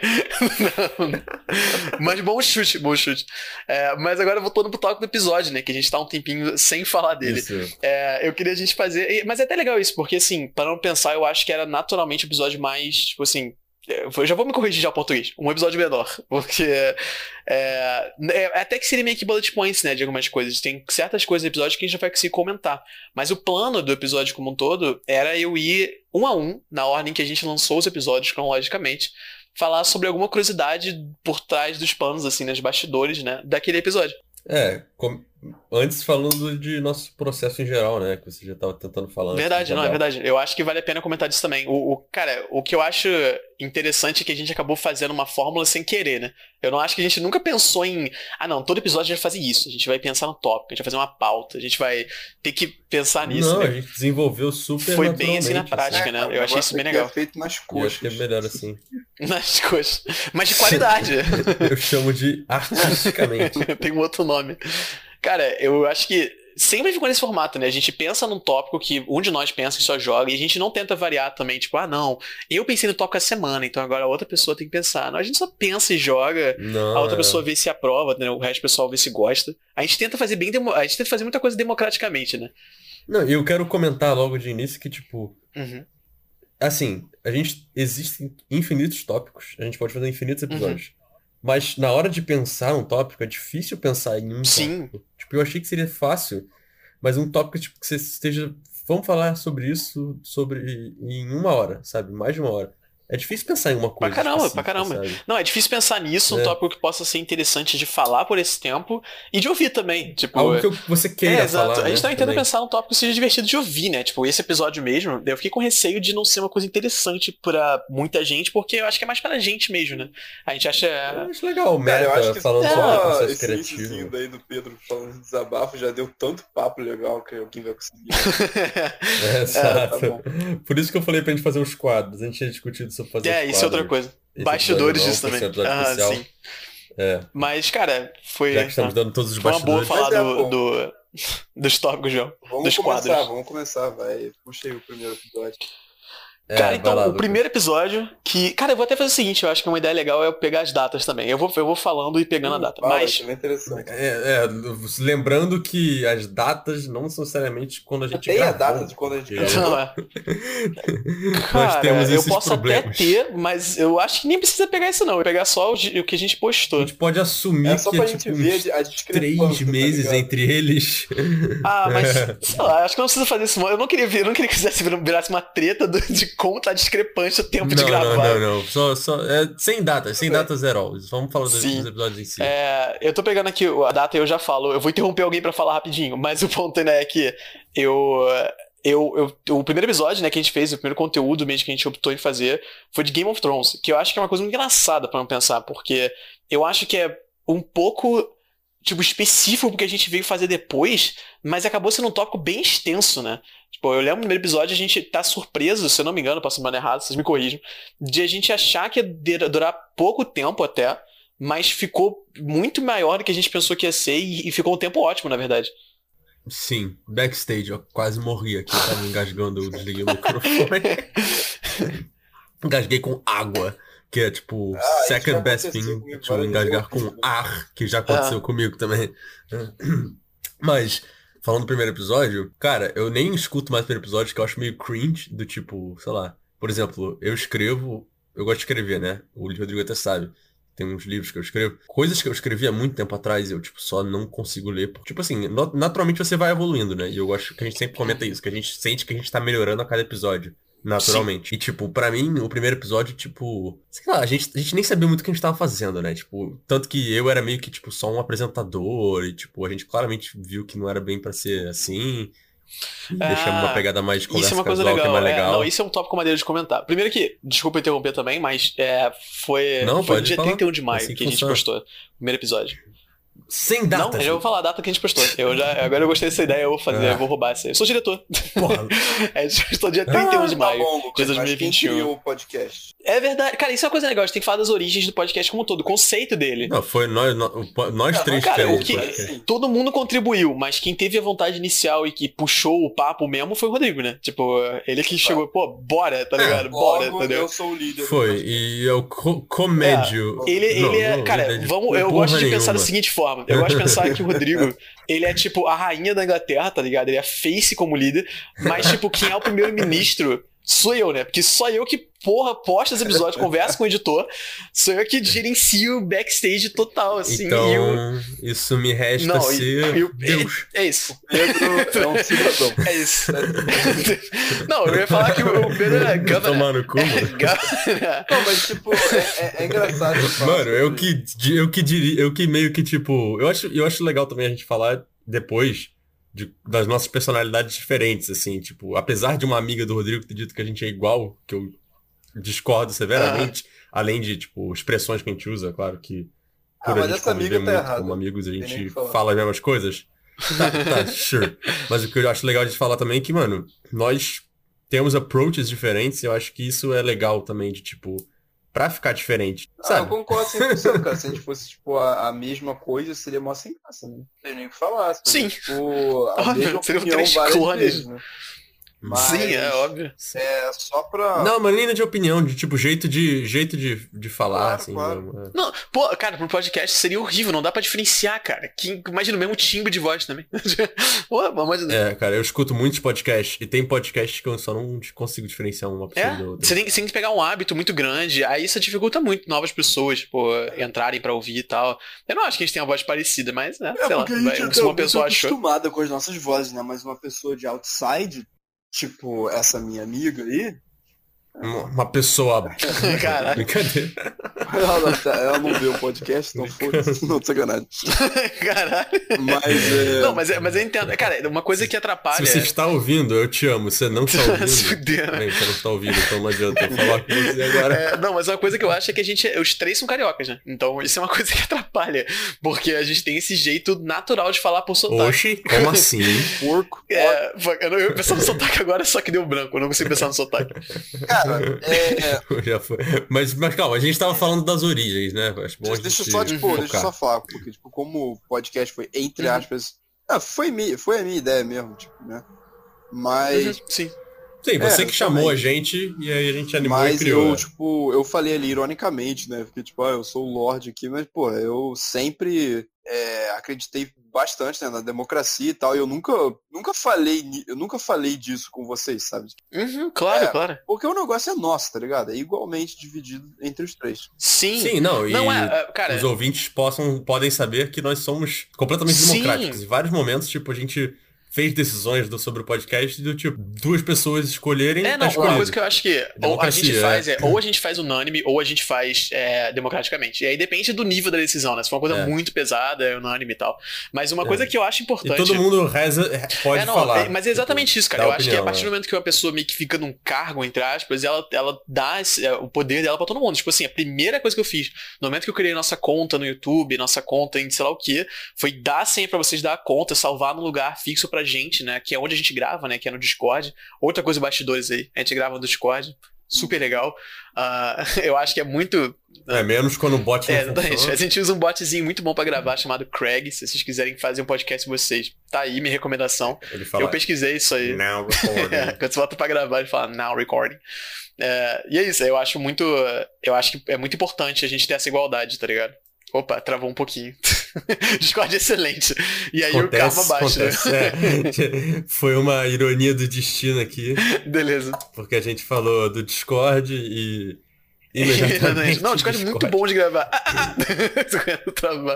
Speaker 2: Não, não. Mas bom chute, bom chute. É, mas agora voltando pro toque do episódio, né? Que a gente tá um tempinho sem falar dele.
Speaker 1: Isso.
Speaker 2: É, eu queria a gente fazer. e- Mas é até legal isso, porque assim, para não pensar, eu acho que era naturalmente o episódio mais, tipo assim. Eu já vou me corrigir já o português. Um episódio menor. Porque. É, é, até que seria meio que bullet points, né? De algumas coisas. Tem certas coisas do episódio que a gente não vai conseguir comentar. Mas o plano do episódio como um todo era eu ir um a um, na ordem que a gente lançou os episódios cronologicamente, falar sobre alguma curiosidade por trás dos panos, assim, nos bastidores, né? Daquele episódio.
Speaker 1: É, com- antes falando de nosso processo em geral, né? Que você já tava tentando falar antes
Speaker 2: Verdade,
Speaker 1: do
Speaker 2: não, é
Speaker 1: Gabriel.
Speaker 2: verdade. Eu acho que vale a pena comentar disso também. O, o- cara, o que eu acho interessante é que a gente acabou fazendo uma fórmula sem querer, né? Eu não acho que a gente nunca pensou em, ah não, todo episódio a gente vai fazer isso, a gente vai pensar no tópico, a gente vai fazer uma pauta, a gente vai ter que pensar nisso,
Speaker 1: Não,
Speaker 2: né?
Speaker 1: a gente desenvolveu super
Speaker 2: Foi bem assim na
Speaker 1: naturalmente,
Speaker 2: prática,
Speaker 3: É,
Speaker 2: né?
Speaker 3: cara,
Speaker 2: Eu
Speaker 3: o
Speaker 2: achei isso
Speaker 3: negócio
Speaker 2: bem
Speaker 3: aqui
Speaker 2: legal.
Speaker 3: É feito nas
Speaker 1: E eu
Speaker 3: coxas.
Speaker 1: acho que é melhor assim.
Speaker 2: Nas coisas. Mas de qualidade.
Speaker 1: Eu chamo de artisticamente.
Speaker 2: Tem um outro nome. Cara, eu acho que sempre ficou nesse formato, né? A gente pensa num tópico que um de nós pensa que só joga e a gente não tenta variar também, tipo, ah, não, eu pensei no tópico essa semana, então agora a outra pessoa tem que pensar. Não, a gente só pensa e joga,
Speaker 1: Não,
Speaker 2: a outra
Speaker 1: é.
Speaker 2: pessoa vê se aprova, né? O resto do pessoal vê se gosta. A gente tenta fazer bem, demo... a gente tenta fazer muita coisa democraticamente, né?
Speaker 1: Não, e eu quero comentar logo de início que, tipo,
Speaker 2: Uhum.
Speaker 1: assim, a gente existem infinitos tópicos, a gente pode fazer infinitos
Speaker 2: Uhum.
Speaker 1: episódios. Mas na hora de pensar um tópico, é difícil pensar em um
Speaker 2: Sim.
Speaker 1: tópico. Tipo, eu achei que seria fácil, mas um tópico tipo, que você esteja. Vamos falar sobre isso sobre em uma hora, sabe? Mais de uma hora. É difícil pensar em uma coisa
Speaker 2: caramba, pra
Speaker 1: específica,
Speaker 2: caramba.
Speaker 1: sabe?
Speaker 2: Não, é difícil pensar nisso, um
Speaker 1: É.
Speaker 2: tópico que possa ser interessante de falar por esse tempo e de ouvir também. Tipo,
Speaker 1: Algo que eu- você queira
Speaker 2: é, exato.
Speaker 1: falar,
Speaker 2: A gente
Speaker 1: né,
Speaker 2: tava tentando
Speaker 1: também.
Speaker 2: pensar num tópico que seja divertido de ouvir, né? Tipo, esse episódio mesmo, eu fiquei com receio de não ser uma coisa interessante pra muita gente, porque eu acho que é mais pra gente mesmo, né? A gente acha.
Speaker 1: Eu acho legal o
Speaker 3: Cara, eu
Speaker 1: Meta
Speaker 3: acho que
Speaker 1: falando
Speaker 2: é,
Speaker 1: sobre o
Speaker 3: só
Speaker 1: processo
Speaker 3: esse iniciozinho
Speaker 1: criativo.
Speaker 3: daí do Pedro falando de desabafo já deu tanto papo legal que alguém vai conseguir.
Speaker 1: É, exato.
Speaker 3: tá bom.
Speaker 1: Por isso que eu falei pra gente fazer os quadros. A gente tinha discutido sobre fazer
Speaker 2: é,
Speaker 1: os
Speaker 2: isso é outra
Speaker 1: quadros.
Speaker 2: coisa.
Speaker 1: Esse
Speaker 2: Bastidores
Speaker 1: episódio
Speaker 2: disso
Speaker 1: não,
Speaker 2: também.
Speaker 1: esse episódio
Speaker 2: Ah,
Speaker 1: especial.
Speaker 2: sim.
Speaker 1: É,
Speaker 2: Mas, cara, foi.
Speaker 1: já que estamos
Speaker 2: ah,
Speaker 1: dando todos os
Speaker 2: foi uma boa
Speaker 1: bastidores.
Speaker 2: falar
Speaker 3: Mas é
Speaker 2: do,
Speaker 3: bom.
Speaker 2: do- dos tópicos, João.
Speaker 3: Vamos
Speaker 2: Dos
Speaker 3: começar,
Speaker 2: quadros.
Speaker 3: vamos começar, vai. Puxa aí o primeiro episódio.
Speaker 1: É,
Speaker 2: Cara,
Speaker 1: vai
Speaker 2: então,
Speaker 1: lá,
Speaker 2: o
Speaker 1: Lucas.
Speaker 2: primeiro episódio, que. Cara, eu vou até fazer o seguinte, eu acho que uma ideia legal é eu pegar as datas também. Eu vou, eu vou falando e pegando a data.
Speaker 3: Fala,
Speaker 2: Mas.
Speaker 3: isso é interessante.
Speaker 1: É, é, lembrando que as datas não são necessariamente quando a gente
Speaker 3: Tem a
Speaker 1: gravou,
Speaker 3: data de quando a gente
Speaker 1: porque
Speaker 3: gravou.
Speaker 2: Não, é.
Speaker 1: Nós
Speaker 2: Cara,
Speaker 1: temos
Speaker 2: eu
Speaker 1: esses
Speaker 2: posso
Speaker 1: problemas.
Speaker 2: até ter, mas eu acho que nem precisa pegar isso não. Eu vou pegar só o, gi- o que a gente
Speaker 1: A
Speaker 2: postou.
Speaker 1: gente pode assumir
Speaker 3: É só
Speaker 1: que
Speaker 3: pra
Speaker 1: é
Speaker 3: gente
Speaker 1: tipo
Speaker 3: ver
Speaker 1: uns
Speaker 3: a discrepância,
Speaker 1: três
Speaker 3: tá
Speaker 1: meses
Speaker 3: ligado?
Speaker 1: entre eles.
Speaker 2: Ah, mas
Speaker 1: É.
Speaker 2: sei lá, acho que eu não preciso fazer isso. Eu não queria ver, eu não queria que quisesse vir- virasse uma treta do- de como tá discrepante o tempo
Speaker 1: não,
Speaker 2: de gravar.
Speaker 1: Não, não, não. Só, só, é, sem datas, sem datas zero. Vamos falar dos, dos episódios em si.
Speaker 2: É, eu tô pegando aqui a data e eu já falo. Eu vou interromper alguém pra falar rapidinho, mas o ponto ainda é que eu... Eu, eu, o primeiro episódio, né, que a gente fez, o primeiro conteúdo mesmo que a gente optou em fazer, foi de Game of Thrones, que eu acho que é uma coisa muito engraçada pra não pensar, porque eu acho que é um pouco, tipo, específico porque a gente veio fazer depois, mas acabou sendo um tópico bem extenso, né? Tipo, eu lembro no primeiro episódio a gente tá surpreso, se eu não me engano, posso me mandar errado, vocês me corrijam, de a gente achar que ia durar pouco tempo até, mas ficou muito maior do que a gente pensou que ia ser e, e ficou um tempo ótimo, na verdade.
Speaker 1: Sim, backstage, eu quase morri aqui, tava engasgando, eu desliguei o microfone. Engasguei com água, que é tipo,
Speaker 3: ah,
Speaker 1: second best thing, tipo, engasgar com ar, que já aconteceu ah. comigo também. Mas, falando do primeiro episódio, cara, eu nem escuto mais o primeiro episódio, que eu acho meio cringe, do tipo, sei lá, por exemplo, eu escrevo, eu gosto de escrever, né? O Rodrigo até sabe. Tem uns livros que eu escrevo. Coisas que eu escrevi há muito tempo atrás e eu, tipo, só não consigo ler. Tipo assim, naturalmente você vai evoluindo, né? E eu acho que a gente sempre comenta isso, que a gente sente que a gente tá melhorando a cada episódio. Naturalmente. Sim. E, tipo, pra mim, o primeiro episódio, tipo... Sei lá, a gente, a gente nem sabia muito o que a gente tava fazendo, né? Tipo, tanto que eu era meio que, tipo, só um apresentador e, tipo, a gente claramente viu que não era bem pra ser assim... E ah, deixamos uma pegada mais de conversa
Speaker 2: isso é uma coisa
Speaker 1: casual,
Speaker 2: legal.
Speaker 1: que é mais legal.
Speaker 2: É, não, isso é um tópico maneiro de comentar. Primeiro que, desculpa interromper também, mas é, foi,
Speaker 1: não,
Speaker 2: foi no dia
Speaker 1: falar.
Speaker 2: trinta e um de maio
Speaker 1: assim
Speaker 2: que a gente
Speaker 1: funciona.
Speaker 2: postou o primeiro episódio.
Speaker 1: Sem data.
Speaker 2: Não, eu já vou falar a data que a gente postou. Eu já, agora eu gostei dessa ideia, eu vou fazer, ah. eu vou roubar essa. Eu sou diretor.
Speaker 1: Porra.
Speaker 2: É, estou dia trinta e um de maio
Speaker 3: ah, tá bom, Lucas,
Speaker 2: de dois mil e vinte e um.
Speaker 3: Quem criou o podcast?
Speaker 2: É verdade. Cara, isso é uma coisa legal. A gente tem que falar das origens do podcast como um todo, o conceito dele.
Speaker 1: Não, foi nós, nós, nós
Speaker 2: não,
Speaker 1: três
Speaker 2: cara,
Speaker 1: que
Speaker 2: o que todo mundo contribuiu, mas quem teve a vontade inicial e que puxou o papo mesmo foi o Rodrigo, né? Tipo, ele que chegou, pô, bora, tá ligado? É, bora,
Speaker 3: logo,
Speaker 2: entendeu?
Speaker 3: Eu sou o líder.
Speaker 1: Foi, e eu co comédio.
Speaker 2: É, ele,
Speaker 1: não,
Speaker 2: ele é,
Speaker 1: não,
Speaker 2: cara,
Speaker 1: líder
Speaker 2: vamos, eu gosto de
Speaker 1: nenhuma.
Speaker 2: pensar da seguinte forma. Eu gosto de pensar que o Rodrigo, ele é tipo a rainha da Inglaterra, tá ligado? Ele é face como líder, mas tipo, quem é o primeiro-ministro sou eu, né? Porque só eu que, porra, posta os episódios, conversa com o editor, sou eu que gerencio o backstage total, assim.
Speaker 1: Então,
Speaker 2: e eu...
Speaker 1: isso me resta
Speaker 2: não,
Speaker 1: ser
Speaker 2: e, e,
Speaker 1: Deus.
Speaker 2: É, é isso.
Speaker 3: Pedro é um cidadão.
Speaker 2: É isso. Não, eu ia falar que o Pedro é governor.
Speaker 1: Tomar no cu, mano.
Speaker 3: Não, mas tipo, é, é, é engraçado.
Speaker 1: Mano, eu que, eu que diria, eu que meio que tipo, eu acho, eu acho legal também a gente falar depois De, das nossas personalidades diferentes, assim, tipo, apesar de uma amiga do Rodrigo ter dito que a gente é igual, que eu discordo severamente, ah. além de, tipo, expressões que a gente usa, claro que por
Speaker 3: ah,
Speaker 1: a gente conviver muito tá como amigos, a gente fala as mesmas coisas. Tá, tá, sure. Mas o que eu acho legal de falar também é que, mano, nós temos approaches diferentes e eu acho que isso é legal também, de, tipo, pra ficar diferente, sabe?
Speaker 3: Ah, eu concordo cem por cento, cara. Se a gente fosse, tipo, a, a mesma coisa, seria mó sem graça, né? Não tem nem o que falar.
Speaker 2: Sim.
Speaker 3: Tipo, a
Speaker 2: óbvio,
Speaker 3: mesma
Speaker 2: seriam
Speaker 3: opinião
Speaker 2: três
Speaker 3: várias
Speaker 2: clones.
Speaker 3: vezes, né? Mas,
Speaker 2: sim, é óbvio.
Speaker 3: É só pra...
Speaker 1: Não, mas nem de opinião, de tipo, jeito de, jeito de, de falar,
Speaker 3: claro,
Speaker 1: assim.
Speaker 3: Claro.
Speaker 1: Mesmo, é.
Speaker 2: Não, pô, cara, pro podcast seria horrível, não dá pra diferenciar, cara. Que, imagina o mesmo timbre de voz também. Pô, mas...
Speaker 1: É, cara, eu escuto muitos podcasts e tem podcasts que eu só não consigo diferenciar uma pessoa
Speaker 2: é,
Speaker 1: da outra.
Speaker 2: Você tem, você tem que pegar um hábito muito grande, aí isso dificulta muito novas pessoas, tipo, entrarem pra ouvir e tal. Eu não acho que a gente tem uma voz parecida, mas, né,
Speaker 3: é,
Speaker 2: sei lá,
Speaker 3: a gente
Speaker 2: vai,
Speaker 3: é
Speaker 2: se uma pessoa achou...
Speaker 3: acostumada com as nossas vozes, né? Mas uma pessoa de outside, tipo essa minha amiga aí...
Speaker 1: Uma, uma pessoa...
Speaker 2: Caralho.
Speaker 1: Brincadeira.
Speaker 3: Ela, ela não vê o podcast, não foda-se, não, de sacanagem.
Speaker 2: Caralho.
Speaker 3: Mas é...
Speaker 2: Não, mas, mas eu entendo. Cara, uma coisa que atrapalha...
Speaker 1: Se você está ouvindo, eu te amo. Você não está ouvindo...
Speaker 2: Se fuder, né?
Speaker 1: Bem, você não está ouvindo, então não adianta eu falar com você agora.
Speaker 2: É, não, mas uma coisa que eu acho é que a gente... Os três são cariocas, né? Então isso é uma coisa que atrapalha. Porque a gente tem esse jeito natural de falar por sotaque.
Speaker 1: Oxi, como assim?
Speaker 3: Porco.
Speaker 2: É, eu não ia pensar no sotaque agora, só que deu branco. Eu não consigo pensar no sotaque.
Speaker 3: Cara, é...
Speaker 1: Já foi. Mas, mas calma, a gente tava falando das origens, né? Acho bom
Speaker 3: deixa eu só, tipo,
Speaker 1: focar.
Speaker 3: deixa eu só falar, porque, tipo, como o podcast foi, entre aspas, uhum. ah, foi, mi, foi a minha ideia mesmo, tipo, né? Mas...
Speaker 2: Uhum, sim.
Speaker 1: Sim, você
Speaker 3: é,
Speaker 1: que chamou
Speaker 3: também.
Speaker 1: a gente e aí a gente animou
Speaker 3: mas
Speaker 1: e criou.
Speaker 3: eu,
Speaker 1: né?
Speaker 3: tipo, eu falei ali ironicamente, né? Porque, tipo, ah, eu sou o Lorde aqui, mas, pô, eu sempre é, acreditei bastante, né, na democracia e tal, e eu nunca, nunca falei, eu nunca falei disso com vocês, sabe?
Speaker 2: Uhum, claro,
Speaker 3: é,
Speaker 2: claro.
Speaker 3: Porque o negócio é nosso, tá ligado? É igualmente dividido entre os três.
Speaker 2: Sim.
Speaker 1: Sim, não, e
Speaker 2: não é, cara...
Speaker 1: os ouvintes possam, podem saber que nós somos completamente
Speaker 2: Sim.
Speaker 1: democráticos. Em vários momentos, tipo, a gente fez decisões do, sobre o podcast do tipo, duas pessoas escolherem.
Speaker 2: É, não,
Speaker 1: tá
Speaker 2: uma coisa que eu acho que ou a gente
Speaker 1: Democracia,
Speaker 2: faz
Speaker 1: é.
Speaker 2: é, ou a gente faz unânime, ou a gente faz é, democraticamente. E aí depende do nível da decisão, né? Se for uma coisa
Speaker 1: É.
Speaker 2: muito pesada, é unânime e tal. Mas uma coisa que eu acho
Speaker 1: E
Speaker 2: importante.
Speaker 1: todo mundo reza, pode
Speaker 2: É, não,
Speaker 1: falar.
Speaker 2: é- mas é exatamente
Speaker 1: tipo,
Speaker 2: isso, cara.
Speaker 1: dá
Speaker 2: Eu acho que a
Speaker 1: opinião,
Speaker 2: partir
Speaker 1: é.
Speaker 2: do momento que uma pessoa meio que fica num cargo, entre aspas, ela, ela dá esse- é, o poder dela pra todo mundo. Tipo assim, a primeira coisa que eu fiz, no momento que eu criei nossa conta no YouTube, nossa conta em sei lá o que, foi dar senha pra vocês dar a conta, salvar num lugar fixo pra gente, né? Que é onde a gente grava, né? Que é no Discord. Outra coisa, bastidores aí. A gente grava no Discord. Super legal. Ah, eu acho que é muito.
Speaker 1: É, menos quando o bot não
Speaker 2: É, exatamente.
Speaker 1: funciona.
Speaker 2: A gente usa um botzinho muito bom pra gravar chamado Craig. Se vocês quiserem fazer um podcast de vocês, tá aí minha recomendação.
Speaker 1: Ele fala,
Speaker 2: Eu pesquisei isso aí.
Speaker 1: now recording.
Speaker 2: É, quando você volta pra gravar, ele fala now recording. É, e é isso, eu acho muito. Eu acho que é muito importante a gente ter essa igualdade, tá ligado? Opa, travou um pouquinho. Discord é excelente. E aí
Speaker 1: Acontece,
Speaker 2: o karma baixa.
Speaker 1: acontece, é. Foi uma ironia do destino aqui,
Speaker 2: Beleza.
Speaker 1: porque a gente falou do Discord e imediatamente
Speaker 2: Não, o Discord é muito bom de gravar. Ah, ah, ah. Tô querendo travar.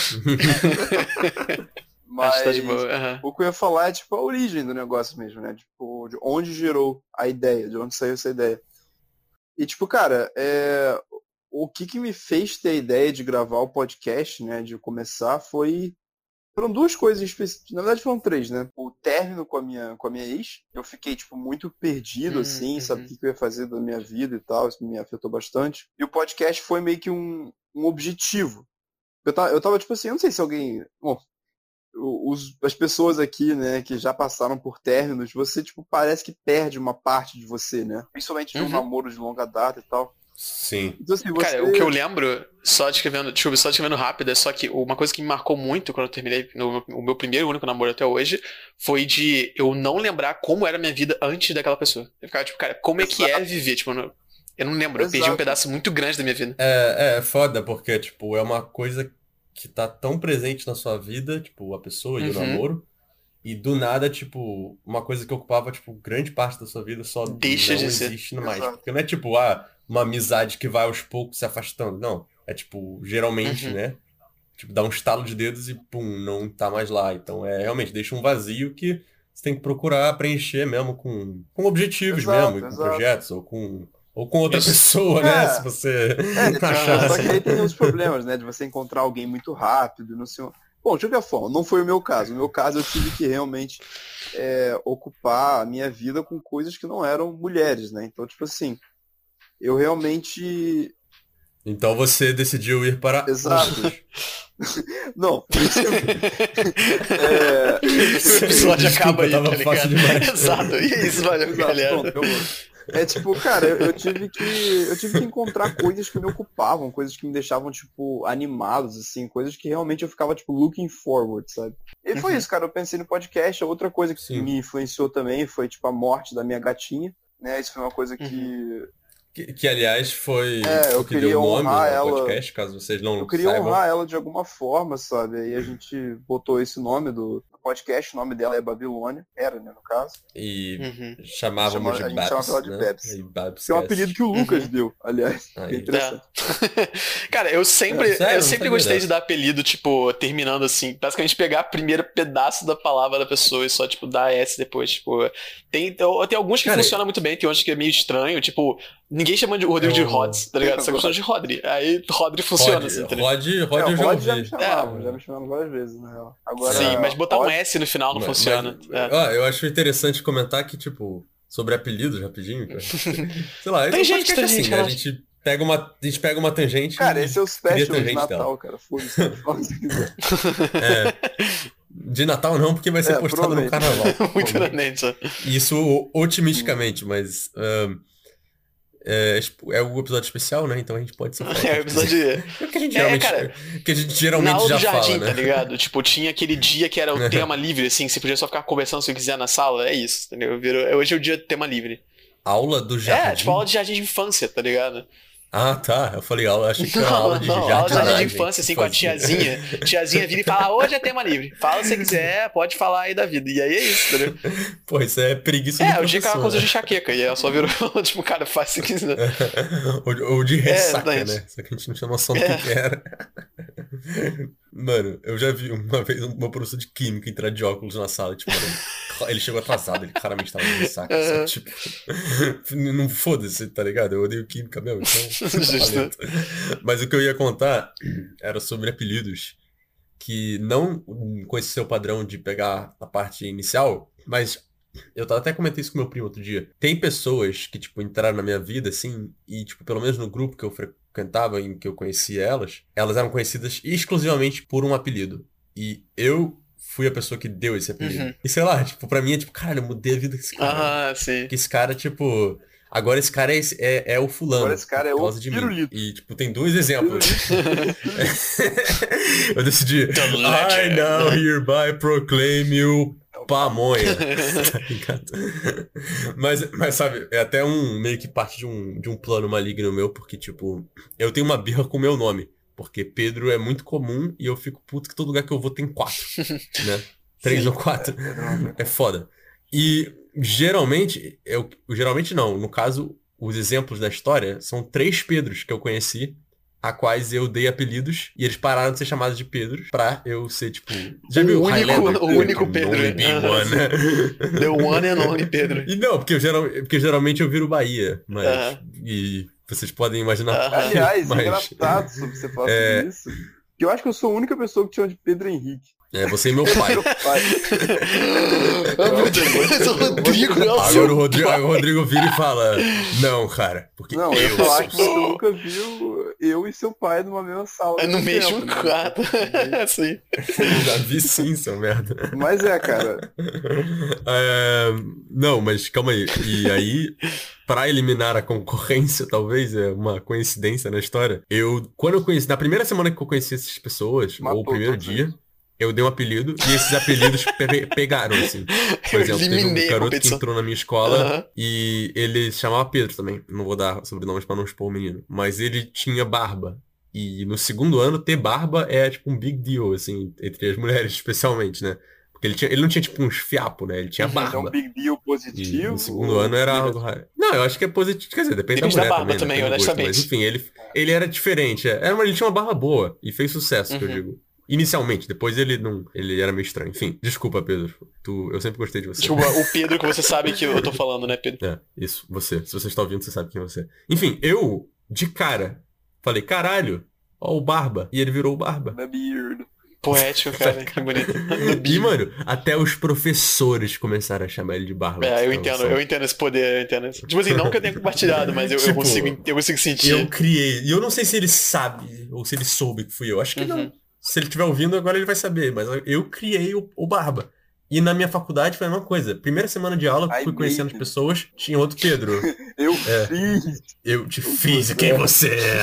Speaker 3: Mas
Speaker 2: Acho que tá de boa. aham.
Speaker 3: o que eu ia falar é tipo a origem do negócio mesmo, né? Tipo, de onde gerou a ideia, de onde saiu essa ideia. E tipo, cara, é... o que que me fez ter a ideia de gravar o podcast, né? De começar foi... Foram duas coisas específicas. Na verdade foram três, né? O término com a minha, com a minha ex. Eu fiquei, tipo, muito perdido,
Speaker 2: Hum,
Speaker 3: assim,
Speaker 2: uhum.
Speaker 3: sabe o que que eu ia fazer da minha vida e tal. Isso me afetou bastante. E o podcast foi meio que um, um objetivo. Eu tava, eu tava, tipo assim, eu não sei se alguém... Bom, os, as pessoas aqui, né, que já passaram por términos, você, tipo, parece que perde uma parte de você, né? Principalmente de um
Speaker 2: Uhum.
Speaker 3: namoro de longa data e tal.
Speaker 1: Sim.
Speaker 3: Então, assim, você...
Speaker 2: Cara, o que eu lembro, só descrevendo, desculpa, só descrevendo rápido, é só que uma coisa que me marcou muito quando eu terminei no, o meu primeiro e único namoro até hoje foi de eu não lembrar como era a minha vida antes daquela pessoa. Eu ficava tipo, cara, como é que é viver? Tipo, eu não, eu não lembro, eu perdi um
Speaker 3: Exato.
Speaker 2: pedaço muito grande da minha vida.
Speaker 1: É, é foda, porque, tipo, é uma coisa que tá tão presente na sua vida, tipo, a pessoa e o
Speaker 2: Uhum.
Speaker 1: namoro, e do nada, tipo, uma coisa que ocupava, tipo, grande parte da sua vida só
Speaker 2: Deixa
Speaker 1: não
Speaker 2: de ser.
Speaker 1: existe mais.
Speaker 3: Exato.
Speaker 1: Porque não é, tipo, ah, uma amizade que vai aos poucos se afastando. Não. É, tipo, geralmente,
Speaker 2: Uhum.
Speaker 1: né? Tipo, dá um estalo de dedos e, pum, não tá mais lá. Então, é, realmente, deixa um vazio que você tem que procurar preencher mesmo com, com objetivos
Speaker 3: Exato,
Speaker 1: mesmo, e com
Speaker 3: exato.
Speaker 1: projetos, ou com... Ou com outra
Speaker 2: Isso.
Speaker 1: pessoa,
Speaker 3: É.
Speaker 1: né? Se você
Speaker 3: É, tipo,
Speaker 1: achar
Speaker 3: só que
Speaker 1: assim.
Speaker 3: aí tem os problemas, né? De você encontrar alguém muito rápido, não sei. Bom, de qualquer forma, não foi o meu caso. No meu caso, eu tive que realmente é, ocupar a minha vida com coisas que não eram mulheres, né? Então, tipo assim, eu realmente.
Speaker 1: Então você decidiu ir para
Speaker 3: Exato.
Speaker 1: outros.
Speaker 3: Não, é...
Speaker 2: Esse episódio
Speaker 1: Desculpa,
Speaker 2: acaba aí,
Speaker 1: tava
Speaker 2: tá
Speaker 1: fácil
Speaker 2: ligado?
Speaker 1: demais.
Speaker 2: Exato. E é isso, valeu,
Speaker 3: Exato,
Speaker 2: galera.
Speaker 3: pronto, eu vou. É tipo, cara, eu, eu tive que eu tive que encontrar coisas que me ocupavam, coisas que me deixavam, tipo, animados, assim, coisas que realmente eu ficava, tipo, looking forward, sabe? E foi
Speaker 2: Uhum.
Speaker 3: isso, cara, eu pensei no podcast. A outra coisa que
Speaker 1: Sim.
Speaker 3: me influenciou também foi, tipo, a morte da minha gatinha, né? Isso foi uma coisa que...
Speaker 2: Uhum.
Speaker 1: Que, que, aliás, foi
Speaker 3: É, eu
Speaker 1: o que
Speaker 3: queria
Speaker 1: deu o nome
Speaker 3: honrar
Speaker 1: ao
Speaker 3: ela.
Speaker 1: podcast, caso vocês não
Speaker 3: Eu queria
Speaker 1: saibam.
Speaker 3: honrar ela de alguma forma, sabe? Aí a gente botou esse nome do podcast, o nome dela é Babilônia, era, né, no caso.
Speaker 1: E
Speaker 2: Uhum.
Speaker 1: chamávamos
Speaker 3: Chama- a
Speaker 1: de
Speaker 3: gente
Speaker 1: Babs,
Speaker 3: chamava ela de
Speaker 1: né?
Speaker 3: Babs.
Speaker 1: E Babs
Speaker 3: Que é um
Speaker 1: Cast.
Speaker 3: apelido que o Lucas
Speaker 2: Uhum.
Speaker 3: deu, aliás.
Speaker 1: Aí.
Speaker 3: Que é interessante.
Speaker 2: Cara, eu sempre,
Speaker 1: É, sério,
Speaker 2: eu
Speaker 1: não
Speaker 2: sempre
Speaker 1: sabia
Speaker 2: gostei
Speaker 1: dessa.
Speaker 2: de dar apelido, tipo, terminando assim, basicamente pegar o primeiro pedaço da palavra da pessoa e só, tipo, dar S depois, tipo, tem, tem alguns que
Speaker 1: Cara,
Speaker 2: funcionam muito bem, tem outros que é meio estranho, tipo, ninguém chama de o Rodrigo
Speaker 1: É
Speaker 2: de
Speaker 1: o-
Speaker 2: Rods, tá ligado? Você gosta de Rodri, aí Rodri funciona,
Speaker 1: Rod,
Speaker 2: assim, tá ligado?
Speaker 1: Rod, Rod
Speaker 3: É,
Speaker 1: eu
Speaker 3: o
Speaker 1: já
Speaker 3: Rod já me
Speaker 1: ouvi.
Speaker 3: chamavam,
Speaker 2: É.
Speaker 3: já me chamaram várias vezes, na real. Agora,
Speaker 2: Sim, mas botar um
Speaker 3: Rod-
Speaker 2: S no final não
Speaker 1: Mas-
Speaker 2: funciona.
Speaker 1: mas,
Speaker 2: é.
Speaker 1: ó, eu acho interessante comentar que, tipo, sobre apelidos, rapidinho, cara. Sei lá,
Speaker 2: Tem
Speaker 1: esse
Speaker 2: gente,
Speaker 1: podcast
Speaker 2: tem
Speaker 1: é assim,
Speaker 2: gente,
Speaker 1: né? A
Speaker 2: relaxa.
Speaker 1: gente pega uma, a gente pega uma tangente
Speaker 3: Cara,
Speaker 1: e
Speaker 3: esse é o
Speaker 1: cria
Speaker 3: special de
Speaker 1: tangente
Speaker 3: Natal,
Speaker 1: dela.
Speaker 3: cara. Foda-se, fala o que você quiser.
Speaker 1: É. De Natal não, porque vai ser
Speaker 3: É,
Speaker 1: postado no
Speaker 3: provavelmente.
Speaker 1: carnaval.
Speaker 2: Muito ironente, ó.
Speaker 1: Isso otimisticamente, mas ahn, é, tipo, é o episódio especial, né? Então a gente pode só falar.
Speaker 2: É o episódio.
Speaker 1: É o que a gente
Speaker 2: É,
Speaker 1: geralmente,
Speaker 2: cara,
Speaker 1: que a gente
Speaker 2: Na
Speaker 1: geralmente
Speaker 2: aula
Speaker 1: já
Speaker 2: do jardim,
Speaker 1: fala,
Speaker 2: tá
Speaker 1: né?
Speaker 2: ligado? Tipo, tinha aquele dia que era o tema livre, assim, você podia só ficar conversando se quiser na sala, é isso, entendeu? Virou- Hoje é o dia do tema livre.
Speaker 1: Aula do jardim.
Speaker 2: É, tipo, aula de jardim de infância, tá ligado?
Speaker 1: Ah, tá. Eu falei aula, achei que era
Speaker 2: Não,
Speaker 1: aula de
Speaker 2: não, aula de
Speaker 1: jardinagem.
Speaker 2: jardim de infância, assim, com a tiazinha. Tiazinha vira e fala, hoje é tema livre. Fala se você quiser, pode falar aí da vida. E aí é isso, entendeu?
Speaker 1: Pô, isso é preguiça do
Speaker 2: É, o dia que ela
Speaker 1: professor,
Speaker 2: coisa de
Speaker 1: né?
Speaker 2: enxaqueca. E ela só virou, tipo, cara, faz se quiser.
Speaker 1: ou, ou de ressaca,
Speaker 2: exatamente.
Speaker 1: né? Só que a gente não tinha noção do
Speaker 2: É.
Speaker 1: que que era. Mano, eu já vi uma vez uma professor de química entrar de óculos na sala, tipo, mano, ele chegou atrasado, ele claramente tava no saco,
Speaker 2: Aham.
Speaker 1: tipo, não foda-se, tá ligado? Eu odeio química mesmo, então,
Speaker 2: Justo.
Speaker 1: valendo. Mas o que eu ia contar era sobre apelidos, que não com esse seu padrão de pegar a parte inicial, mas eu tava até comentei isso com meu primo outro dia. Tem pessoas que, tipo, entraram na minha vida, assim, e, tipo, pelo menos no grupo que eu frequentava, em que eu conhecia elas, elas eram conhecidas exclusivamente por um apelido. E eu fui a pessoa que deu esse apelido.
Speaker 2: Uhum.
Speaker 1: E sei lá, tipo, pra mim é tipo, cara, eu mudei a vida desse cara.
Speaker 2: Ah, sim.
Speaker 1: Porque esse cara, tipo... Agora esse cara é, esse- é, é o fulano.
Speaker 3: Agora esse cara é
Speaker 1: por
Speaker 3: o
Speaker 1: causa de mim.
Speaker 3: pirulito.
Speaker 1: E, tipo, tem dois exemplos. Eu decidi.
Speaker 2: The
Speaker 1: I
Speaker 2: legend.
Speaker 1: now hereby proclaim you pamonha. Tá ligado? Mas, mas, sabe, é até um meio que parte de um, de um plano maligno meu, porque, tipo, eu tenho uma birra com o meu nome. Porque Pedro é muito comum e eu fico puto que todo lugar que eu vou tem quatro, né? Três
Speaker 2: Sim.
Speaker 1: ou quatro. É foda. E geralmente, eu, geralmente não, no caso, os exemplos da história são três Pedros que eu conheci, a quais eu dei apelidos, e eles pararam de ser chamados de Pedros pra eu ser, tipo... Já
Speaker 2: O
Speaker 1: viu
Speaker 2: único-
Speaker 1: Highlander?
Speaker 2: o único
Speaker 1: Can
Speaker 2: Pedro.
Speaker 1: only be
Speaker 2: Ah,
Speaker 1: one.
Speaker 2: The one and only Pedro.
Speaker 1: E não, porque, eu geral, porque geralmente eu viro Bahia, mas...
Speaker 2: Aham.
Speaker 1: E vocês podem imaginar...
Speaker 2: Aham.
Speaker 3: Aliás,
Speaker 1: mas,
Speaker 3: engraçado sobre você falar
Speaker 1: É.
Speaker 3: sobre isso. Que eu acho que eu sou a única pessoa que chama de Pedro Henrique.
Speaker 1: É, você e meu pai.
Speaker 3: Meu pai.
Speaker 2: Ah, meu Deus, o Rodrigo é o seu
Speaker 1: Agora o Rodrigo,
Speaker 2: pai.
Speaker 1: agora o Rodrigo vira e fala, não, cara, porque
Speaker 3: Não, eu ia
Speaker 1: eu
Speaker 3: falar
Speaker 1: sou
Speaker 3: que você nunca viu eu e seu pai numa mesma sala.
Speaker 2: É no
Speaker 3: ao
Speaker 2: mesmo
Speaker 3: tempo, né?
Speaker 2: quarto. Sim.
Speaker 1: Já vi sim, seu merda.
Speaker 3: Mas é, cara.
Speaker 1: É, não, mas calma aí. E aí, pra eliminar a concorrência, talvez, é uma coincidência na história. Eu, quando eu conheci, na primeira semana que eu conheci essas pessoas,
Speaker 3: Matou
Speaker 1: ou o primeiro
Speaker 3: todos
Speaker 1: dia, eu dei um apelido e esses apelidos pe- pegaram, assim. Por
Speaker 2: Eu
Speaker 1: exemplo, teve um
Speaker 2: eliminei a
Speaker 1: garoto que
Speaker 2: competição.
Speaker 1: entrou na minha escola
Speaker 2: Aham.
Speaker 1: e ele se chamava Pedro também. Não vou dar sobrenomes pra não expor o menino. Mas ele tinha barba. E no segundo ano, ter barba é tipo um big deal, assim, entre as mulheres, especialmente, né? Porque ele, tinha, ele não tinha tipo uns fiapos, né? Ele tinha
Speaker 2: Uhum,
Speaker 3: É um
Speaker 1: barba.
Speaker 3: big deal
Speaker 1: E
Speaker 3: positivo.
Speaker 1: no segundo
Speaker 3: ou
Speaker 1: ano era
Speaker 3: negativo?
Speaker 1: algo raro. Não, eu acho que é positivo. Quer dizer, depende,
Speaker 2: Depende
Speaker 1: da
Speaker 2: da
Speaker 1: mulher
Speaker 2: barba
Speaker 1: também, né?
Speaker 2: também,
Speaker 1: Tem gosto,
Speaker 2: honestamente.
Speaker 1: mas enfim, ele, ele era diferente. é. Era, uma- ele tinha uma barba boa e fez sucesso, que eu
Speaker 2: Uhum.
Speaker 1: digo. Inicialmente, depois ele não. Ele era meio estranho. Enfim, desculpa, Pedro. Tu, eu sempre gostei de você.
Speaker 2: Tipo, o Pedro que você sabe que eu tô falando, né, Pedro?
Speaker 1: É, isso, você. Se você está ouvindo, você sabe quem é você. Enfim, eu, de cara, falei, caralho, ó o Barba. E ele virou o Barba.
Speaker 3: The Beard.
Speaker 2: Poético, cara, que bonito.
Speaker 1: E, mano, até os professores começaram a chamar ele de Barba.
Speaker 2: É, eu
Speaker 1: Então,
Speaker 2: entendo,
Speaker 1: só-
Speaker 2: eu entendo esse poder, eu entendo isso. Tipo assim, não que eu tenha compartilhado, mas eu, eu
Speaker 1: Tipo,
Speaker 2: consigo, eu consigo sentir.
Speaker 1: Eu criei. E eu não sei se ele sabe ou se ele soube que fui eu. Acho que
Speaker 2: Uhum.
Speaker 1: não. Se ele estiver ouvindo, agora ele vai saber. Mas eu criei o, o Barba. E na minha faculdade foi a mesma coisa. Primeira semana de aula,
Speaker 3: I
Speaker 1: fui conhecendo as
Speaker 3: made it.
Speaker 1: pessoas. Tinha outro Pedro.
Speaker 3: Eu
Speaker 1: É.
Speaker 3: fiz.
Speaker 1: Eu te fiz quem você é.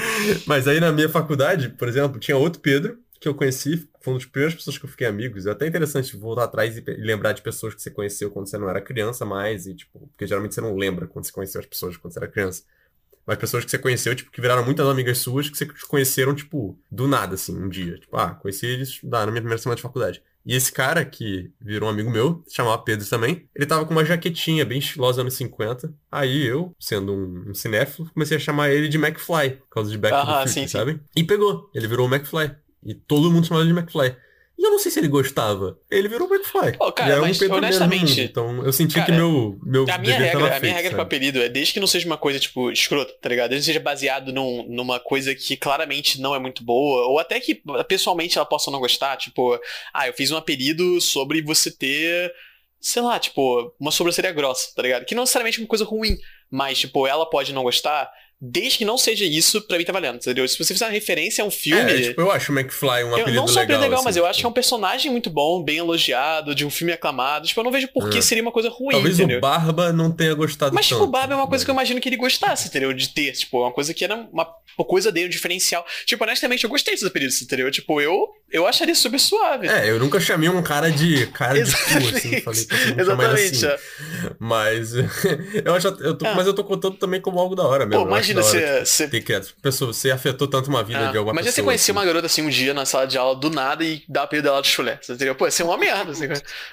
Speaker 1: Mas aí na minha faculdade, por exemplo, tinha outro Pedro que eu conheci. Foi uma das primeiras pessoas que eu fiquei amigos. É até interessante voltar atrás e pe- e lembrar de pessoas que você conheceu quando você não era criança mais. E, tipo, porque geralmente você não lembra quando você conheceu as pessoas quando você era criança. Mas pessoas que você conheceu, tipo, que viraram muitas amigas suas, que você conheceram, tipo, do nada, assim, um dia. Tipo, ah, conheci eles ah, na minha primeira semana de faculdade. E esse cara, que virou um amigo meu, se chamava Pedro também, ele tava com uma jaquetinha bem estilosa anos cinquenta. Aí eu, sendo um, um cinéfilo, comecei a chamar ele de McFly, por causa de Back to the
Speaker 2: Ah,
Speaker 1: Future,
Speaker 2: sim, sim.
Speaker 1: sabe? E pegou. Ele virou o McFly. E todo mundo chamava ele de McFly. E eu não sei se ele gostava. Ele virou o McFly.
Speaker 2: Pô, cara,
Speaker 1: e era
Speaker 2: mas
Speaker 1: um Pedro mesmo no
Speaker 2: honestamente,
Speaker 1: mundo. Então eu senti que
Speaker 2: cara,
Speaker 1: meu, meu
Speaker 2: A minha
Speaker 1: dever
Speaker 2: regra,
Speaker 1: tava
Speaker 2: a minha
Speaker 1: feito,
Speaker 2: regra com
Speaker 1: sabe?
Speaker 2: apelido é desde que não seja uma coisa, tipo, escrota, tá ligado? Desde que seja baseado num- numa coisa que claramente não é muito boa, ou até que pessoalmente ela possa não gostar, tipo, ah, eu fiz um apelido sobre você ter, sei lá, tipo, uma sobrancelha grossa, tá ligado? Que não necessariamente é uma coisa ruim, mas, tipo, ela pode não gostar, desde que não seja isso, pra mim tá valendo, entendeu? Se você fizer uma referência a um filme.
Speaker 1: É, tipo, eu acho o McFly um
Speaker 2: Eu
Speaker 1: apelido
Speaker 2: não só
Speaker 1: legal.
Speaker 2: legal,
Speaker 1: assim,
Speaker 2: mas eu
Speaker 1: tipo.
Speaker 2: acho que é um personagem muito bom, bem elogiado, de um filme aclamado. Tipo, eu não vejo por que
Speaker 1: É.
Speaker 2: seria uma coisa ruim,
Speaker 1: Talvez
Speaker 2: entendeu?
Speaker 1: o Barba não tenha gostado
Speaker 2: Mas, tipo,
Speaker 1: tanto.
Speaker 2: o Barba é uma coisa
Speaker 1: mas-
Speaker 2: que eu imagino que ele gostasse, entendeu? De ter, tipo, uma coisa que era uma, uma coisa dele, um diferencial. Tipo, honestamente, eu gostei desses apelidos, entendeu? Tipo, eu, eu acharia super suave.
Speaker 1: É, eu nunca chamei um cara de cara de cu, assim,
Speaker 2: Exatamente.
Speaker 1: falei pra todo mundo chamar ele
Speaker 2: Exatamente.
Speaker 1: assim. Mas eu acho, eu tô,
Speaker 2: Ah.
Speaker 1: mas eu tô contando também como algo da hora mesmo.
Speaker 2: Pô,
Speaker 1: eu acho
Speaker 2: imagina
Speaker 1: da hora,
Speaker 2: você-
Speaker 1: tipo,
Speaker 2: você-
Speaker 1: ter criado. Pessoa, você afetou tanto uma vida
Speaker 2: Ah,
Speaker 1: de alguma
Speaker 2: Imagina você
Speaker 1: pessoa.
Speaker 2: conhecer
Speaker 1: assim.
Speaker 2: uma garota assim um dia na sala de aula do nada e dar o apelido dela de chulé. Você entendeu? Pô, ia ser uma merda. Assim.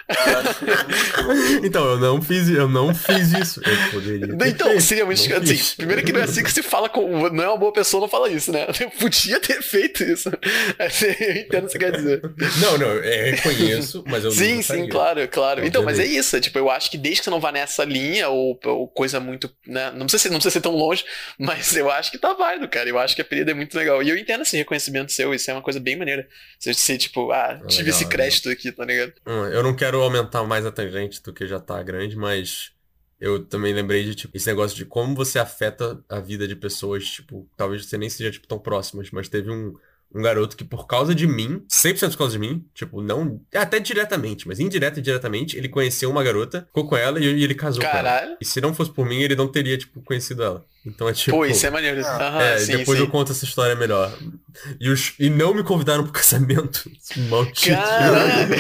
Speaker 1: Então, eu não fiz, eu não fiz isso. Eu poderia ter
Speaker 2: Então,
Speaker 1: feito,
Speaker 2: seria muito.
Speaker 1: não
Speaker 2: Assim,
Speaker 1: fiz.
Speaker 2: primeiro que não é assim que se fala com. Não é uma boa pessoa, não fala isso, né? Eu podia ter feito isso. Assim, eu entendo que você quer dizer.
Speaker 1: Não, não, eu reconheço, mas eu
Speaker 2: Sim,
Speaker 1: não
Speaker 2: sim, claro, claro. Então, mas é
Speaker 1: Obviamente.
Speaker 2: isso. Tipo, eu acho que desde que você não vá nessa linha, ou, ou coisa muito. Né, não, precisa ser, não precisa ser tão longe, mas eu acho que tá válido, cara. Eu acho que a apelido é muito legal. E eu entendo esse reconhecimento seu, isso é uma coisa bem maneira. Você ser, tipo, ah,
Speaker 1: É
Speaker 2: tive
Speaker 1: legal,
Speaker 2: esse
Speaker 1: é
Speaker 2: crédito aqui, tá ligado?
Speaker 1: Hum, Eu não quero aumentar mais a tangente do que já tá grande, mas eu também lembrei de, tipo, esse negócio de como você afeta a vida de pessoas, tipo, talvez você nem seja, tipo, tão próximas, mas teve um, um garoto que por causa de mim, cem por cento por causa de mim, tipo, não, até diretamente, mas indireto e diretamente, ele conheceu uma garota, ficou com ela e, e ele casou com ela.
Speaker 2: Caralho.
Speaker 1: E se não fosse por mim, ele não teria, tipo, conhecido ela. Então é tipo...
Speaker 2: Pô, isso é maneiro.
Speaker 3: Ah,
Speaker 2: Aham,
Speaker 1: É,
Speaker 2: sim,
Speaker 1: depois
Speaker 2: sim.
Speaker 1: eu conto essa história melhor. E, os, e não me convidaram pro casamento. Maldito.
Speaker 2: Caralho.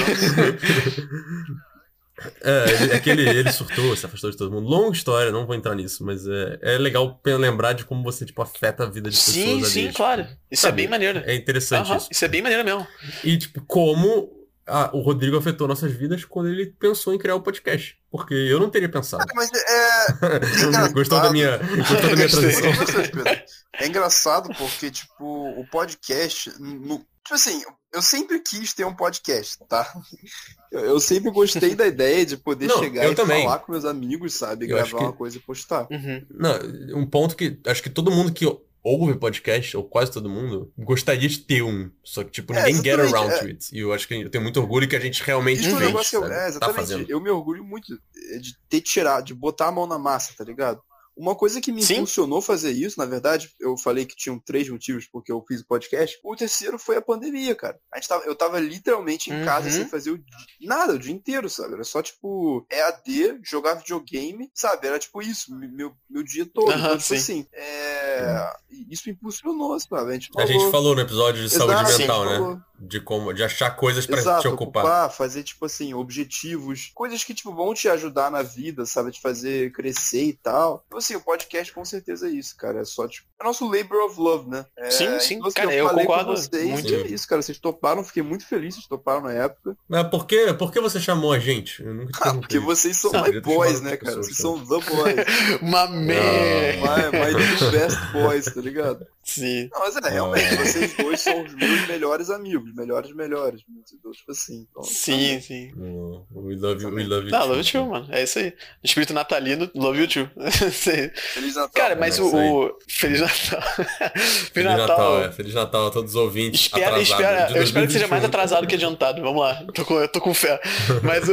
Speaker 1: É, ele, é que ele, ele surtou, se afastou de todo mundo. Longa história, não vou entrar nisso, mas é, é legal pe- lembrar de como você, tipo, afeta a vida de pessoas
Speaker 2: Sim,
Speaker 1: ali.
Speaker 2: sim,
Speaker 1: tipo,
Speaker 2: claro. Isso
Speaker 1: sabe?
Speaker 2: é bem maneiro.
Speaker 1: É interessante
Speaker 2: Aham,
Speaker 1: isso.
Speaker 2: isso é bem maneiro mesmo.
Speaker 1: E, tipo, como a- o Rodrigo afetou nossas vidas quando ele pensou em criar o podcast. Porque eu não teria pensado.
Speaker 3: Mas é. é engraçado.
Speaker 1: Gostou da minha, gostou da minha
Speaker 2: Gostei.
Speaker 1: transição?
Speaker 3: Gostei, Pedro. É engraçado porque, tipo, o podcast. No, tipo assim, eu sempre quis ter um podcast, tá? Eu, eu sempre gostei da ideia de poder
Speaker 1: Não,
Speaker 3: chegar
Speaker 1: eu
Speaker 3: e
Speaker 1: também.
Speaker 3: falar com meus amigos, sabe?
Speaker 1: Eu acho
Speaker 3: Gravar
Speaker 1: que-
Speaker 3: uma coisa e postar.
Speaker 2: Uhum.
Speaker 1: Não, um ponto que acho que todo mundo que ouve podcast, ou quase todo mundo, gostaria de ter um. Só que, tipo,
Speaker 3: É,
Speaker 1: ninguém get
Speaker 3: exatamente,
Speaker 1: around
Speaker 3: é.
Speaker 1: to it. E eu acho que eu tenho muito orgulho que a gente realmente
Speaker 3: Isso é um
Speaker 1: fez,
Speaker 3: negócio que eu,
Speaker 1: sabe?
Speaker 3: é,
Speaker 1: Tá
Speaker 3: exatamente.
Speaker 1: fazendo.
Speaker 3: Eu me orgulho muito de ter tirado, de botar a mão na massa, tá ligado? Uma coisa que me
Speaker 2: Sim.
Speaker 3: impulsionou a fazer isso, na verdade, eu falei que tinham três motivos porque eu fiz o podcast. O terceiro foi a pandemia, cara. A gente tava, eu tava literalmente em casa
Speaker 2: Uhum.
Speaker 3: sem fazer o, di- nada, o dia inteiro, sabe? Era só, tipo, E A D, jogar videogame, sabe? Era tipo isso, meu, meu dia todo.
Speaker 2: Aham,
Speaker 3: então, tipo
Speaker 2: sim.
Speaker 3: assim, é... isso me impulsionou, sabe? A gente
Speaker 1: A
Speaker 3: falou.
Speaker 1: gente falou no episódio de saúde
Speaker 3: Exato,
Speaker 1: mental,
Speaker 3: a gente
Speaker 1: né?
Speaker 3: falou.
Speaker 1: De como, de achar coisas pra
Speaker 3: Exato,
Speaker 1: te ocupar.
Speaker 3: ocupar, fazer, tipo assim, objetivos, coisas que, tipo, vão te ajudar na vida, sabe, de fazer crescer e tal. Então, assim, o podcast com certeza é isso, cara, é só, tipo, é nosso labor of love, né? É,
Speaker 2: Sim, sim.
Speaker 3: então, assim,
Speaker 2: Cara, eu
Speaker 3: falei
Speaker 2: concordo
Speaker 3: com vocês,
Speaker 2: muito.
Speaker 3: e é isso, cara, vocês toparam, fiquei muito feliz, vocês toparam na época.
Speaker 1: Mas por que, por que você chamou a gente? Eu nunca te
Speaker 3: Ah,
Speaker 1: perguntei
Speaker 3: porque
Speaker 1: isso.
Speaker 3: vocês são
Speaker 1: Você
Speaker 3: my
Speaker 1: podia ter
Speaker 3: boys,
Speaker 1: chamado
Speaker 3: né,
Speaker 1: outras
Speaker 3: cara,
Speaker 1: pessoas
Speaker 3: vocês
Speaker 1: também.
Speaker 3: são the boys,
Speaker 2: Uma merda.
Speaker 3: my, my two best boys, tá ligado?
Speaker 2: Sim.
Speaker 3: Não, mas é, realmente,
Speaker 1: Ah.
Speaker 3: vocês dois são os meus melhores amigos, melhores, melhores, então, tipo assim. Então,
Speaker 2: Sim, sim.
Speaker 1: Oh, we love you, we love you
Speaker 2: Não,
Speaker 1: too.
Speaker 2: love you too, mano. É isso aí. Espírito natalino, love you too. Isso aí.
Speaker 3: Feliz Natal.
Speaker 2: Cara, mas
Speaker 1: É
Speaker 2: o,
Speaker 1: isso aí.
Speaker 2: o- Feliz Natal. Feliz,
Speaker 1: Feliz
Speaker 2: Natal.
Speaker 1: Natal, é. Feliz Natal a todos os ouvintes
Speaker 2: Espera,
Speaker 1: atrasados
Speaker 2: espera,
Speaker 1: de
Speaker 2: eu espero que seja mais
Speaker 1: dois mil e vinte e um.
Speaker 2: atrasado que adiantado. Vamos lá, eu tô com, eu tô com fé. Mas o,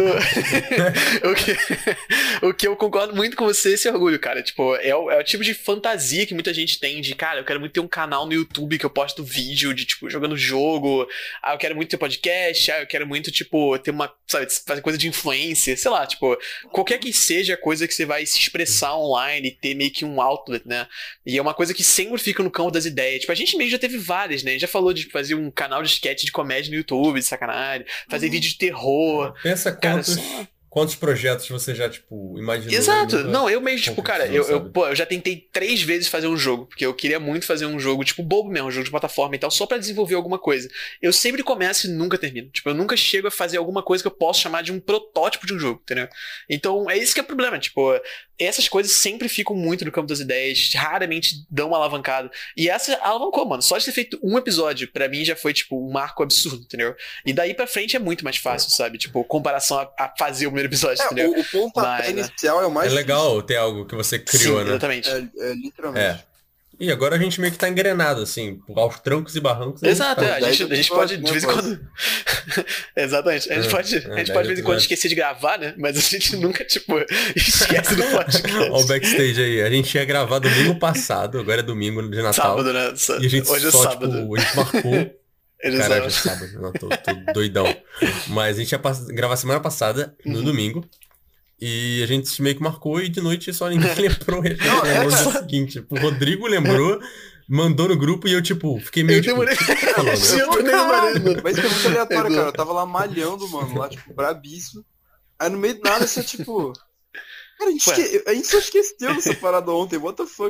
Speaker 2: o, que, o que eu concordo muito com você é esse orgulho, cara. Tipo, é o, é o tipo de fantasia que muita gente tem de, cara, eu quero muito ter um canal no YouTube que eu posto vídeo de, tipo, jogando jogo. Ah, eu quero muito ter podcast. Ah, eu quero muito, tipo, ter uma, sabe, fazer coisa de influencer. Sei lá, tipo, qualquer que seja a coisa que você vai se expressar online e ter meio que um outlet, né? E é uma coisa que sempre fica no campo das ideias. Tipo, a gente mesmo já teve várias, né? Já falou de fazer um canal de sketch de comédia no YouTube, de sacanagem. Fazer vídeo de terror.
Speaker 1: Pensa
Speaker 2: Cara,
Speaker 1: quantos,
Speaker 2: só-
Speaker 1: quantos projetos você já, tipo, imaginou.
Speaker 2: Exato.
Speaker 1: e nunca
Speaker 2: Não, eu mesmo, tipo, cara, eu,
Speaker 1: concretizou,
Speaker 2: eu,
Speaker 1: sabe?
Speaker 2: pô, eu já tentei três vezes fazer um jogo, porque eu queria muito fazer um jogo, tipo, bobo mesmo, um jogo de plataforma e tal, só pra desenvolver alguma coisa. Eu sempre começo e nunca termino. Tipo, eu nunca chego a fazer alguma coisa que eu posso chamar de um protótipo de um jogo, entendeu? Então, é isso que é o problema, tipo, essas coisas sempre ficam muito no campo das ideias, raramente dão uma alavancada. E essa alavancou, mano. Só de ter feito um episódio, pra mim já foi, tipo, um marco absurdo, entendeu? E daí pra frente é muito mais fácil, sabe? Tipo, comparação a, a fazer o primeiro episódio,
Speaker 3: É,
Speaker 2: entendeu?
Speaker 3: o, o pontapé
Speaker 2: Mas, né?
Speaker 3: inicial é o
Speaker 1: É
Speaker 3: mais
Speaker 1: legal ter algo que você criou,
Speaker 2: Sim,
Speaker 1: né?
Speaker 2: exatamente.
Speaker 3: difícil. É, é, literalmente.
Speaker 1: É. E agora a gente meio que tá engrenado, assim, aos trancos e barrancos.
Speaker 2: Exato,
Speaker 1: a
Speaker 2: é, a
Speaker 3: dez
Speaker 2: gente, a gente
Speaker 3: episódios,
Speaker 2: pode,
Speaker 3: né,
Speaker 2: de vez em
Speaker 3: pode?
Speaker 2: quando. Exatamente, a gente
Speaker 1: É,
Speaker 2: pode,
Speaker 1: é,
Speaker 2: a gente
Speaker 1: dez
Speaker 2: pode de vez em quando
Speaker 1: episódios.
Speaker 2: esquecer de gravar, né? Mas a gente nunca, tipo, esquece do podcast.
Speaker 1: Olha o backstage aí. A gente ia gravar domingo passado, agora é domingo de Natal.
Speaker 2: Sábado, né?
Speaker 1: E a gente
Speaker 2: Hoje é
Speaker 1: só,
Speaker 2: sábado.
Speaker 1: tipo, a gente marcou.
Speaker 2: Hoje é
Speaker 1: Caralho,
Speaker 2: sábado.
Speaker 1: é sábado. Não, tô, tô doidão. Mas a gente ia pass- gravar semana passada, no
Speaker 2: Uhum.
Speaker 1: domingo. E a gente meio que marcou e de noite só ninguém lembrou.
Speaker 3: Não, é,
Speaker 1: no dia
Speaker 3: cara.
Speaker 1: seguinte. Tipo, o Rodrigo lembrou, mandou no grupo e eu, tipo, fiquei meio
Speaker 2: Eu
Speaker 1: tipo,
Speaker 2: demorei.
Speaker 1: o que tá falando?
Speaker 2: Sim, eu tô nem
Speaker 3: Caralho,
Speaker 2: lembrando.
Speaker 3: mas isso é muito aleatório,
Speaker 2: Edu.
Speaker 3: cara. Eu tava lá malhando, mano, lá, tipo, brabíssimo. Aí no meio do nada, você, tipo... Cara, a gente,
Speaker 2: Ué.
Speaker 3: esque... a gente só esqueceu dessa parada ontem, what the fuck?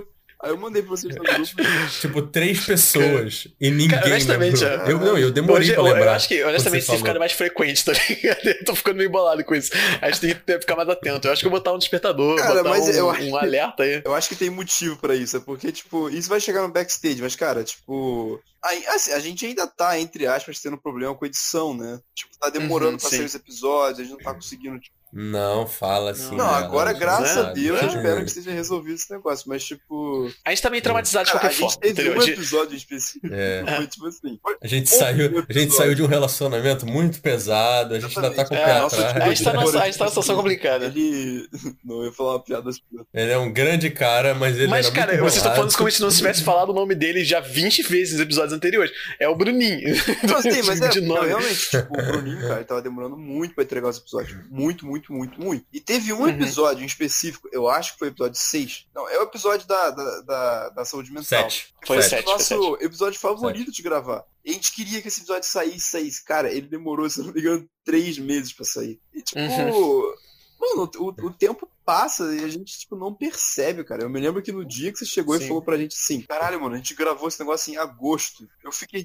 Speaker 3: Aí eu mandei pra vocês no grupo.
Speaker 1: Tipo, três pessoas e ninguém
Speaker 2: Cara, honestamente,
Speaker 1: lembrou.
Speaker 2: é.
Speaker 1: Eu, não, eu demorei
Speaker 2: Hoje,
Speaker 1: pra
Speaker 2: eu,
Speaker 1: lembrar.
Speaker 2: eu acho que, honestamente,
Speaker 1: quando
Speaker 2: se
Speaker 1: você
Speaker 2: ficar
Speaker 1: falou.
Speaker 2: mais frequente, tá ligado? Eu tô ficando meio bolado com isso. A gente tem que ficar mais atento. Eu acho que eu vou botar um despertador,
Speaker 3: Cara,
Speaker 2: botar
Speaker 3: mas
Speaker 2: um,
Speaker 3: eu acho
Speaker 2: um
Speaker 3: que-
Speaker 2: alerta aí.
Speaker 3: Eu acho que tem motivo pra isso, é porque, tipo, isso vai chegar no backstage, mas, cara, tipo. Aí, assim, a gente ainda tá, entre aspas, tendo problema com edição, né? Tipo, tá demorando
Speaker 2: Uhum,
Speaker 3: pra
Speaker 2: sim.
Speaker 3: sair os episódios, a gente não tá conseguindo. Tipo...
Speaker 1: Não, fala assim.
Speaker 3: Não,
Speaker 1: né,
Speaker 3: agora,
Speaker 1: relaxa,
Speaker 3: graças a
Speaker 1: sabe?
Speaker 3: Deus, eu
Speaker 2: é.
Speaker 3: espero que seja resolvido esse negócio, mas, tipo.
Speaker 2: A gente tá meio traumatizado de
Speaker 3: Cara,
Speaker 2: qualquer
Speaker 3: a gente
Speaker 2: forma,
Speaker 3: teve
Speaker 2: entendeu?
Speaker 3: um
Speaker 2: De-
Speaker 3: episódio específico,
Speaker 1: É.
Speaker 3: foi tipo assim. Foi
Speaker 1: A gente
Speaker 3: um
Speaker 1: saiu, a
Speaker 3: episódio.
Speaker 1: gente saiu de um relacionamento muito pesado, a gente ainda tá com o
Speaker 3: Exatamente.
Speaker 1: pé
Speaker 2: É,
Speaker 3: nosso
Speaker 1: atrás.
Speaker 3: último
Speaker 2: a gente tá numa,
Speaker 3: editor,
Speaker 2: a gente tá numa situação complicada.
Speaker 3: Ele. Não, eu ia falar uma piada assim.
Speaker 1: Ele é um grande cara, mas ele
Speaker 2: Mas,
Speaker 1: era
Speaker 2: cara,
Speaker 1: muito
Speaker 2: vocês estão falando
Speaker 1: enrolado.
Speaker 2: isso como se não tivesse falado o nome dele já vinte vezes nos episódios anteriores. É o Bruninho.
Speaker 3: Não, assim, mas é,
Speaker 2: de
Speaker 3: eu,
Speaker 2: nome.
Speaker 3: realmente, tipo, o Bruninho, cara, ele tava demorando muito pra entregar os episódios. Muito, muito, muito, muito. E teve um
Speaker 2: Uhum.
Speaker 3: episódio em específico, eu acho que foi o episódio seis. Não, é o episódio da, da, da, da saúde mental.
Speaker 1: Sete.
Speaker 2: Foi o
Speaker 3: Foi
Speaker 2: sete,
Speaker 3: o nosso
Speaker 2: foi o
Speaker 3: episódio favorito de gravar. E a gente queria que esse episódio saísse, saísse. Cara, ele demorou, se eu não me engano, três meses pra sair. E, tipo,
Speaker 2: Uhum.
Speaker 3: mano, o, o tempo passa e a gente, tipo, não percebe, cara. Eu me lembro que no dia que você chegou
Speaker 2: Sim.
Speaker 3: e falou pra gente assim, caralho, mano, a gente gravou esse negócio em agosto. Eu fiquei...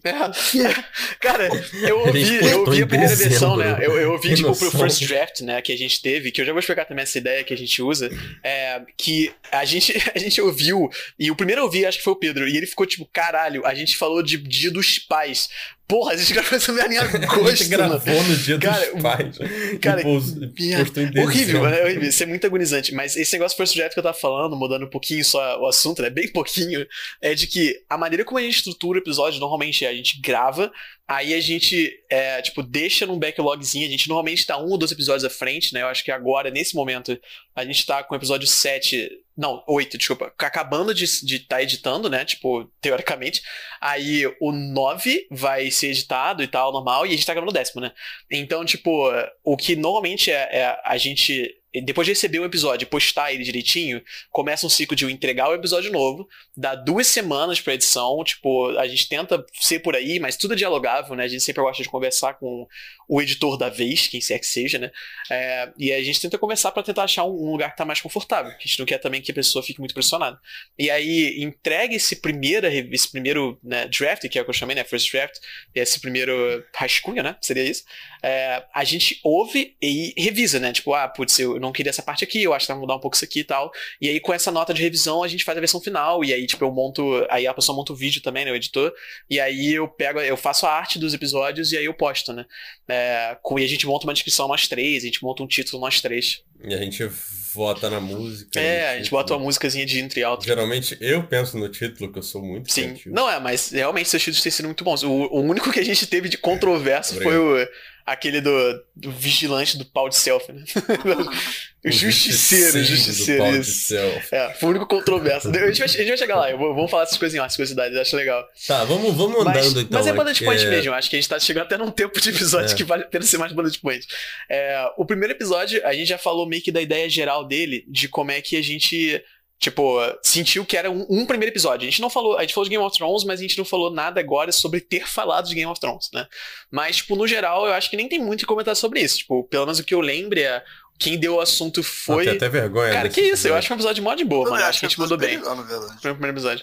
Speaker 2: É. Cara, eu
Speaker 1: A gente
Speaker 2: ouvi,
Speaker 1: postou
Speaker 2: eu ouvi
Speaker 1: em
Speaker 2: a primeira
Speaker 1: dezembro.
Speaker 2: versão, né? Eu, eu ouvi,
Speaker 1: Tem
Speaker 2: tipo, pro
Speaker 1: noção?
Speaker 2: first draft, né, que a gente teve, que eu já vou explicar também essa ideia que a gente usa, é, que a gente, a gente ouviu, e o primeiro eu ouvi, acho que foi o Pedro, e ele ficou tipo, caralho, a gente falou de Dia dos Pais. Porra, a gente gravou essa merda em
Speaker 1: A
Speaker 2: agosto,
Speaker 1: gente gravou no dia
Speaker 2: Cara,
Speaker 1: dos pais.
Speaker 2: cara,
Speaker 1: e pos-
Speaker 2: minha-
Speaker 1: postou em dezembro.
Speaker 2: horrível, é horrível, isso é muito agonizante. Mas esse negócio first draft que eu tava falando, mudando um pouquinho só o assunto, né? Bem pouquinho, é de que a maneira como a gente estrutura o episódio normalmente é a gente grava, aí a gente, é, tipo, deixa num backlogzinho, a gente normalmente tá um ou dois episódios à frente, né? Eu acho que agora, nesse momento, a gente tá com o episódio sete. Não, oito, desculpa. Acabando de estar de tá editando, né? Tipo, teoricamente. Aí o nove vai ser editado e tal, normal, e a gente tá gravando o décimo, né? Então, tipo, o que normalmente é, é a gente. Depois de receber um episódio e postar ele direitinho, começa um ciclo de eu entregar o episódio novo, dá duas semanas pra edição, tipo, a gente tenta ser por aí, mas tudo é dialogável, né? A gente sempre gosta de conversar com o editor da vez, quem quer que seja, né? É, e a gente tenta conversar pra tentar achar um, um lugar que tá mais confortável, que a gente não quer também que a pessoa fique muito pressionada. E aí, entrega esse primeiro, esse primeiro né, draft, que é o que eu chamei, né? First draft, esse primeiro rascunho, né? Seria isso. É, a gente ouve e revisa, né? Tipo, ah, putz, eu não queria essa parte aqui, eu acho que vai mudar um pouco isso aqui e tal. E aí, com essa nota de revisão, a gente faz a versão final, e aí, tipo, eu monto, aí a pessoa monta o vídeo também, né? O editor, e aí eu pego, eu faço a arte dos episódios e aí eu posto, né? É, com, e a gente monta uma descrição nós três, a gente monta um título nós três.
Speaker 1: E a gente vota na música.
Speaker 2: É,
Speaker 1: no
Speaker 2: a gente
Speaker 1: título.
Speaker 2: bota uma musicazinha de intro e alto.
Speaker 1: Geralmente eu penso no título, que eu sou muito
Speaker 2: Sim.
Speaker 1: criativo.
Speaker 2: Não é, mas realmente seus títulos têm sido muito bons. O, o único que a gente teve de controverso
Speaker 1: Obrigado.
Speaker 2: foi o, aquele do, do vigilante do pau de selfie, né? o justiceiro, o
Speaker 1: do
Speaker 2: justiceiro,
Speaker 1: pau de
Speaker 2: isso.
Speaker 1: selfie.
Speaker 2: É, foi o único controverso. A gente vai, a gente vai chegar lá, eu vou, vamos falar essas coisinhas, essas curiosidades, eu acho legal.
Speaker 1: Tá, vamos, vamos andando
Speaker 2: Mas,
Speaker 1: então.
Speaker 2: mas é bullet point
Speaker 1: é...
Speaker 2: mesmo, acho que a gente tá chegando até num tempo de episódio
Speaker 1: É.
Speaker 2: que vale a pena ser mais bullet point. É, o primeiro episódio, a gente já falou meio que da ideia geral dele, de como é que a gente, tipo, sentiu que era um, um primeiro episódio. A gente não falou, a gente falou de Game of Thrones, mas a gente não falou nada agora sobre ter falado de Game of Thrones, né? Mas, tipo, no geral, eu acho que nem tem muito o que comentar sobre isso. Tipo, pelo menos o que eu lembro é quem deu o assunto foi...
Speaker 1: Tem até vergonha.
Speaker 2: Cara,
Speaker 1: desse
Speaker 2: que isso, eu
Speaker 1: episódio.
Speaker 2: acho que é um episódio mó de boa, mano. Eu acho que a gente mandou bem.
Speaker 3: Legal, na verdade.
Speaker 2: Foi o primeiro episódio.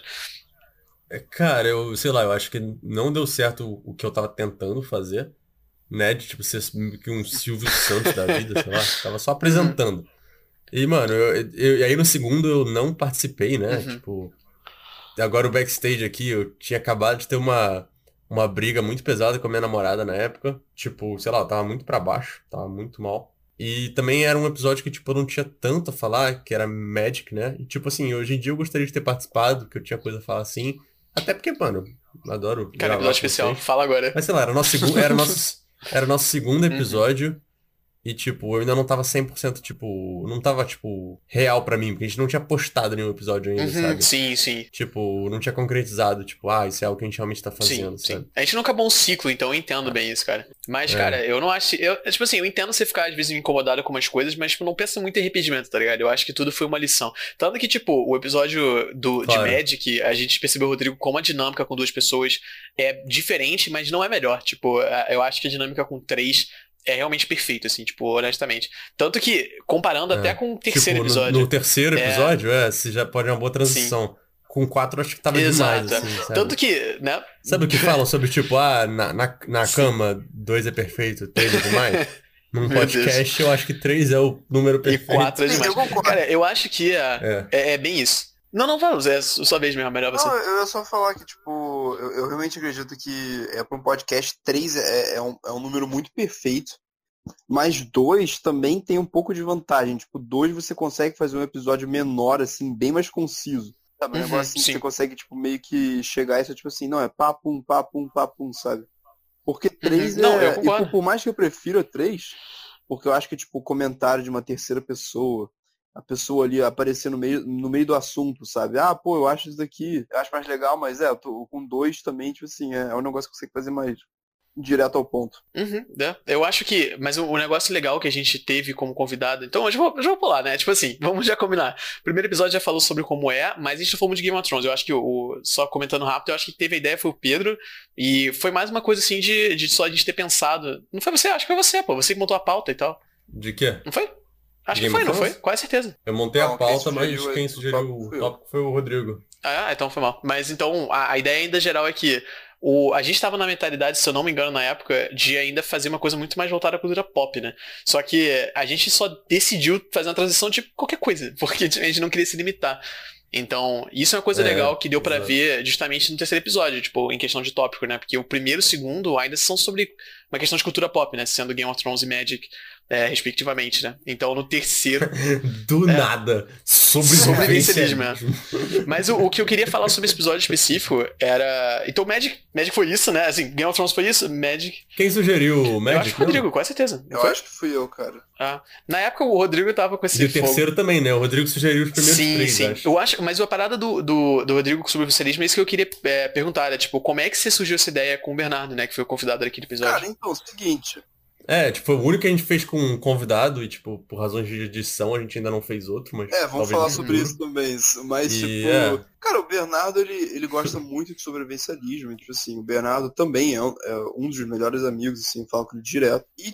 Speaker 1: É, Cara, eu sei lá, eu acho que não deu certo o que eu tava tentando fazer, né? De tipo ser meio que um Silvio Santos da vida, sei lá. Tava só apresentando. E, mano, eu, eu- e aí no segundo eu não participei, né?
Speaker 2: Uhum.
Speaker 1: Tipo, agora o backstage aqui, eu tinha acabado de ter uma, uma briga muito pesada com a minha namorada na época. Tipo, sei lá, eu tava muito pra baixo, tava muito mal. E também era um episódio que, tipo, eu não tinha tanto a falar, que era Magic, né? E, tipo assim, hoje em dia eu gostaria de ter participado, que eu tinha coisa a falar assim. Até porque, mano, eu adoro
Speaker 2: Cara,
Speaker 1: gravar
Speaker 2: episódio
Speaker 1: com
Speaker 2: especial,
Speaker 1: vocês.
Speaker 2: fala agora.
Speaker 1: Mas sei lá, era o nosso segundo, era o nosso, era o nosso segundo episódio. E, tipo, eu ainda não tava cem por cento, tipo... Não tava, tipo, real pra mim. Porque a gente não tinha postado nenhum episódio ainda,
Speaker 2: Uhum,
Speaker 1: sabe?
Speaker 2: sim, sim.
Speaker 1: Tipo, não tinha concretizado. Tipo, ah, isso é algo que a gente realmente tá fazendo,
Speaker 2: Sim,
Speaker 1: sabe?
Speaker 2: sim. A gente não acabou um ciclo, então eu entendo bem isso, cara. Mas,
Speaker 1: É.
Speaker 2: cara, eu não acho. Eu, tipo assim, eu entendo você ficar às vezes incomodado com umas coisas, mas, tipo, não pensa muito em arrependimento, tá ligado? Eu acho que tudo foi uma lição. Tanto que, tipo, o episódio do,
Speaker 1: Claro.
Speaker 2: de Magic, a gente percebeu, Rodrigo, como a dinâmica com duas pessoas é diferente, mas não é melhor. Tipo, a- eu acho que a dinâmica com três é realmente perfeita, assim, tipo, honestamente. Tanto que, comparando
Speaker 1: É.
Speaker 2: até com o terceiro
Speaker 1: Tipo, no-
Speaker 2: episódio.
Speaker 1: No, terceiro
Speaker 2: É.
Speaker 1: episódio, é, você já pode uma boa transição. com quatro acho que tava demais,
Speaker 2: Exato.
Speaker 1: assim, sabe?
Speaker 2: Tanto que, né?
Speaker 1: Sabe o que falam sobre, tipo, ah, na, na, na cama, dois é perfeito, três é demais? Num
Speaker 2: Meu
Speaker 1: podcast, eu acho que três é o número
Speaker 2: E
Speaker 1: perfeito.
Speaker 2: quatro é
Speaker 3: Sim,
Speaker 2: demais.
Speaker 3: eu concordo.
Speaker 2: Cara, eu acho que é,
Speaker 1: É.
Speaker 2: é, é bem isso. Não, não, vamos, é sua vez mesmo, melhor você.
Speaker 3: Não, eu ia só falar que, tipo, eu, eu realmente acredito que é para um podcast, três é, é, um, é um número muito perfeito, mas dois também tem um pouco de vantagem. Tipo, dois você consegue fazer um episódio menor, assim, bem mais conciso. Sabe? Um
Speaker 2: Uhum,
Speaker 3: negócio assim que
Speaker 2: sim.
Speaker 3: você consegue, tipo, meio que chegar e ser, tipo assim, não, é papum, papum, papum, sabe? Porque três
Speaker 2: Uhum. Não, eu
Speaker 3: é... E
Speaker 2: concordo.
Speaker 3: por, por mais que eu prefira três, porque eu acho que, tipo, o comentário de uma terceira pessoa, a pessoa ali aparecer no meio, no meio do assunto, sabe? Ah, pô, eu acho isso daqui, eu acho mais legal, mas é, eu tô com dois também, tipo assim, é, é um negócio que você consegue fazer mais direto ao ponto.
Speaker 2: Uhum, né? Eu acho que. Mas o, o negócio legal que a gente teve como convidado. Então, eu já vou, eu já vou pular, né? Tipo assim, vamos já combinar. O primeiro episódio já falou sobre como é, mas a gente falou muito de Game of Thrones. Eu acho que o. o- Só comentando rápido, eu acho que quem teve a ideia foi o Pedro. E foi mais uma coisa assim de, de só a gente ter pensado. Não foi você? Acho que foi você, pô. Você que montou a pauta e tal.
Speaker 1: De quê?
Speaker 2: Não foi? Acho
Speaker 1: Game
Speaker 2: que foi,
Speaker 1: of
Speaker 2: não foi?
Speaker 1: Thrones?
Speaker 2: Quase certeza.
Speaker 1: Eu montei a
Speaker 3: Não, quem
Speaker 1: pauta, mas
Speaker 3: sugeriu
Speaker 1: quem
Speaker 3: o
Speaker 1: sugeriu
Speaker 3: tópico
Speaker 1: o
Speaker 3: fui eu.
Speaker 1: tópico foi o Rodrigo.
Speaker 2: Ah, então foi mal. Mas então, a, a ideia ainda geral é que o, a gente estava na mentalidade, se eu não me engano, na época, de ainda fazer uma coisa muito mais voltada à cultura pop, né? Só que a gente só decidiu fazer uma transição de qualquer coisa, porque a gente não queria se limitar. Então, isso é uma coisa
Speaker 1: É,
Speaker 2: legal que deu pra
Speaker 1: exato.
Speaker 2: ver justamente no terceiro episódio, tipo, em questão de tópico, né? Porque o primeiro e o segundo ainda são sobre uma questão de cultura pop, né? Sendo Game of Thrones e Magic, é, respectivamente, né? Então, no terceiro,
Speaker 1: Do
Speaker 2: É.
Speaker 1: nada.
Speaker 2: Sobrevivencialismo,
Speaker 1: Sobrevivencialismo.
Speaker 2: mas o, o que eu queria falar sobre esse episódio específico era. Então, Magic, Magic foi isso, né? Assim, Game of Thrones foi isso, Magic.
Speaker 1: Quem sugeriu o
Speaker 2: eu
Speaker 1: Magic?
Speaker 2: acho que foi o Rodrigo, quase certeza. Não
Speaker 3: Eu
Speaker 2: foi?
Speaker 3: acho que fui eu, cara.
Speaker 2: Ah. Na época, o Rodrigo tava com esse
Speaker 1: E o
Speaker 2: fogo.
Speaker 1: terceiro também, né? O Rodrigo sugeriu os primeiros
Speaker 2: Sim,
Speaker 1: três,
Speaker 2: sim.
Speaker 1: acho.
Speaker 2: Eu acho, mas a parada do, do, do Rodrigo sobre o socialismo é isso que eu queria é, perguntar. É, tipo, como é que você surgiu essa ideia com o Bernardo, né? Que foi o convidado aqui do episódio.
Speaker 3: Cara, então, é o seguinte,
Speaker 1: É, tipo, foi o único que a gente fez com um convidado e, tipo, por razões de edição a gente ainda não fez outro, mas
Speaker 3: é, vamos
Speaker 1: talvez
Speaker 3: falar
Speaker 1: no
Speaker 3: sobre
Speaker 1: futuro.
Speaker 3: isso também, mas,
Speaker 1: E,
Speaker 3: tipo,
Speaker 1: é.
Speaker 3: cara, o Bernardo, ele, ele gosta muito de sobrevivencialismo, e, tipo assim, o Bernardo também é um, é um dos melhores amigos, assim, falo com ele direto, e,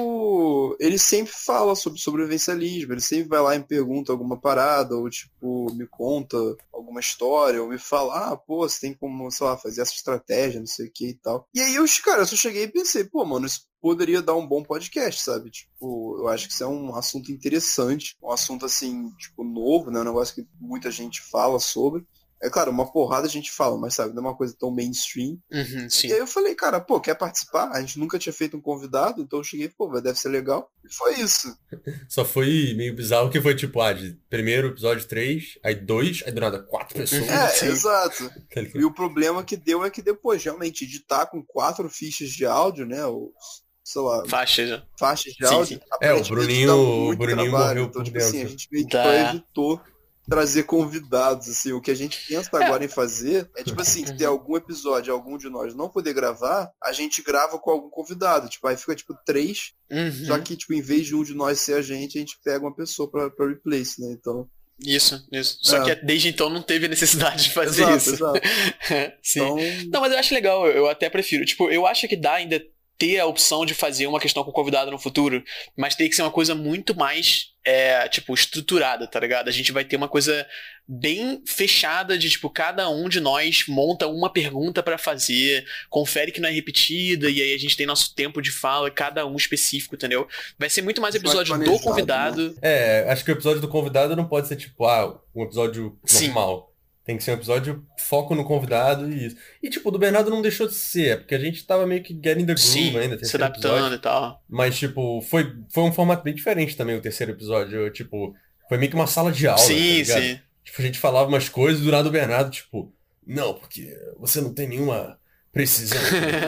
Speaker 3: tipo, ele sempre fala sobre sobrevivencialismo, ele sempre vai lá e me pergunta alguma parada, ou, tipo, me conta alguma história, ou me fala, ah, pô, você tem como, sei lá, fazer essa estratégia, não sei o que e tal. E aí, eu, cara, eu só cheguei e pensei, pô, mano, isso poderia dar um bom podcast, sabe? Tipo, eu acho que isso é um assunto interessante, um assunto, assim, tipo, novo, né? Um negócio que muita gente fala sobre. É claro, uma porrada a gente fala, mas sabe, não é uma coisa tão mainstream.
Speaker 2: Uhum, sim.
Speaker 3: E aí eu falei, cara, pô, quer participar? A gente nunca tinha feito um convidado, então eu cheguei, pô, deve ser legal. E foi isso.
Speaker 1: Só foi meio bizarro que foi, tipo, ah, de primeiro episódio três, aí dois, aí do nada quatro pessoas.
Speaker 3: É,
Speaker 2: Sim.
Speaker 3: exato.
Speaker 1: Tá ligado?
Speaker 3: E o problema que deu é que depois, realmente, editar com quatro fichas de áudio, né? Ou, sei lá,
Speaker 2: Faixa já.
Speaker 3: faixas de
Speaker 2: Sim,
Speaker 3: áudio.
Speaker 2: sim.
Speaker 1: É, o
Speaker 3: aparentemente
Speaker 1: Bruninho-
Speaker 3: dá
Speaker 1: o
Speaker 3: muito
Speaker 1: Bruninho
Speaker 3: trabalho.
Speaker 1: morreu
Speaker 3: Então,
Speaker 1: por
Speaker 3: tipo assim, a
Speaker 1: dentro.
Speaker 3: gente meio que
Speaker 2: Dá.
Speaker 3: só evitou trazer convidados, assim. O que a gente pensa agora em fazer é, tipo assim, se tem algum episódio, algum de nós não poder gravar, a gente grava com algum convidado. Tipo, aí fica, tipo, três,
Speaker 2: Uhum.
Speaker 3: só que, tipo, em vez de um de nós ser a gente, a gente pega uma pessoa pra, pra replace, né? Então,
Speaker 2: Isso, isso. Só
Speaker 3: É.
Speaker 2: que desde então não teve a necessidade de fazer
Speaker 3: exato,
Speaker 2: isso.
Speaker 3: exato.
Speaker 2: Sim.
Speaker 3: Então,
Speaker 2: Não, mas eu acho legal, eu eu até prefiro. Tipo, eu acho que dá ainda ter a opção de fazer uma questão com o convidado no futuro, mas tem que ser uma coisa muito mais, é, tipo, estruturada, tá ligado? A gente vai ter uma coisa bem fechada de, tipo, cada um de nós monta uma pergunta pra fazer, confere que não é repetida, e aí a gente tem nosso tempo de fala, cada um específico, entendeu? Vai ser muito mais
Speaker 3: Mais
Speaker 2: episódio do
Speaker 3: planejado,
Speaker 2: convidado.
Speaker 1: É, acho que o episódio do convidado não pode ser, tipo, ah, um episódio
Speaker 2: Sim.
Speaker 1: normal. Tem que ser um episódio foco no convidado e isso. E, tipo, o do Bernardo não deixou de ser, é porque a gente tava meio que getting the groove
Speaker 2: Sim,
Speaker 1: ainda,
Speaker 2: se
Speaker 1: terceiro
Speaker 2: adaptando
Speaker 1: episódio.
Speaker 2: e tal.
Speaker 1: Mas, tipo, foi, foi um formato bem diferente também o terceiro episódio. Tipo, foi meio que uma sala de aula, tá
Speaker 2: Sim,
Speaker 1: ligado?
Speaker 2: sim.
Speaker 1: Tipo, a gente falava umas coisas e do nada o Bernardo, tipo, não, porque você não tem nenhuma precisão.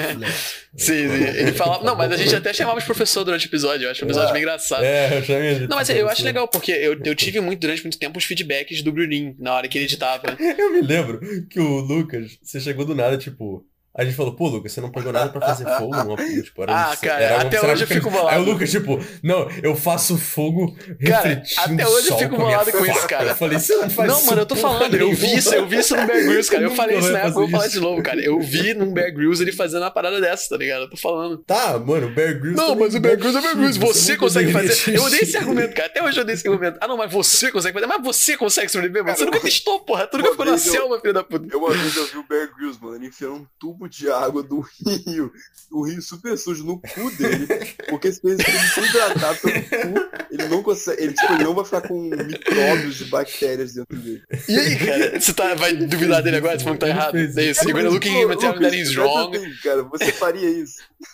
Speaker 2: Sim, sim. Ele falava. Não, mas a gente até chamava os professor durante o episódio. Eu acho o episódio bem engraçado.
Speaker 1: É, eu chamei ele.
Speaker 2: Não, mas eu acho legal, porque eu, eu tive muito, durante muito tempo os feedbacks do Bruninho na hora que ele editava.
Speaker 1: Eu me lembro que o Lucas, você chegou do nada, tipo, A gente falou, pô, Lucas, você não pegou nada pra fazer fogo? Uma, tipo, era
Speaker 2: Ah,
Speaker 1: um-
Speaker 2: cara,
Speaker 1: era uma
Speaker 2: até
Speaker 1: cena
Speaker 2: hoje eu
Speaker 1: diferente.
Speaker 2: fico bolado.
Speaker 1: Aí o Lucas, tipo, não, eu faço fogo
Speaker 2: Cara,
Speaker 1: refletindo
Speaker 2: até
Speaker 1: o
Speaker 2: hoje eu
Speaker 1: sol
Speaker 2: fico
Speaker 1: com a minha
Speaker 2: bolado com isso,
Speaker 1: faca.
Speaker 2: cara.
Speaker 1: Eu falei, você não faz
Speaker 2: Não,
Speaker 1: isso
Speaker 2: mano, eu tô
Speaker 1: porra
Speaker 2: falando, eu vi
Speaker 1: nenhuma.
Speaker 2: isso, eu vi isso no Bear Grylls, cara. Eu
Speaker 1: Nunca
Speaker 2: falei isso
Speaker 1: vai
Speaker 2: na época,
Speaker 1: fazer
Speaker 2: eu vou falar
Speaker 1: isso.
Speaker 2: de novo, cara. Eu vi num Bear Grylls ele fazendo uma parada dessa, tá ligado? Eu tô falando.
Speaker 1: Tá, mano, o Bear Grylls
Speaker 2: Não,
Speaker 1: também
Speaker 2: mas o Bear Grylls é o Bear Grylls.
Speaker 1: existir,
Speaker 2: Você
Speaker 1: nunca
Speaker 2: consegue
Speaker 1: deveria
Speaker 2: fazer. Eu odeio esse
Speaker 1: existir.
Speaker 2: argumento, cara. Até hoje eu odeio esse argumento. Ah, não, mas você consegue fazer. Mas você consegue sobreviver, mano. Você
Speaker 3: Cara,
Speaker 2: nunca
Speaker 3: uma-
Speaker 2: testou, porra. Tu nunca
Speaker 3: uma
Speaker 2: ficou na
Speaker 3: vez eu-
Speaker 2: selva, filho da puta.
Speaker 3: Eu uma vez eu vi o Bear Grylls, mano, ele enfiou um tubo de água do rio, o rio super sujo, no cu dele, porque se ele se hidratar pelo cu, ele não consegue, ele, tipo, ele não vai ficar com micróbios e bactérias dentro dele.
Speaker 2: E aí, cara? Você tá, vai duvidar dele agora? Você falou que tá
Speaker 1: Ele
Speaker 2: errado.
Speaker 1: fez
Speaker 2: É
Speaker 1: isso.
Speaker 2: isso. You're gonna looking him and tell him that he's
Speaker 3: presta
Speaker 2: wrong.
Speaker 3: atenção, cara, você faria isso.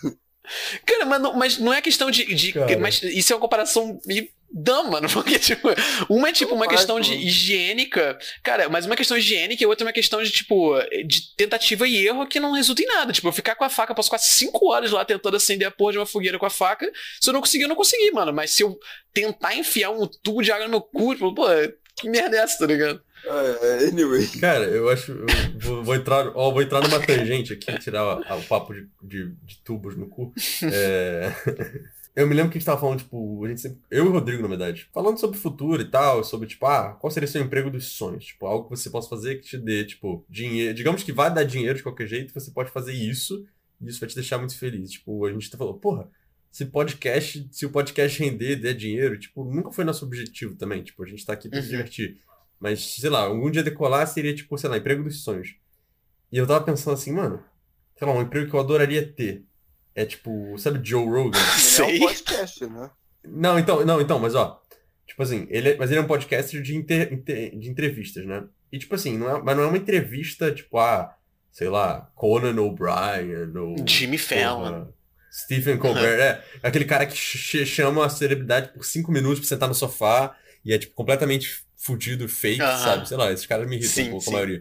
Speaker 2: Cara, mas não, mas não é questão de. de
Speaker 1: Cara.
Speaker 2: mas isso é uma comparação meio dumb, mano. Porque, tipo, uma é tipo
Speaker 3: Não
Speaker 2: uma
Speaker 3: faz,
Speaker 2: questão de
Speaker 3: mano.
Speaker 2: higiênica. Cara, mas uma questão higiênica e outra é uma questão de, tipo, de tentativa e erro que não resulta em nada. Tipo, eu ficar com a faca, posso ficar cinco horas lá tentando acender a porra de uma fogueira com a faca. Se eu não conseguir, eu não consegui, mano. Mas se eu tentar enfiar um tubo de água no meu cu, tipo, pô, que merda é essa, tá ligado?
Speaker 3: É, anyway.
Speaker 1: Cara, eu acho. Eu vou, vou entrar, ó, vou entrar numa tangente aqui, tirar a- o papo de, de, de tubos no cu. É, eu me lembro que a gente tava falando, tipo, a gente sempre, eu e o Rodrigo, na verdade, falando sobre o futuro e tal, sobre, tipo, ah, qual seria o seu emprego dos sonhos? Tipo, algo que você possa fazer que te dê, tipo, dinheiro. Digamos que vai dar dinheiro de qualquer jeito, você pode fazer isso, e isso vai te deixar muito feliz. Tipo, a gente tá falando, porra, se podcast, se o podcast render, der dinheiro, tipo, nunca foi nosso objetivo também. Tipo, a gente tá aqui pra se
Speaker 2: Uhum.
Speaker 1: divertir. Mas, sei lá, algum dia decolar seria, tipo, sei lá, emprego dos sonhos. E eu tava pensando assim, mano, sei lá, um emprego que eu adoraria ter. É tipo, sabe, Joe Rogan?
Speaker 3: Ele é
Speaker 2: Sei.
Speaker 3: um podcast, né?
Speaker 1: Não, então, não, então, mas ó, tipo assim, ele é, mas ele é um podcast de, inter- inter- de entrevistas, né? E tipo assim, não é, mas não é uma entrevista, tipo, ah, sei lá, Conan O'Brien ou
Speaker 2: Jimmy Fallon.
Speaker 1: porra, Stephen Colbert, é, aquele cara que ch- chama a celebridade por cinco minutos pra sentar no sofá e é, tipo, completamente fudido, fake,
Speaker 2: Aham.
Speaker 1: sabe? Sei lá, esses caras me irritam
Speaker 2: Sim,
Speaker 1: um pouco,
Speaker 2: sim.
Speaker 1: a maioria.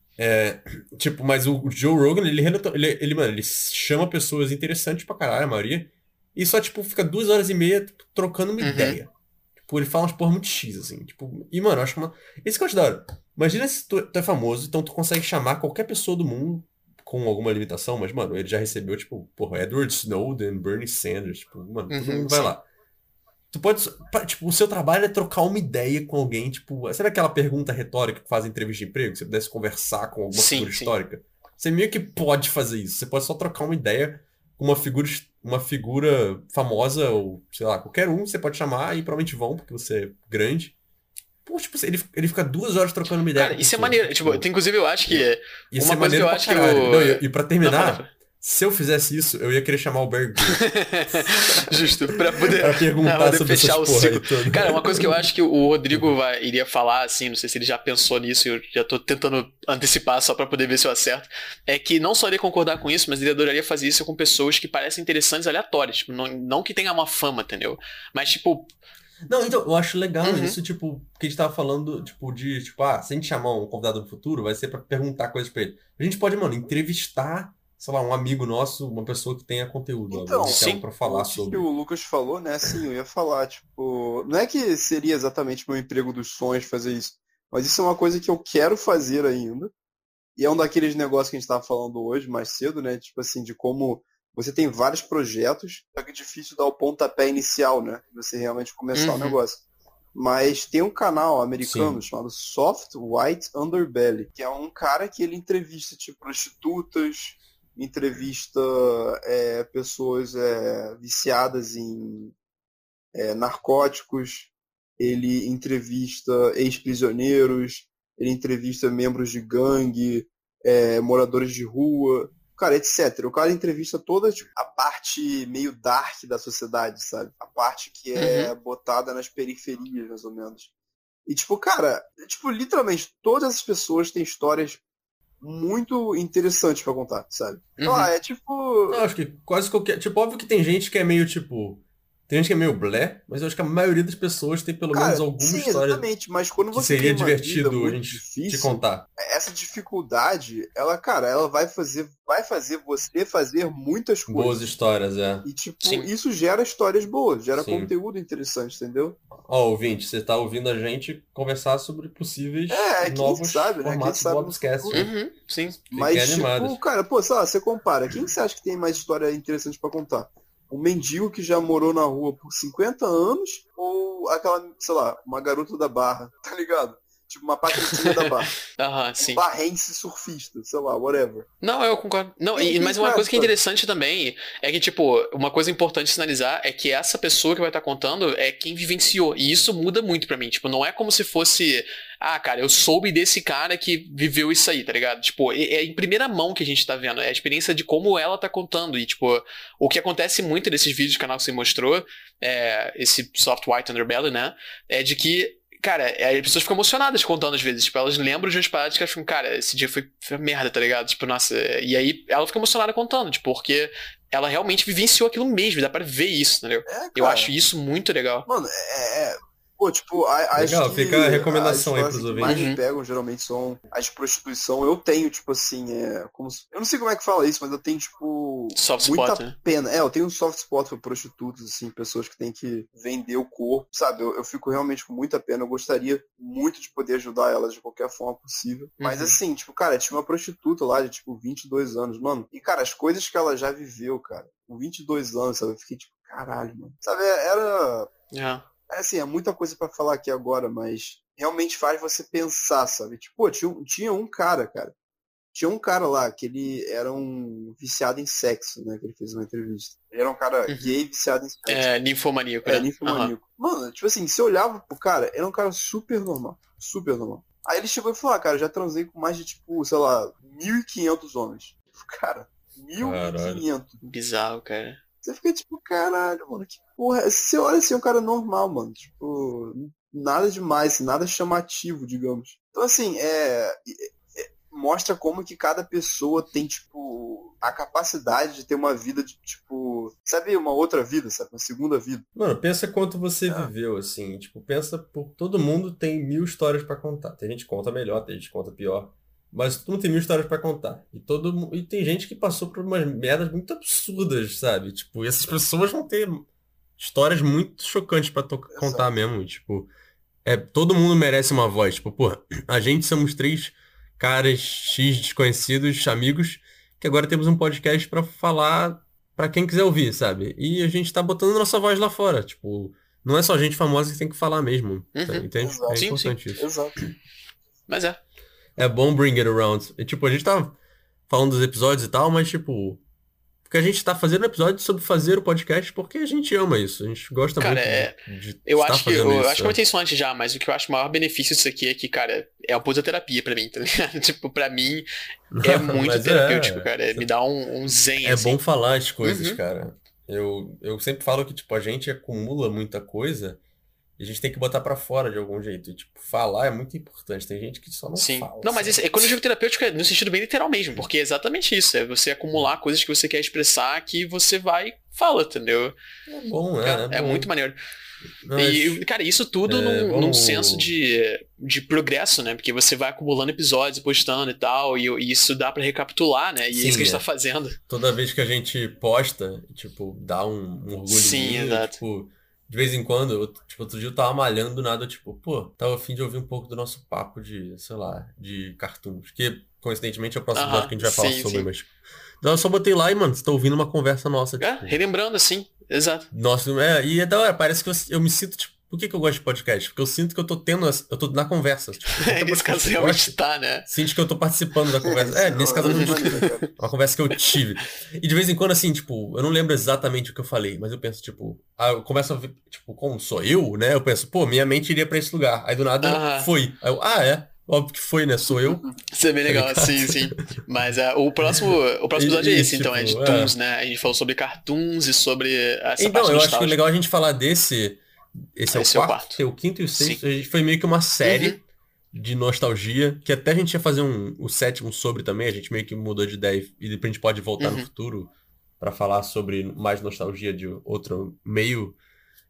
Speaker 1: É, tipo, mas o, o Joe Rogan, ele, relata- ele, ele, mano, ele chama pessoas interessantes pra caralho, a maioria, e só, tipo, fica duas horas e meia tipo, trocando uma
Speaker 2: Uhum.
Speaker 1: ideia. Tipo, ele fala umas porra muito X, assim, tipo, e, mano, eu acho uma... Esse que eu acho da hora. Imagina se tu, tu é famoso, então tu consegue chamar qualquer pessoa do mundo com alguma limitação, mas, mano, ele já recebeu, tipo, porra, Edward Snowden, Bernie Sanders, tipo, mano, todo
Speaker 2: Uhum,
Speaker 1: mundo vai
Speaker 2: sim.
Speaker 1: lá. Tu pode, pa- tipo, o seu trabalho é trocar uma ideia com alguém, tipo, sabe aquela pergunta retórica que faz em entrevista de emprego? Que você pudesse conversar com alguma
Speaker 2: Sim,
Speaker 1: figura
Speaker 2: sim.
Speaker 1: histórica? Você meio que pode fazer isso. Você pode só trocar uma ideia com uma figura, his- uma figura famosa, ou, sei lá, qualquer um, você pode chamar e provavelmente vão, porque você é grande. Pô, tipo, ele, ele fica duas horas trocando uma ideia
Speaker 2: Cara,
Speaker 1: com a
Speaker 2: isso é
Speaker 1: pessoa.
Speaker 2: maneiro. Tipo,
Speaker 1: Tipo,
Speaker 2: inclusive eu acho que
Speaker 1: ia
Speaker 2: uma
Speaker 1: ser
Speaker 2: coisa que
Speaker 1: maneiro
Speaker 2: eu
Speaker 1: pra
Speaker 2: acho que
Speaker 1: caralho.
Speaker 2: o...
Speaker 1: Não, e, e pra
Speaker 2: Não,
Speaker 1: terminar,
Speaker 2: fala.
Speaker 1: se eu fizesse isso, eu ia querer chamar o Bear Grylls
Speaker 2: Justo, pra poder,
Speaker 1: pra perguntar
Speaker 2: pra poder
Speaker 1: sobre
Speaker 2: fechar
Speaker 1: essas
Speaker 2: o
Speaker 1: porra aí
Speaker 2: ciclo.
Speaker 1: toda.
Speaker 2: Cara, uma coisa que eu acho que o Rodrigo vai, iria falar, assim, não sei se ele já pensou nisso, eu já tô tentando antecipar só pra poder ver se eu acerto, é que não só ele ia concordar com isso, mas ele adoraria fazer isso com pessoas que parecem interessantes aleatórias. Tipo, não, não que tenha uma fama, entendeu? Mas, tipo,
Speaker 1: Não, então, eu acho legal
Speaker 2: Uhum.
Speaker 1: isso, tipo, que a gente tava falando, tipo, de, tipo, ah, se a gente chamar um convidado no futuro, vai ser pra perguntar coisas pra ele. A gente pode, mano, entrevistar, sei lá, um amigo nosso, uma pessoa que tenha conteúdo,
Speaker 3: Então,
Speaker 1: alguém que tem
Speaker 2: sim.
Speaker 1: algo pra falar
Speaker 3: O que
Speaker 1: sobre.
Speaker 3: que o Lucas falou, né? Assim, eu ia falar, tipo, não é que seria exatamente meu emprego dos sonhos fazer isso, mas isso é uma coisa que eu quero fazer ainda. E é um daqueles negócios que a gente estava falando hoje, mais cedo, né? Tipo assim, de como você tem vários projetos, só que é difícil dar o pontapé inicial, né? Você realmente começar
Speaker 2: Uhum.
Speaker 3: o negócio. Mas tem um canal americano
Speaker 1: Sim.
Speaker 3: chamado Soft White Underbelly, que é um cara que ele entrevista tipo prostitutas, entrevista é, pessoas é, viciadas em é, narcóticos, ele entrevista ex-prisioneiros, ele entrevista membros de gangue, é, moradores de rua, cara, etcétera. O cara entrevista toda tipo, a parte meio dark da sociedade, sabe? A parte que é botada nas periferias, mais ou menos. E, tipo, cara, tipo, literalmente, todas essas pessoas têm histórias muito interessantes pra contar, sabe?
Speaker 2: Uhum.
Speaker 3: Ah, é tipo...
Speaker 1: Não, acho que quase qualquer. Tipo, óbvio que tem gente que é meio tipo. Tem gente que é meio blé, mas eu acho que a maioria das pessoas tem pelo
Speaker 3: Cara,
Speaker 1: menos alguma
Speaker 3: sim,
Speaker 1: história
Speaker 3: exatamente, mas quando
Speaker 1: que
Speaker 3: você
Speaker 1: seria
Speaker 3: tem uma vida
Speaker 1: divertido a
Speaker 3: muito
Speaker 1: gente te
Speaker 3: difícil,
Speaker 1: contar.
Speaker 3: essa dificuldade, ela, cara, ela vai fazer, vai fazer você fazer muitas
Speaker 1: Boas
Speaker 3: coisas.
Speaker 1: histórias, é.
Speaker 3: E, tipo,
Speaker 2: Sim.
Speaker 3: isso gera histórias boas, gera
Speaker 1: Sim.
Speaker 3: conteúdo interessante, entendeu?
Speaker 1: Ó, ouvinte, você tá ouvindo a gente conversar sobre possíveis
Speaker 3: É, quem
Speaker 1: novos
Speaker 3: sabe, né? Quem
Speaker 1: formatos de
Speaker 3: sabe no
Speaker 1: Blobscast.
Speaker 3: futuro.
Speaker 1: Né?
Speaker 2: Uhum, sim.
Speaker 3: Mas,
Speaker 1: Fiquem animados.
Speaker 3: tipo, cara, pô, sei lá, você compara. Quem você acha que tem mais história interessante pra contar? Um mendigo que já morou na rua por cinquenta anos ou aquela, sei lá, uma garota da Barra, tá ligado? Tipo, uma patricinha da Barra.
Speaker 2: Aham,
Speaker 3: Um
Speaker 2: sim.
Speaker 3: barrense surfista, sei lá, whatever.
Speaker 2: Não, eu concordo. Não,
Speaker 3: Quem-
Speaker 2: e,
Speaker 3: quem
Speaker 2: mas uma
Speaker 3: sabe,
Speaker 2: coisa que é
Speaker 3: sabe?
Speaker 2: interessante também é que, tipo, uma coisa importante de sinalizar é que essa pessoa que vai estar contando é quem vivenciou. E isso muda muito pra mim. Tipo, não é como se fosse, ah, cara, eu soube desse cara que viveu isso aí, tá ligado? Tipo, é, é em primeira mão que a gente tá vendo. É a experiência de como ela tá contando. E, tipo, o que acontece muito nesses vídeos do canal que você mostrou, é, esse Soft White Underbelly, né? É de que. Cara, as pessoas ficam emocionadas contando às vezes. Tipo, elas lembram de umas paradas que elas ficam, cara, esse dia foi, foi merda, tá ligado? Tipo, nossa. E aí ela fica emocionada contando, tipo, porque ela realmente vivenciou aquilo mesmo. Dá pra ver isso, entendeu?
Speaker 3: É, cara.
Speaker 2: Eu acho isso muito legal.
Speaker 3: Mano, é. é... Pô, tipo, a,
Speaker 1: Legal,
Speaker 3: acho que
Speaker 1: fica a recomendação
Speaker 3: as
Speaker 1: aí
Speaker 3: histórias
Speaker 1: pros
Speaker 3: que mais
Speaker 2: ouvintes.
Speaker 3: me pegam geralmente são as de prostituição. Eu tenho, tipo assim, é, como se- eu não sei como é que fala isso, mas eu tenho, tipo,
Speaker 2: Soft
Speaker 3: muita
Speaker 2: spot, né?
Speaker 3: pena. É, eu tenho um soft spot pra prostitutas, assim, pessoas que têm que vender o corpo, sabe? Eu, eu fico realmente com muita pena. Eu gostaria muito de poder ajudar elas de qualquer forma possível. Mas
Speaker 2: Uhum.
Speaker 3: assim, tipo, cara, tinha uma prostituta lá de, tipo, vinte e dois anos, mano. E, cara, as coisas que ela já viveu, cara, com vinte e dois anos, sabe? Eu fiquei, tipo, caralho, mano. Sabe, era...
Speaker 2: É.
Speaker 3: É assim, é muita coisa pra falar aqui agora, mas realmente faz você pensar, sabe? Tipo, pô, tinha, um- tinha um cara, cara. Tinha um cara lá que ele era um viciado em sexo, né? Que ele fez uma entrevista. Ele era um cara
Speaker 2: Uhum.
Speaker 3: gay viciado em sexo.
Speaker 2: É, ninfomaníaco,
Speaker 3: É,
Speaker 2: né? Aham.
Speaker 3: ninfomaníaco. Mano, tipo assim, você olhava pro cara, era um cara super normal. Super normal. Aí ele chegou e falou, ah, cara, já transei com mais de, tipo, sei lá, mil e quinhentos homens. Cara, mil e quinhentos.
Speaker 2: Bizarro, cara.
Speaker 3: Você fica tipo, caralho, mano, que porra. é- Você olha assim, é um cara normal, mano. Tipo, nada demais, assim, nada chamativo, digamos. Então, assim, é, é- é- mostra como que cada pessoa tem, tipo, a capacidade de ter uma vida de, tipo, sabe, uma outra vida, sabe? Uma segunda vida.
Speaker 1: Mano, pensa quanto você
Speaker 3: É.
Speaker 1: viveu, assim. Tipo, pensa por todo mundo tem mil histórias pra contar. Tem gente que conta melhor, tem gente que conta pior. Mas todo mundo tem mil histórias pra contar. E, todo, mu- e tem gente que passou por umas merdas muito absurdas, sabe? Tipo, e essas pessoas vão ter histórias muito chocantes pra to- contar mesmo. e, Tipo, é, todo mundo merece uma voz. Tipo, porra, a gente somos três caras X desconhecidos, amigos, que agora temos um podcast pra falar pra quem quiser ouvir, sabe? E a gente tá botando nossa voz lá fora. Tipo, não é só gente famosa que tem que falar mesmo.
Speaker 2: Uhum.
Speaker 1: Tá? Entende?
Speaker 3: Exato.
Speaker 1: É
Speaker 2: Sim,
Speaker 1: importante isso.
Speaker 3: Exato.
Speaker 2: Mas é.
Speaker 1: É bom bring it around. E, tipo, a gente tá falando dos episódios e tal, mas, tipo, porque a gente tá fazendo episódio sobre fazer o podcast porque a gente ama isso. A gente gosta
Speaker 2: Cara,
Speaker 1: muito
Speaker 2: é-
Speaker 1: de, de
Speaker 2: Eu
Speaker 1: estar
Speaker 2: acho que.
Speaker 1: fazendo
Speaker 2: Eu
Speaker 1: isso.
Speaker 2: acho que eu comentei isso antes já, mas o que eu acho o maior benefício disso aqui é que, cara, é uma puta terapia pra mim, tá ligado? Tipo, pra mim é muito
Speaker 1: Mas
Speaker 2: terapêutico,
Speaker 1: é,
Speaker 2: cara. É- Me dá um, um zen,
Speaker 1: É
Speaker 2: assim.
Speaker 1: bom falar as coisas,
Speaker 2: Uhum.
Speaker 1: cara. Eu, eu sempre falo que, tipo, a gente acumula muita coisa e a gente tem que botar pra fora de algum jeito. E, tipo, falar é muito importante. Tem gente que só não
Speaker 2: Sim.
Speaker 1: fala.
Speaker 2: Não, mas
Speaker 1: sabe?
Speaker 2: esse, é, quando eu digo terapêutico é no sentido bem literal mesmo, porque é exatamente isso. É você acumular coisas que você quer expressar que você vai e fala, entendeu?
Speaker 1: É bom,
Speaker 2: É,
Speaker 1: é,
Speaker 2: é
Speaker 1: bom.
Speaker 2: muito maneiro.
Speaker 1: Mas,
Speaker 2: E, cara, isso tudo
Speaker 1: é,
Speaker 2: num, num
Speaker 1: vamos-
Speaker 2: senso de, de progresso, né? Porque você vai acumulando episódios, postando e tal, e, e isso dá pra recapitular, né? E
Speaker 1: Sim,
Speaker 2: é isso que a gente
Speaker 1: é.
Speaker 2: tá fazendo.
Speaker 1: toda vez que a gente posta, tipo, dá um, um orgulho
Speaker 2: Sim, exato.
Speaker 1: tipo, de vez em quando, eu, tipo, outro dia eu tava malhando do nada, eu, tipo, pô, tava a fim de ouvir um pouco do nosso papo de, sei lá, de cartoons, que coincidentemente é o próximo
Speaker 2: Aham,
Speaker 1: episódio que a gente vai falar
Speaker 2: sim,
Speaker 1: sobre,
Speaker 2: sim.
Speaker 1: mas então eu só botei lá e, mano, você tá ouvindo uma conversa nossa,
Speaker 2: É,
Speaker 1: tipo,
Speaker 2: relembrando, assim, exato.
Speaker 1: nossa, é, e é da hora, parece que eu, eu me sinto, tipo, por que que eu gosto de podcast? Porque eu sinto que eu tô tendo, as- eu tô na conversa, tipo, qualquer
Speaker 2: Nesse
Speaker 1: podcast
Speaker 2: caso
Speaker 1: que eu
Speaker 2: realmente
Speaker 1: goste,
Speaker 2: tá, né?
Speaker 1: Sinto que eu tô participando da conversa. É, nesse caso,
Speaker 3: muito
Speaker 1: eu
Speaker 3: maneiro, cara.
Speaker 1: uma conversa que eu tive. E de vez em quando, assim, tipo, eu não lembro exatamente o que eu falei, mas eu penso, tipo, ah, eu começo a ver, tipo, como sou eu, né? Eu penso, pô, minha mente iria pra esse lugar. Aí do nada
Speaker 2: Aham.
Speaker 1: foi. Aí eu, ah, é? Óbvio que foi, né? Sou eu.
Speaker 2: Isso é bem
Speaker 1: Tá
Speaker 2: legal,
Speaker 1: ligado?
Speaker 2: sim, sim. Mas é, o próximo, o próximo
Speaker 1: E-
Speaker 2: episódio é
Speaker 1: e,
Speaker 2: esse, então, é de
Speaker 1: tipo, é.
Speaker 2: Toons, né? A gente falou sobre cartoons e sobre essa
Speaker 1: Então,
Speaker 2: parte
Speaker 1: eu acho que o
Speaker 2: nostálgica.
Speaker 1: legal é a gente falar desse. Esse é o
Speaker 2: Esse é o
Speaker 1: quarto,
Speaker 2: quarto.
Speaker 1: tem o quinto e o sexto.
Speaker 2: Sim.
Speaker 1: A gente foi meio que uma série
Speaker 2: Uhum.
Speaker 1: de nostalgia, que até a gente ia fazer um, o sétimo sobre também, a gente meio que mudou de ideia e depois a gente pode voltar
Speaker 2: Uhum.
Speaker 1: no futuro pra falar sobre mais nostalgia de outro meio.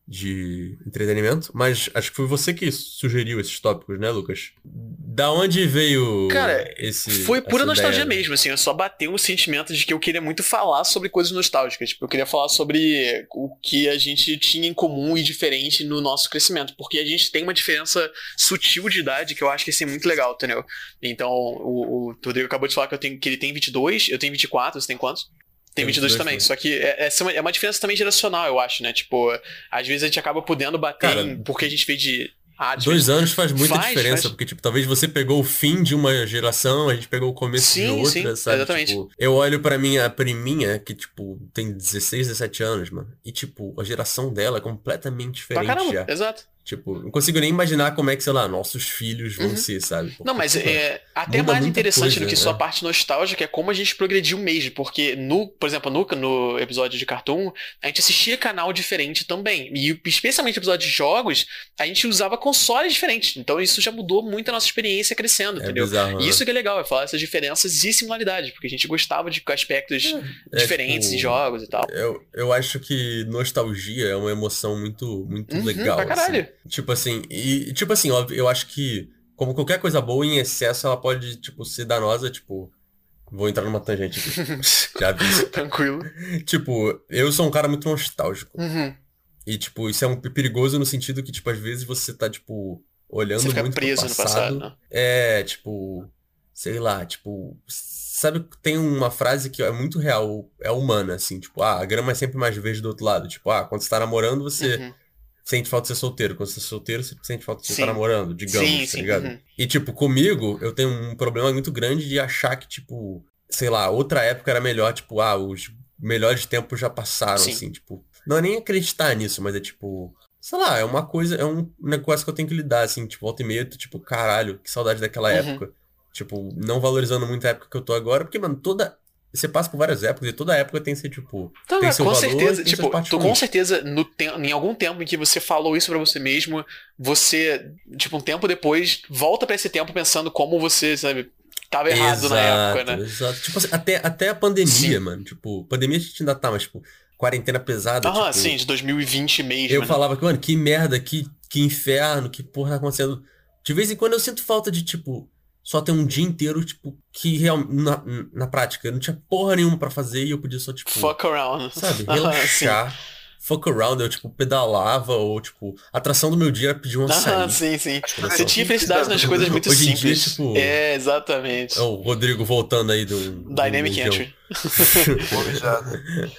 Speaker 1: de entretenimento, mas acho que foi você que sugeriu esses tópicos, né, Lucas? Da onde veio
Speaker 2: Cara,
Speaker 1: esse
Speaker 2: foi pura
Speaker 1: essa
Speaker 2: nostalgia
Speaker 1: ideia?
Speaker 2: mesmo, assim, eu só bateu o sentimento de que eu queria muito falar sobre coisas nostálgicas, tipo, eu queria falar sobre o que a gente tinha em comum e diferente no nosso crescimento, porque a gente tem uma diferença sutil de idade que eu acho que ia ser muito legal, entendeu? Então, o, o Rodrigo acabou de falar que, eu tenho, que ele tem vinte e dois, eu tenho vinte e quatro, você tem quantos? Tem
Speaker 1: Tem
Speaker 2: vinte e dois
Speaker 1: vinte e dois
Speaker 2: também,
Speaker 1: também.
Speaker 2: só que é, essa é uma- é uma diferença também geracional, eu acho, né? Tipo, às vezes a gente acaba podendo bater
Speaker 1: Cara,
Speaker 2: em, porque a gente veio de... Ah,
Speaker 1: Dois anos faz muita
Speaker 2: Faz,
Speaker 1: diferença,
Speaker 2: faz.
Speaker 1: porque, tipo, talvez você pegou o fim de uma geração, a gente pegou o começo de
Speaker 2: Sim,
Speaker 1: outra,
Speaker 2: sim,
Speaker 1: sabe?
Speaker 2: exatamente.
Speaker 1: Tipo, eu olho pra minha priminha, que, tipo, tem dezesseis, dezessete anos, mano, e, tipo, a geração dela é completamente
Speaker 2: Pra
Speaker 1: diferente
Speaker 2: caramba,
Speaker 1: já.
Speaker 2: exato.
Speaker 1: Tipo, não consigo nem imaginar como é que, sei lá, nossos filhos vão
Speaker 2: Uhum.
Speaker 1: ser, sabe? Porque,
Speaker 2: Não, mas
Speaker 1: porra,
Speaker 2: é até
Speaker 1: muda
Speaker 2: mais
Speaker 1: muita
Speaker 2: interessante
Speaker 1: coisa,
Speaker 2: do que só a
Speaker 1: né?
Speaker 2: parte nostálgica é como a gente progrediu mesmo, porque no, por exemplo, no, no episódio de Cartoon, a gente assistia canal diferente também, e especialmente no episódio de jogos, a gente usava consoles diferentes, então isso já mudou muito a nossa experiência crescendo,
Speaker 1: É
Speaker 2: entendeu?
Speaker 1: bizarro,
Speaker 2: E
Speaker 1: né?
Speaker 2: isso que é legal, é falar essas diferenças e similaridades, porque a gente gostava de aspectos
Speaker 1: É,
Speaker 2: diferentes em
Speaker 1: tipo,
Speaker 2: jogos e tal.
Speaker 1: eu, eu acho que nostalgia é uma emoção muito, muito
Speaker 2: Uhum, pra
Speaker 1: legal, assim.
Speaker 2: caralho.
Speaker 1: Tipo assim, e tipo assim, óbvio, eu acho que, como qualquer coisa boa, em excesso ela pode, tipo, ser danosa, tipo, vou entrar numa tangente aqui. Já aviso.
Speaker 2: Tranquilo.
Speaker 1: Tipo, eu sou um cara muito nostálgico.
Speaker 2: Uhum.
Speaker 1: E, tipo, isso é um perigoso no sentido que, tipo, às vezes você tá, tipo,
Speaker 2: Você
Speaker 1: olhando
Speaker 2: fica
Speaker 1: muito pro
Speaker 2: preso no passado,
Speaker 1: passado.
Speaker 2: né?
Speaker 1: É, tipo, sei lá, tipo, sabe, que tem uma frase que é muito real, é humana, assim, tipo, ah, a grama é sempre mais verde do outro lado. Tipo, ah, quando você tá namorando, você
Speaker 2: Uhum.
Speaker 1: sente falta de ser solteiro. Quando você é solteiro, você sente falta de estar
Speaker 2: Sim.
Speaker 1: namorando,
Speaker 2: Sim,
Speaker 1: digamos, tá
Speaker 2: sim.
Speaker 1: ligado?
Speaker 2: Uhum.
Speaker 1: E, tipo, comigo, eu tenho um problema muito grande de achar que, tipo, sei lá, outra época era melhor, tipo, ah, os melhores tempos já passaram,
Speaker 2: Sim.
Speaker 1: assim, tipo. Não é nem acreditar nisso, mas é tipo. Sei lá, é uma coisa, é um negócio que eu tenho que lidar, assim, tipo, volta e meia, eu tô, tipo, caralho, que saudade daquela
Speaker 2: Uhum.
Speaker 1: época. Tipo, não valorizando muito a época que eu tô agora, porque, mano, toda. Você passa por várias épocas e toda época tem seu, tipo,
Speaker 2: Então,
Speaker 1: tem
Speaker 2: é,
Speaker 1: seu
Speaker 2: com
Speaker 1: valor e
Speaker 2: certeza,
Speaker 1: tem suas
Speaker 2: tipo,
Speaker 1: partes
Speaker 2: tu com
Speaker 1: ruins.
Speaker 2: certeza, no te em algum tempo em que você falou isso pra você mesmo, você, tipo, um tempo depois, volta pra esse tempo pensando como você, sabe, tava errado na época,
Speaker 1: Exato,
Speaker 2: né?
Speaker 1: exato. Tipo assim, até, até a pandemia,
Speaker 2: Sim.
Speaker 1: mano. Tipo, pandemia a gente ainda tá, mas, tipo, quarentena pesada,
Speaker 2: Aham, sim,
Speaker 1: tipo.
Speaker 2: de dois mil e vinte
Speaker 1: Eu
Speaker 2: mesmo, né?
Speaker 1: falava que, mano, que merda, que, que inferno, que porra tá acontecendo. De vez em quando eu sinto falta de, tipo, só ter um dia inteiro, tipo, que real, na, na prática, eu não tinha porra nenhuma pra fazer e eu podia só, tipo,
Speaker 2: Fuck around.
Speaker 1: sabe,
Speaker 2: Aham, sim.
Speaker 1: relaxar, fuck around, eu, tipo, pedalava, ou, tipo, a atração do meu dia era pedir um
Speaker 2: Aham,
Speaker 1: açaí.
Speaker 2: sim, sim.
Speaker 1: Tem
Speaker 2: Você
Speaker 1: noção?
Speaker 2: tinha felicidade nas coisas muito
Speaker 1: Hoje em dia,
Speaker 2: simples.
Speaker 1: tipo,
Speaker 2: É,
Speaker 1: é
Speaker 2: exatamente.
Speaker 1: o Rodrigo voltando aí de um, de um
Speaker 2: Dynamic
Speaker 1: mijão.
Speaker 2: Entry.
Speaker 3: Boa mijada.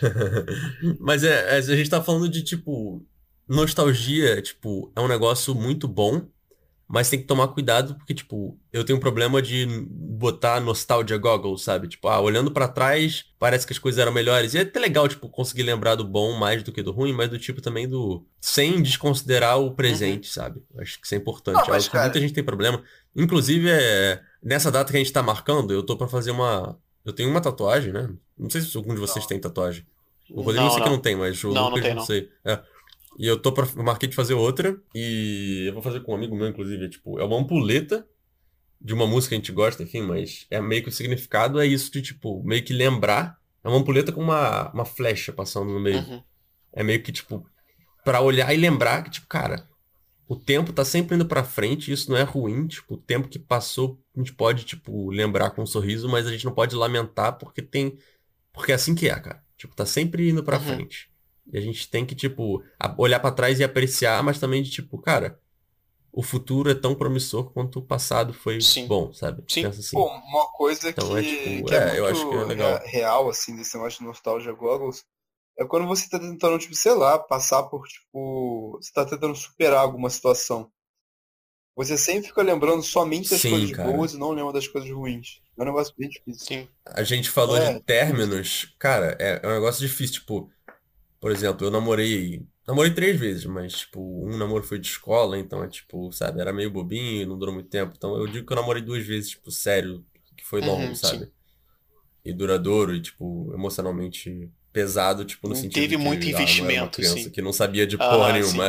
Speaker 1: Mas é, é, a gente tá falando de, tipo, nostalgia, tipo, é um negócio muito bom, mas tem que tomar cuidado porque, tipo, eu tenho um problema de botar nostalgia goggles, sabe? Tipo, ah, olhando pra trás, parece que as coisas eram melhores. E é até legal, tipo, conseguir lembrar do bom mais do que do ruim, mas do tipo também do... Sem desconsiderar o
Speaker 2: Uhum.
Speaker 1: presente, sabe? Acho que isso é
Speaker 3: Não,
Speaker 1: importante. É
Speaker 3: mas,
Speaker 1: algo que muita
Speaker 3: cara,
Speaker 1: gente tem problema. Inclusive, é... nessa data que a gente tá marcando, eu tô pra fazer uma... Eu tenho uma tatuagem, né? Não sei se algum de vocês
Speaker 3: não.
Speaker 1: tem tatuagem. O Rodrigo eu
Speaker 2: Não,
Speaker 1: sei que não
Speaker 2: não.
Speaker 1: tem, mas o
Speaker 2: Não, não
Speaker 1: Lucas
Speaker 2: tem,
Speaker 1: não
Speaker 2: não.
Speaker 1: sei. É. E eu tô pra... eu marquei de fazer outra. E eu vou fazer com um amigo meu, inclusive. É, tipo, é uma ampulheta de uma música que a gente gosta, enfim, mas é meio que o significado é isso de, tipo, meio que lembrar. É uma ampuleta com uma, uma flecha passando no meio.
Speaker 2: Uhum.
Speaker 1: É meio que, tipo, pra olhar e lembrar que, tipo, cara, o tempo tá sempre indo pra frente, e isso não é ruim. Tipo, o tempo que passou, a gente pode, tipo, lembrar com um sorriso, mas a gente não pode lamentar porque tem. Porque é assim que é, cara. Tipo, tá sempre indo pra
Speaker 2: Uhum.
Speaker 1: frente. E a gente tem que, tipo, a- olhar pra trás e apreciar, mas também de, tipo, cara, o futuro é tão promissor quanto o passado foi
Speaker 2: Sim.
Speaker 1: bom, sabe?
Speaker 2: Sim.
Speaker 1: Pensa assim.
Speaker 3: Pô, uma coisa
Speaker 1: Então é
Speaker 3: que,
Speaker 1: tipo,
Speaker 3: que é
Speaker 1: é, eu acho que é
Speaker 3: muito rea-
Speaker 1: legal.
Speaker 3: real, assim, desse negócio de nostalgia goggles, é quando você tá tentando, tipo, sei lá, passar por, tipo, você tá tentando superar alguma situação. Você sempre fica lembrando somente das
Speaker 1: Sim,
Speaker 3: coisas
Speaker 1: cara.
Speaker 3: boas e não lembra das coisas ruins. É um negócio bem difícil.
Speaker 2: Sim.
Speaker 1: A gente falou de
Speaker 3: É, tipo isso.
Speaker 1: términos, cara, é, é um negócio difícil, tipo, por exemplo, eu namorei, namorei três vezes, mas, tipo, um namoro foi de escola, então é tipo, sabe, era meio bobinho, não durou muito tempo, então eu digo que eu namorei duas vezes, tipo, sério, que foi longo,
Speaker 2: Uhum, sim.
Speaker 1: sabe? E duradouro e, tipo, emocionalmente pesado, tipo, no
Speaker 2: Não
Speaker 1: sentido
Speaker 2: teve
Speaker 1: de
Speaker 2: muito
Speaker 1: que, ah, não era uma
Speaker 2: investimento,
Speaker 1: criança
Speaker 2: sim.
Speaker 1: que não sabia de porra
Speaker 2: Aham,
Speaker 1: nenhuma.
Speaker 2: sim.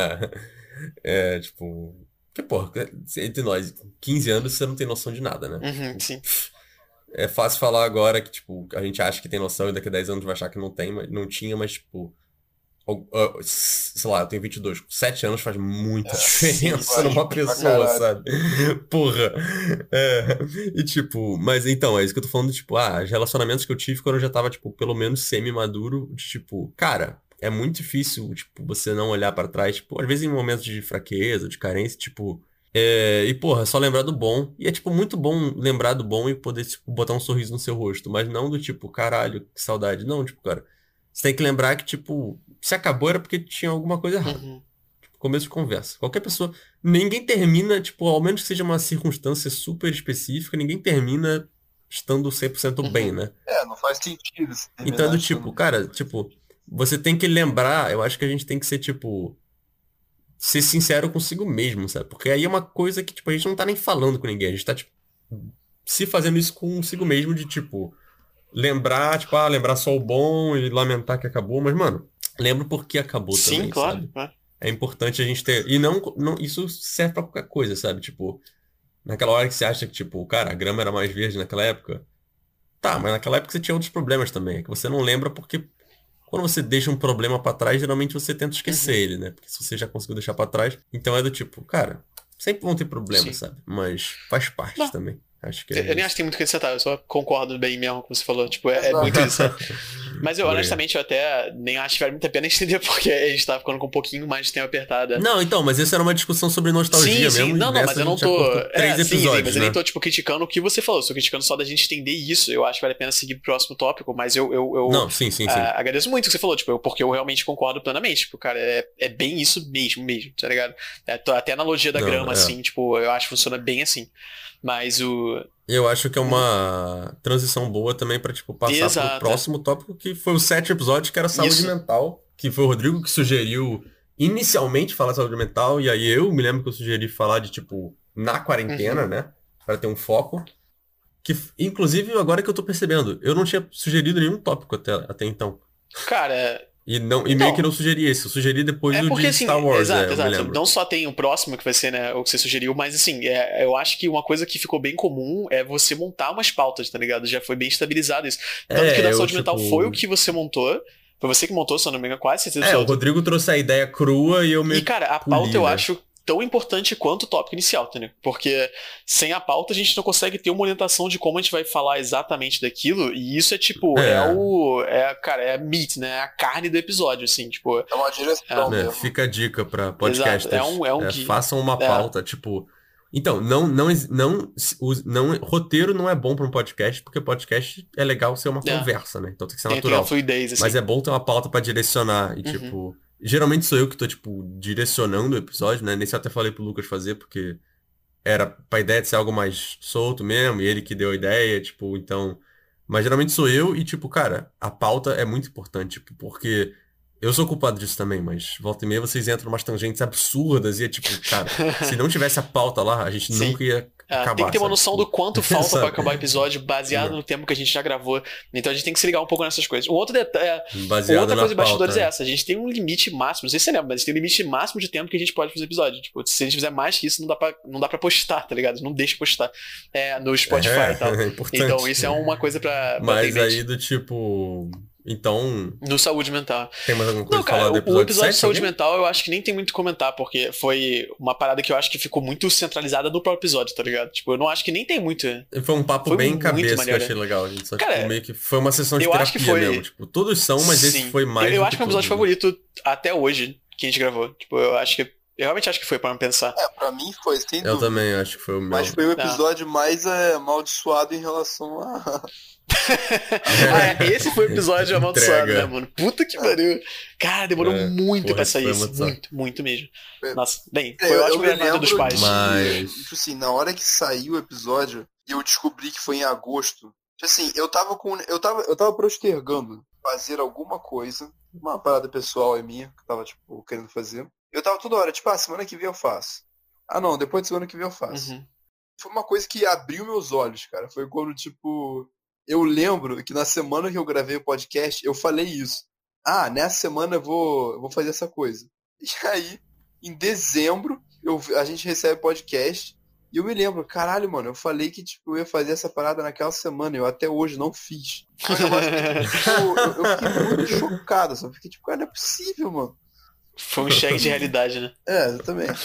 Speaker 1: É, é, tipo, que porra, entre nós, quinze anos você não tem noção de nada, né?
Speaker 2: Uhum,
Speaker 1: Tipo,
Speaker 2: sim.
Speaker 1: é fácil falar agora que, tipo, a gente acha que tem noção e daqui a dez anos vai achar que não tem, mas não tinha, mas, tipo, sei lá, eu tenho vinte e dois, sete anos faz muita
Speaker 3: É, sim,
Speaker 1: diferença
Speaker 3: faz
Speaker 1: numa
Speaker 3: pra
Speaker 1: pessoa,
Speaker 3: caralho.
Speaker 1: sabe? Porra. É, e tipo, mas então, é isso que eu tô falando, tipo, ah, os relacionamentos que eu tive quando eu já tava, tipo, pelo menos semi-maduro, de, tipo, cara, é muito difícil, tipo, você não olhar pra trás, tipo, às vezes em momentos de fraqueza, de carência, tipo, é, e porra, só lembrar do bom. E é, tipo, muito bom lembrar do bom e poder, tipo, botar um sorriso no seu rosto, mas não do tipo, caralho, que saudade. Não, tipo, cara, você tem que lembrar que, tipo, se acabou era porque tinha alguma coisa errada.
Speaker 2: Uhum.
Speaker 1: Começo de conversa. Qualquer pessoa. Ninguém termina, tipo, ao menos que seja uma circunstância super específica, ninguém termina estando cem por cento bem,
Speaker 2: Uhum.
Speaker 1: né?
Speaker 3: É, não faz sentido se
Speaker 1: Então é
Speaker 3: terminar
Speaker 1: do tipo,
Speaker 3: achando.
Speaker 1: cara, tipo, você tem que lembrar, eu acho que a gente tem que ser, tipo, ser sincero consigo mesmo, sabe? Porque aí é uma coisa que, tipo, a gente não tá nem falando com ninguém, a gente tá, tipo, se fazendo isso consigo mesmo de, tipo, lembrar, tipo, ah, lembrar só o bom e lamentar que acabou, mas, mano, lembra por que acabou
Speaker 2: Sim,
Speaker 1: também,
Speaker 2: claro.
Speaker 1: sabe?
Speaker 2: Claro.
Speaker 1: É importante a gente ter. E não, não, isso serve pra qualquer coisa, sabe? Tipo, naquela hora que você acha que, tipo, cara, a grama era mais verde naquela época. Tá, mas naquela época você tinha outros problemas também. É que você não lembra porque quando você deixa um problema pra trás, geralmente você tenta esquecer
Speaker 2: Uhum.
Speaker 1: ele, né? Porque se você já conseguiu deixar pra trás. Então é do tipo, cara, sempre vão ter problemas,
Speaker 2: Sim.
Speaker 1: sabe? Mas faz parte
Speaker 2: Não,
Speaker 1: também. Acho que
Speaker 2: eu
Speaker 1: é
Speaker 2: eu nem acho que
Speaker 1: isso.
Speaker 2: tem muito o que acrescentar, eu só concordo bem mesmo com o que você falou. Tipo, é, é muito
Speaker 3: Exato.
Speaker 2: isso, sabe? Mas eu,
Speaker 1: Obrigado.
Speaker 2: honestamente, eu até nem acho que vale muito a pena estender, porque a gente tá ficando com um pouquinho mais de tempo apertado. né?
Speaker 1: Não, então, mas essa era uma discussão sobre
Speaker 2: Sim,
Speaker 1: nostalgia
Speaker 2: sim.
Speaker 1: mesmo, e
Speaker 2: Não, não, mas
Speaker 1: nessa a
Speaker 2: eu não
Speaker 1: gente já
Speaker 2: tô.
Speaker 1: cortou
Speaker 2: É,
Speaker 1: três
Speaker 2: sim, sim, mas
Speaker 1: episódios,
Speaker 2: eu nem
Speaker 1: né?
Speaker 2: tô, tipo, criticando o que você falou. Estou criticando só da gente entender isso. Eu acho que vale a pena seguir pro próximo tópico, mas eu, eu, eu
Speaker 1: Não, sim, sim, sim.
Speaker 2: ah, agradeço muito o que você falou, tipo, eu- porque eu realmente concordo plenamente. Tipo, cara, é, é bem isso mesmo, mesmo, tá ligado? É, tô- até a analogia da
Speaker 1: Não,
Speaker 2: grama,
Speaker 1: é.
Speaker 2: assim, tipo, eu acho que funciona bem assim. Mas o.
Speaker 1: Eu acho que é
Speaker 2: o-
Speaker 1: uma transição boa também pra, tipo, passar pro
Speaker 2: Exato. é.
Speaker 1: próximo tópico, que foi o sétimo episódio, que era saúde
Speaker 2: Isso.
Speaker 1: mental, que foi o Rodrigo que sugeriu inicialmente falar de saúde mental, e aí eu me lembro que eu sugeri falar de, tipo, na quarentena,
Speaker 2: Uhum.
Speaker 1: né? Pra ter um foco. Que, inclusive, agora que eu tô percebendo, eu não tinha sugerido nenhum tópico até, até então.
Speaker 2: Cara,
Speaker 1: E, não, e meio que
Speaker 2: então.
Speaker 1: não sugeri esse, eu sugeri depois
Speaker 2: É
Speaker 1: o
Speaker 2: porque
Speaker 1: de
Speaker 2: assim,
Speaker 1: Star Wars, é,
Speaker 2: exato,
Speaker 1: eu me
Speaker 2: exato.
Speaker 1: lembro.
Speaker 2: Não só tem o próximo que vai ser, né, o que você sugeriu, mas assim, é, eu acho que uma coisa que ficou bem comum é você montar umas pautas, tá ligado? Já foi bem estabilizado isso. Tanto que o
Speaker 1: É,
Speaker 2: da
Speaker 1: eu,
Speaker 2: saúde mental foi o
Speaker 1: tipo.
Speaker 2: que você montou. Foi você que montou, se eu não me engano, quase certeza
Speaker 1: É, o
Speaker 2: absoluta.
Speaker 1: Rodrigo trouxe a ideia crua e eu
Speaker 2: E,
Speaker 1: meio que
Speaker 2: cara, a pauta
Speaker 1: poli,
Speaker 2: eu
Speaker 1: né?
Speaker 2: acho tão importante quanto o tópico inicial, entendeu? Porque sem a pauta a gente não consegue ter uma orientação de como a gente vai falar exatamente daquilo, e isso é tipo, é
Speaker 1: É.
Speaker 2: o. É, cara, é a meat, né? É a carne do episódio, assim, tipo.
Speaker 3: É uma direção
Speaker 1: É,
Speaker 3: mesmo.
Speaker 1: fica a dica para
Speaker 2: Exato, é
Speaker 1: podcasters.
Speaker 2: um, é um
Speaker 1: É,
Speaker 2: guia.
Speaker 1: façam uma
Speaker 2: É,
Speaker 1: pauta, tipo. Então, não, não, ex- não, se- os- não, roteiro não é bom para um podcast, porque podcast é legal ser uma
Speaker 2: é.
Speaker 1: conversa, né? Então tem que ser
Speaker 2: Tem, tem uma
Speaker 1: natural.
Speaker 2: fluidez,
Speaker 1: Mas
Speaker 2: assim.
Speaker 1: é bom ter uma pauta para direcionar. E,
Speaker 2: Uhum.
Speaker 1: tipo, geralmente sou eu que tô, tipo, direcionando o episódio, né? Nesse eu até falei pro Lucas fazer, porque era pra ideia de ser algo mais solto mesmo, e ele que deu a ideia, tipo, então. Mas geralmente sou eu e, tipo, cara, a pauta é muito importante, tipo, porque eu sou culpado disso também, mas volta e meia vocês entram umas tangentes absurdas e é tipo, cara, se não tivesse a pauta lá, a gente
Speaker 2: Sim.
Speaker 1: nunca ia
Speaker 2: Ah, tem que
Speaker 1: acabar,
Speaker 2: ter uma
Speaker 1: sabe?
Speaker 2: noção do
Speaker 1: Tipo,
Speaker 2: quanto falta pra
Speaker 1: sabe?
Speaker 2: acabar o episódio baseado
Speaker 1: Não.
Speaker 2: no tempo que a gente já gravou. Então a gente tem que se ligar um pouco nessas coisas. Um outro detalhe, é,
Speaker 1: Baseado
Speaker 2: outra
Speaker 1: na
Speaker 2: coisa de bastidores é
Speaker 1: pauta.
Speaker 2: essa. A gente tem um limite máximo, não sei se você lembra, mas a gente tem um limite máximo de tempo que a gente pode fazer episódio. Tipo, se a gente fizer mais que isso, não dá pra, não dá pra postar, tá ligado? Não deixa postar é, no Spotify e tal.
Speaker 1: É, é
Speaker 2: Então
Speaker 1: importante.
Speaker 2: isso é uma coisa pra, pra ter em
Speaker 1: Mas aí
Speaker 2: mente.
Speaker 1: do tipo. Então,
Speaker 2: No saúde mental.
Speaker 1: tem mais alguma
Speaker 2: Não,
Speaker 1: coisa pra falar
Speaker 2: cara,
Speaker 1: do
Speaker 2: o, o
Speaker 1: episódio
Speaker 2: episódio de
Speaker 1: sete
Speaker 2: saúde
Speaker 1: alguém?
Speaker 2: mental eu acho que nem tem muito o que comentar, porque foi uma parada que eu acho que ficou muito centralizada no próprio episódio, tá ligado? Tipo, eu não acho que nem tem muito.
Speaker 1: Foi um papo
Speaker 2: Foi
Speaker 1: bem
Speaker 2: muito
Speaker 1: cabeça que eu
Speaker 2: maneiro.
Speaker 1: achei legal. A gente só, tipo,
Speaker 2: Cara,
Speaker 1: meio que foi uma sessão de
Speaker 2: eu acho que
Speaker 1: terapia mesmo.
Speaker 2: foi.
Speaker 1: Tipo, todos são, mas esse
Speaker 2: Sim.
Speaker 1: foi
Speaker 2: Eu,
Speaker 1: mais
Speaker 2: eu
Speaker 1: do
Speaker 2: acho
Speaker 1: que
Speaker 2: que é o meu episódio
Speaker 1: todos, né?
Speaker 2: favorito até hoje que a gente gravou. Tipo, eu acho que. Eu realmente acho que foi pra pensar.
Speaker 3: É, pra mim foi, sem
Speaker 1: Eu
Speaker 3: dúvida.
Speaker 1: também acho que foi o
Speaker 3: Mas
Speaker 1: meu.
Speaker 3: foi o
Speaker 2: Ah.
Speaker 3: episódio mais é, amaldiçoado em relação a.
Speaker 2: ah, é, esse foi o episódio amaldiçoado,
Speaker 1: Entrega.
Speaker 2: né, mano? Puta que pariu. Cara, demorou
Speaker 1: É,
Speaker 2: muito
Speaker 1: porra,
Speaker 2: pra
Speaker 1: esse
Speaker 2: sair
Speaker 1: foi
Speaker 2: isso.
Speaker 1: amaldiçoado.
Speaker 2: Muito, muito mesmo.
Speaker 3: É,
Speaker 2: Nossa, bem,
Speaker 3: É,
Speaker 2: foi
Speaker 3: eu,
Speaker 2: ótimo
Speaker 3: eu me
Speaker 2: gravar no Dia dos
Speaker 3: lembro
Speaker 2: Pais.
Speaker 1: Mas-
Speaker 3: de, tipo assim, na hora que saiu o episódio e eu descobri que foi em agosto, tipo assim, eu tava com, eu tava, eu tava postergando fazer alguma coisa, uma parada pessoal é minha, que eu tava, tipo, querendo fazer. Eu tava toda hora, tipo, ah, semana que vem eu faço. Ah, não, depois de semana que vem eu faço.
Speaker 2: Uhum.
Speaker 3: Foi uma coisa que abriu meus olhos, cara. Foi quando, tipo, eu lembro que na semana que eu gravei o podcast, eu falei isso. Ah, nessa semana eu vou, eu vou fazer essa coisa. E aí, em dezembro, eu, a gente recebe o podcast. E eu me lembro, caralho, mano, eu falei que, tipo, eu ia fazer essa parada naquela semana, eu até hoje não fiz. eu, eu, eu fiquei muito chocado, sabe? Fiquei tipo, cara, não é possível, mano.
Speaker 2: Foi um cheque de realidade, né?
Speaker 3: É, exatamente.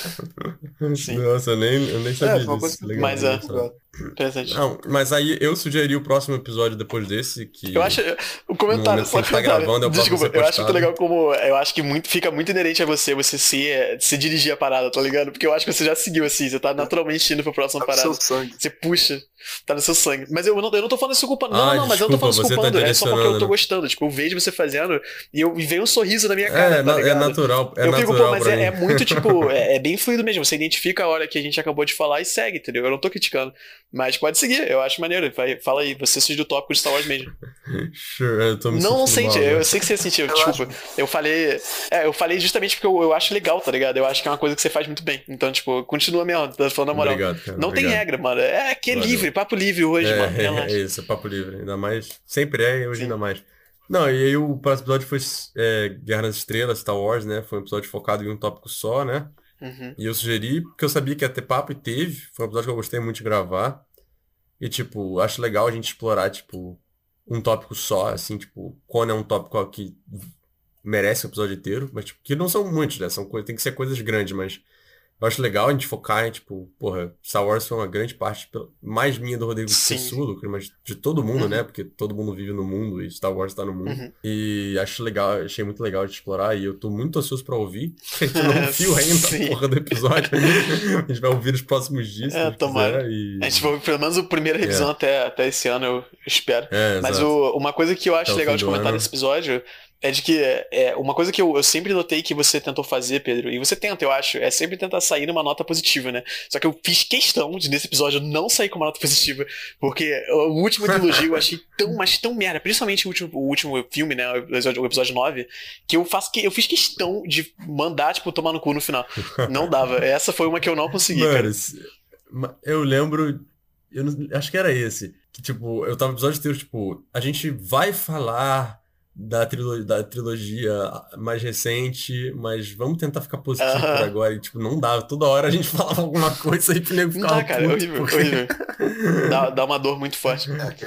Speaker 1: Sim. Nossa, eu nem, eu nem sabia
Speaker 3: é, foi uma
Speaker 1: disso.
Speaker 3: coisa
Speaker 2: legal, mas é. Presente.
Speaker 1: Não, mas aí eu sugeri o próximo episódio depois desse, que...
Speaker 2: Eu acho... O comentário, só
Speaker 1: tá gravando,
Speaker 2: desculpa, eu acho muito legal como... Eu acho que muito, fica muito inerente a você, você se, se dirigir a parada, tá ligado? Porque eu acho que você já seguiu assim, você tá naturalmente indo pro próximo
Speaker 3: tá
Speaker 2: parada.
Speaker 3: No seu sangue.
Speaker 2: Você puxa, tá no seu sangue. Mas eu não, eu não tô falando isso culpando. Não,
Speaker 1: ah,
Speaker 2: não, mas eu não tô falando isso culpando.
Speaker 1: Tá
Speaker 2: é só porque eu tô gostando. Tipo, eu vejo você fazendo e eu e vem um sorriso na minha cara.
Speaker 1: É,
Speaker 2: tá
Speaker 1: é natural, é
Speaker 2: eu
Speaker 1: natural.
Speaker 2: Fico, pô, mas é, é muito, tipo, é, é bem fluido mesmo. Você identifica a hora que a gente acabou de falar e segue, entendeu? Eu não tô criticando. Mas pode seguir, eu acho maneiro. Vai, fala aí, você surge do tópico de Star Wars mesmo.
Speaker 1: Sure, eu tô me
Speaker 2: Não, não
Speaker 1: sente,
Speaker 2: eu, eu sei que você sentiu, eu desculpa. Acho... Eu falei. É, eu falei justamente porque eu, eu acho legal, tá ligado? Eu acho que é uma coisa que você faz muito bem. Então, tipo, continua mesmo, tá falando na moral.
Speaker 1: Obrigado, cara,
Speaker 2: não
Speaker 1: obrigado.
Speaker 2: tem regra, mano. É que é
Speaker 1: Valeu.
Speaker 2: livre, papo livre hoje,
Speaker 1: é,
Speaker 2: mano.
Speaker 1: É, é isso, é papo livre. Ainda mais. Sempre é, e hoje Sim. ainda mais. Não, e aí o próximo episódio foi é, Guerra nas Estrelas, Star Wars, né? Foi um episódio focado em um tópico só, né?
Speaker 2: Uhum.
Speaker 1: E eu sugeri, porque eu sabia que ia ter papo e teve. Foi um episódio que eu gostei muito de gravar. E, tipo, acho legal a gente explorar, tipo, um tópico só, assim, tipo, quando é um tópico que merece o episódio inteiro, mas, tipo, que não são muitos, né? São coisas, tem que ser coisas grandes, mas eu acho legal a gente focar em, tipo, porra, Star Wars foi uma grande parte, mais minha do Rodrigo Tessudo, mas de todo mundo, uhum. né? Porque todo mundo vive no mundo e Star Wars tá no mundo. Uhum. E acho legal, achei muito legal de explorar e eu tô muito ansioso pra ouvir. A gente não ouviu ainda a porra do episódio. A gente vai ouvir nos próximos dias,
Speaker 2: é,
Speaker 1: se quiser.
Speaker 2: E... A gente vai ouvir pelo menos a primeira revisão é. até, até esse ano, eu espero.
Speaker 1: É,
Speaker 2: mas o, uma coisa que eu acho
Speaker 1: até
Speaker 2: legal de comentar ano. nesse episódio... É de que, é, uma coisa que eu, eu sempre notei que você tentou fazer, Pedro, e você tenta, eu acho, é sempre tentar sair numa nota positiva, né? Só que eu fiz questão de, nesse episódio, não sair com uma nota positiva, porque o último trilogia eu achei tão, mas tão merda, principalmente o último, o último filme, né, o episódio, o episódio nove, que eu, faço, que eu fiz questão de mandar, tipo, tomar no cu no final. Não dava. Essa foi uma que eu não consegui,
Speaker 1: Mano,
Speaker 2: cara.
Speaker 1: Eu lembro, eu não, acho que era esse, que, tipo, eu tava no episódio inteiro, tipo, a gente vai falar... Da trilogia, da trilogia mais recente, mas vamos tentar ficar positivo uh-huh. por agora. E, tipo, não dá. Toda hora a gente falava alguma coisa e o nego ficava
Speaker 2: Não dá, cara.
Speaker 1: puto,
Speaker 2: Horrível,
Speaker 1: porque...
Speaker 2: horrível. Dá, dá uma dor muito forte.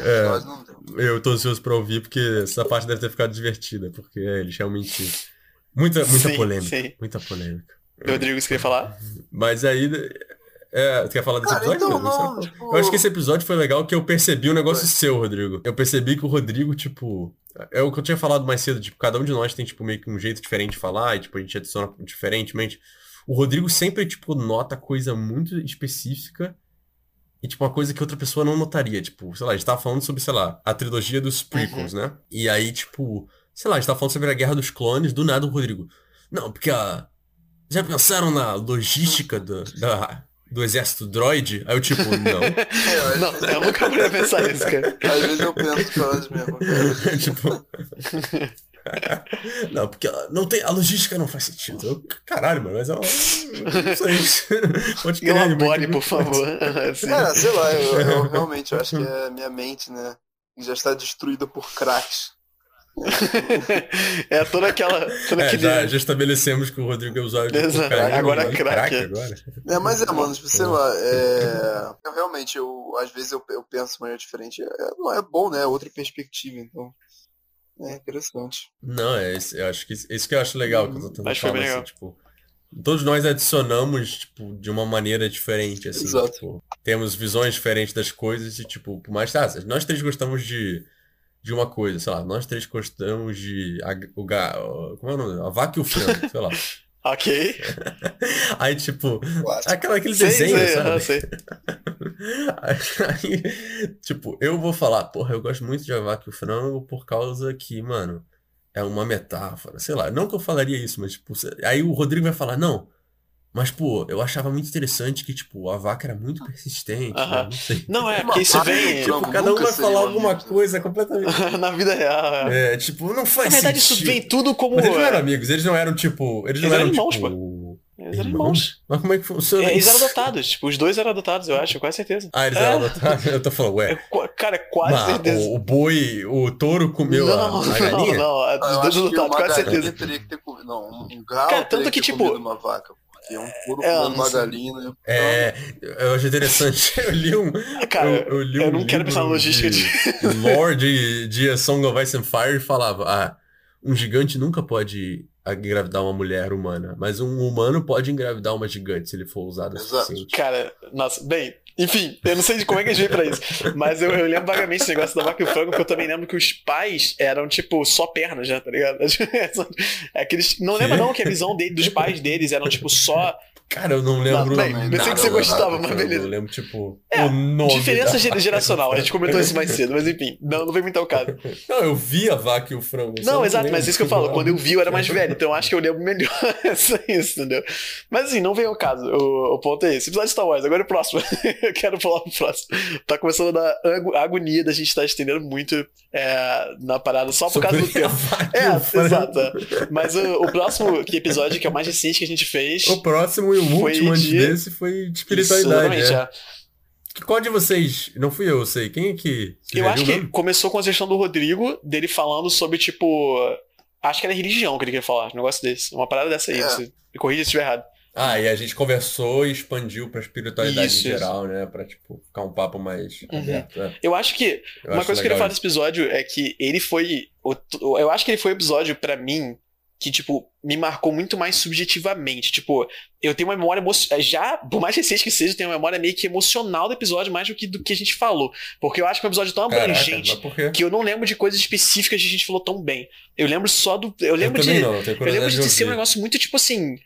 Speaker 1: É, eu tô ansioso pra ouvir, porque essa parte deve ter ficado divertida, porque é, eles realmente... Muita, muita
Speaker 2: sim,
Speaker 1: polêmica.
Speaker 2: Sim.
Speaker 1: Muita polêmica.
Speaker 2: Rodrigo, você queria falar?
Speaker 1: Mas aí... É, tu quer falar desse
Speaker 3: Cara,
Speaker 1: episódio?
Speaker 3: Então, não, tipo...
Speaker 1: Eu acho que esse episódio foi legal que eu percebi um negócio foi. seu, Rodrigo. Eu percebi que o Rodrigo, tipo... É o que eu tinha falado mais cedo, tipo, cada um de nós tem, tipo, meio que um jeito diferente de falar, e, tipo, a gente adiciona diferentemente. O Rodrigo sempre, tipo, nota coisa muito específica e, tipo, uma coisa que outra pessoa não notaria. Tipo, sei lá, a gente tava falando sobre, sei lá, a trilogia dos prequels, uhum. né? E aí, tipo, sei lá, a gente tava falando sobre a Guerra dos Clones, do nada o Rodrigo. Não, porque a... Já pensaram na logística do, da... do exército droid? Aí eu tipo, não.
Speaker 3: É,
Speaker 2: não, eu nunca podia pensar nisso, cara.
Speaker 3: Às vezes eu penso pra elas mesmo, cara.
Speaker 1: Tipo... Não, porque não tem, a logística não faz sentido. Eu, caralho, mano, mas é uma... Não sei. Pode
Speaker 2: crer, elabore, por favor.
Speaker 3: Cara, sei lá, eu, eu realmente eu acho que é minha mente, né? Já está destruída por cracks.
Speaker 2: É toda aquela. Toda
Speaker 1: é,
Speaker 2: aquele...
Speaker 1: já, já estabelecemos que o Rodrigo é usuário de
Speaker 2: Exato.
Speaker 1: cocaína,
Speaker 2: agora
Speaker 1: é
Speaker 2: crack.
Speaker 1: crack agora.
Speaker 3: É, mas é, mano, tipo, sei lá, é... eu realmente, eu, às vezes eu, eu penso de maneira diferente. É, não é bom, né? É outra perspectiva, então. É interessante.
Speaker 1: Não, é isso, eu acho que isso que eu acho legal que eu tô tentando
Speaker 2: Acho que foi
Speaker 1: falar,
Speaker 2: bem
Speaker 1: assim,
Speaker 2: legal.
Speaker 1: tipo, todos nós adicionamos, tipo, de uma maneira diferente, assim,
Speaker 3: Exato.
Speaker 1: Tipo, temos visões diferentes das coisas e, tipo, por mais, tá, nós três gostamos de, de uma coisa, sei lá, nós três gostamos de, a, o, ga, como é o nome? A vaca e o frango, sei lá.
Speaker 2: Ok.
Speaker 1: Aí, tipo,
Speaker 3: What?
Speaker 1: aquela, aquele
Speaker 2: sei,
Speaker 1: desenho,
Speaker 2: sei,
Speaker 1: sabe?
Speaker 2: Eu sei.
Speaker 1: Aí, tipo, eu vou falar, porra, eu gosto muito de A Vaca e o Frango por causa que, mano, é uma metáfora, sei lá. Não que eu falaria isso, mas, tipo, aí o Rodrigo vai falar, não, mas, pô, eu achava muito interessante que, tipo, a vaca era muito persistente,
Speaker 2: uh-huh.
Speaker 1: né? Não sei.
Speaker 2: Não, é, porque isso vem...
Speaker 1: Tipo,
Speaker 3: Não,
Speaker 1: cada um vai falar
Speaker 3: um
Speaker 1: alguma
Speaker 3: amigo.
Speaker 1: coisa completamente...
Speaker 2: Na vida real. É,
Speaker 1: é tipo, não faz
Speaker 2: Na verdade,
Speaker 1: sentido.
Speaker 2: isso vem tudo como...
Speaker 1: Mas eles não eram amigos, eles não eram, tipo... Eles,
Speaker 2: eles
Speaker 1: não eram,
Speaker 2: eram irmãos,
Speaker 1: tipo...
Speaker 2: pô. Eles eram irmãos.
Speaker 1: Mas como é que funciona
Speaker 2: é, Eles
Speaker 1: isso?
Speaker 2: eram adotados. Tipo, os dois eram adotados, eu acho, com certeza.
Speaker 1: Ah, eles
Speaker 2: é.
Speaker 1: eram adotados? Eu tô falando, ué.
Speaker 2: É, cara, quase
Speaker 1: Mas,
Speaker 2: certeza.
Speaker 1: O, o boi, o touro comeu
Speaker 2: não,
Speaker 1: a, a galinha?
Speaker 2: Não, não,
Speaker 3: Ah,
Speaker 2: os dois adotados, quase certeza.
Speaker 3: Teria que ter comido. Não, um galo
Speaker 2: cara, tanto
Speaker 3: teria
Speaker 2: que,
Speaker 3: que ter
Speaker 2: tipo...
Speaker 3: comido uma vaca. que é um puro
Speaker 2: É,
Speaker 3: comendo
Speaker 2: não
Speaker 3: uma
Speaker 2: sei.
Speaker 3: galinha, né?
Speaker 1: É, eu acho interessante. Eu li um.
Speaker 2: Cara,
Speaker 1: eu, eu li
Speaker 2: eu
Speaker 1: um
Speaker 2: não quero pensar na
Speaker 1: livro
Speaker 2: logística de...
Speaker 1: de lore de, de A Song of Ice and Fire e falava: ah, um gigante nunca pode engravidar uma mulher humana, mas um humano pode engravidar uma gigante se ele for usado o
Speaker 3: Exato.
Speaker 1: suficiente.
Speaker 2: Cara, nossa, bem, enfim, eu não sei de como é que a gente veio pra isso, mas eu, eu lembro vagamente esse negócio da vaca e o frango, porque eu também lembro que os pais eram, tipo, só pernas, né, tá ligado? É que eles, não lembra
Speaker 1: Quê?
Speaker 2: não que a visão dele, dos pais deles eram, tipo, só...
Speaker 1: Cara, eu não lembro.
Speaker 2: Não, bem,
Speaker 1: nada
Speaker 2: eu sei que você
Speaker 1: da
Speaker 2: gostava,
Speaker 1: vaca e
Speaker 2: mas
Speaker 1: frango.
Speaker 2: beleza.
Speaker 1: Eu lembro, tipo,
Speaker 2: É,
Speaker 1: o nome
Speaker 2: diferença
Speaker 1: da
Speaker 2: ge-
Speaker 1: vaca e
Speaker 2: geracional,
Speaker 1: do
Speaker 2: a gente
Speaker 1: frango.
Speaker 2: comentou isso mais cedo, mas enfim, não, não vem muito ao caso.
Speaker 1: Não, eu vi a vaca e o frango. eu só
Speaker 2: Não, exato,
Speaker 1: lembro.
Speaker 2: mas isso que eu falo, quando eu vi eu era mais velho, então eu acho que eu lembro melhor isso, isso, entendeu? Mas assim, não vem ao caso, o, o ponto é esse. Episódio de Star Wars, agora é o próximo. Eu quero falar pro próximo. Tá começando a dar agu- agonia da gente estar estendendo muito é, na parada só por causa do
Speaker 1: Sobre a
Speaker 2: tempo.
Speaker 1: vaca e
Speaker 2: É,
Speaker 1: o frango.
Speaker 2: exato. é. Mas o, o próximo que episódio, que é o mais recente que a gente fez.
Speaker 1: O próximo e o
Speaker 2: Foi
Speaker 1: último antes
Speaker 2: de-
Speaker 1: desse foi de
Speaker 2: Isso,
Speaker 1: espiritualidade.
Speaker 2: exatamente,
Speaker 1: é.
Speaker 2: é.
Speaker 1: Que- Qual de vocês? Não fui eu, eu sei. Quem é que
Speaker 2: Eu
Speaker 1: sugeriu
Speaker 2: acho que
Speaker 1: mesmo?
Speaker 2: começou com a sugestão do Rodrigo, dele falando sobre, tipo. Acho que era religião que ele queria falar, um negócio desse. Uma parada dessa aí,
Speaker 3: É.
Speaker 2: você me corrija se estiver errado.
Speaker 1: Ah, e a gente conversou e expandiu pra espiritualidade
Speaker 2: Isso,
Speaker 1: em
Speaker 2: isso.
Speaker 1: geral, né? Pra, tipo, ficar um papo mais
Speaker 2: Uhum.
Speaker 1: aberto. É.
Speaker 2: Eu acho que.
Speaker 1: Eu
Speaker 2: uma
Speaker 1: acho
Speaker 2: coisa que eu queria
Speaker 1: legal
Speaker 2: falar desse episódio é que ele foi. o- Eu acho que ele foi o episódio, pra mim, que, tipo, me marcou muito mais subjetivamente. Tipo, eu tenho uma memória emo- já, por mais recente que seja, eu tenho uma memória meio que emocional do episódio, mais do que do que a gente falou. Porque eu acho que é um episódio tão
Speaker 1: Caraca,
Speaker 2: abrangente
Speaker 1: mas por quê?
Speaker 2: que eu não lembro de coisas específicas que a gente falou tão bem. Eu lembro só do. Eu lembro
Speaker 1: eu também
Speaker 2: de.
Speaker 1: não, eu tenho
Speaker 2: Eu lembro
Speaker 1: curiosidade
Speaker 2: de
Speaker 1: de
Speaker 2: ser um
Speaker 1: ouvir.
Speaker 2: negócio muito, tipo assim.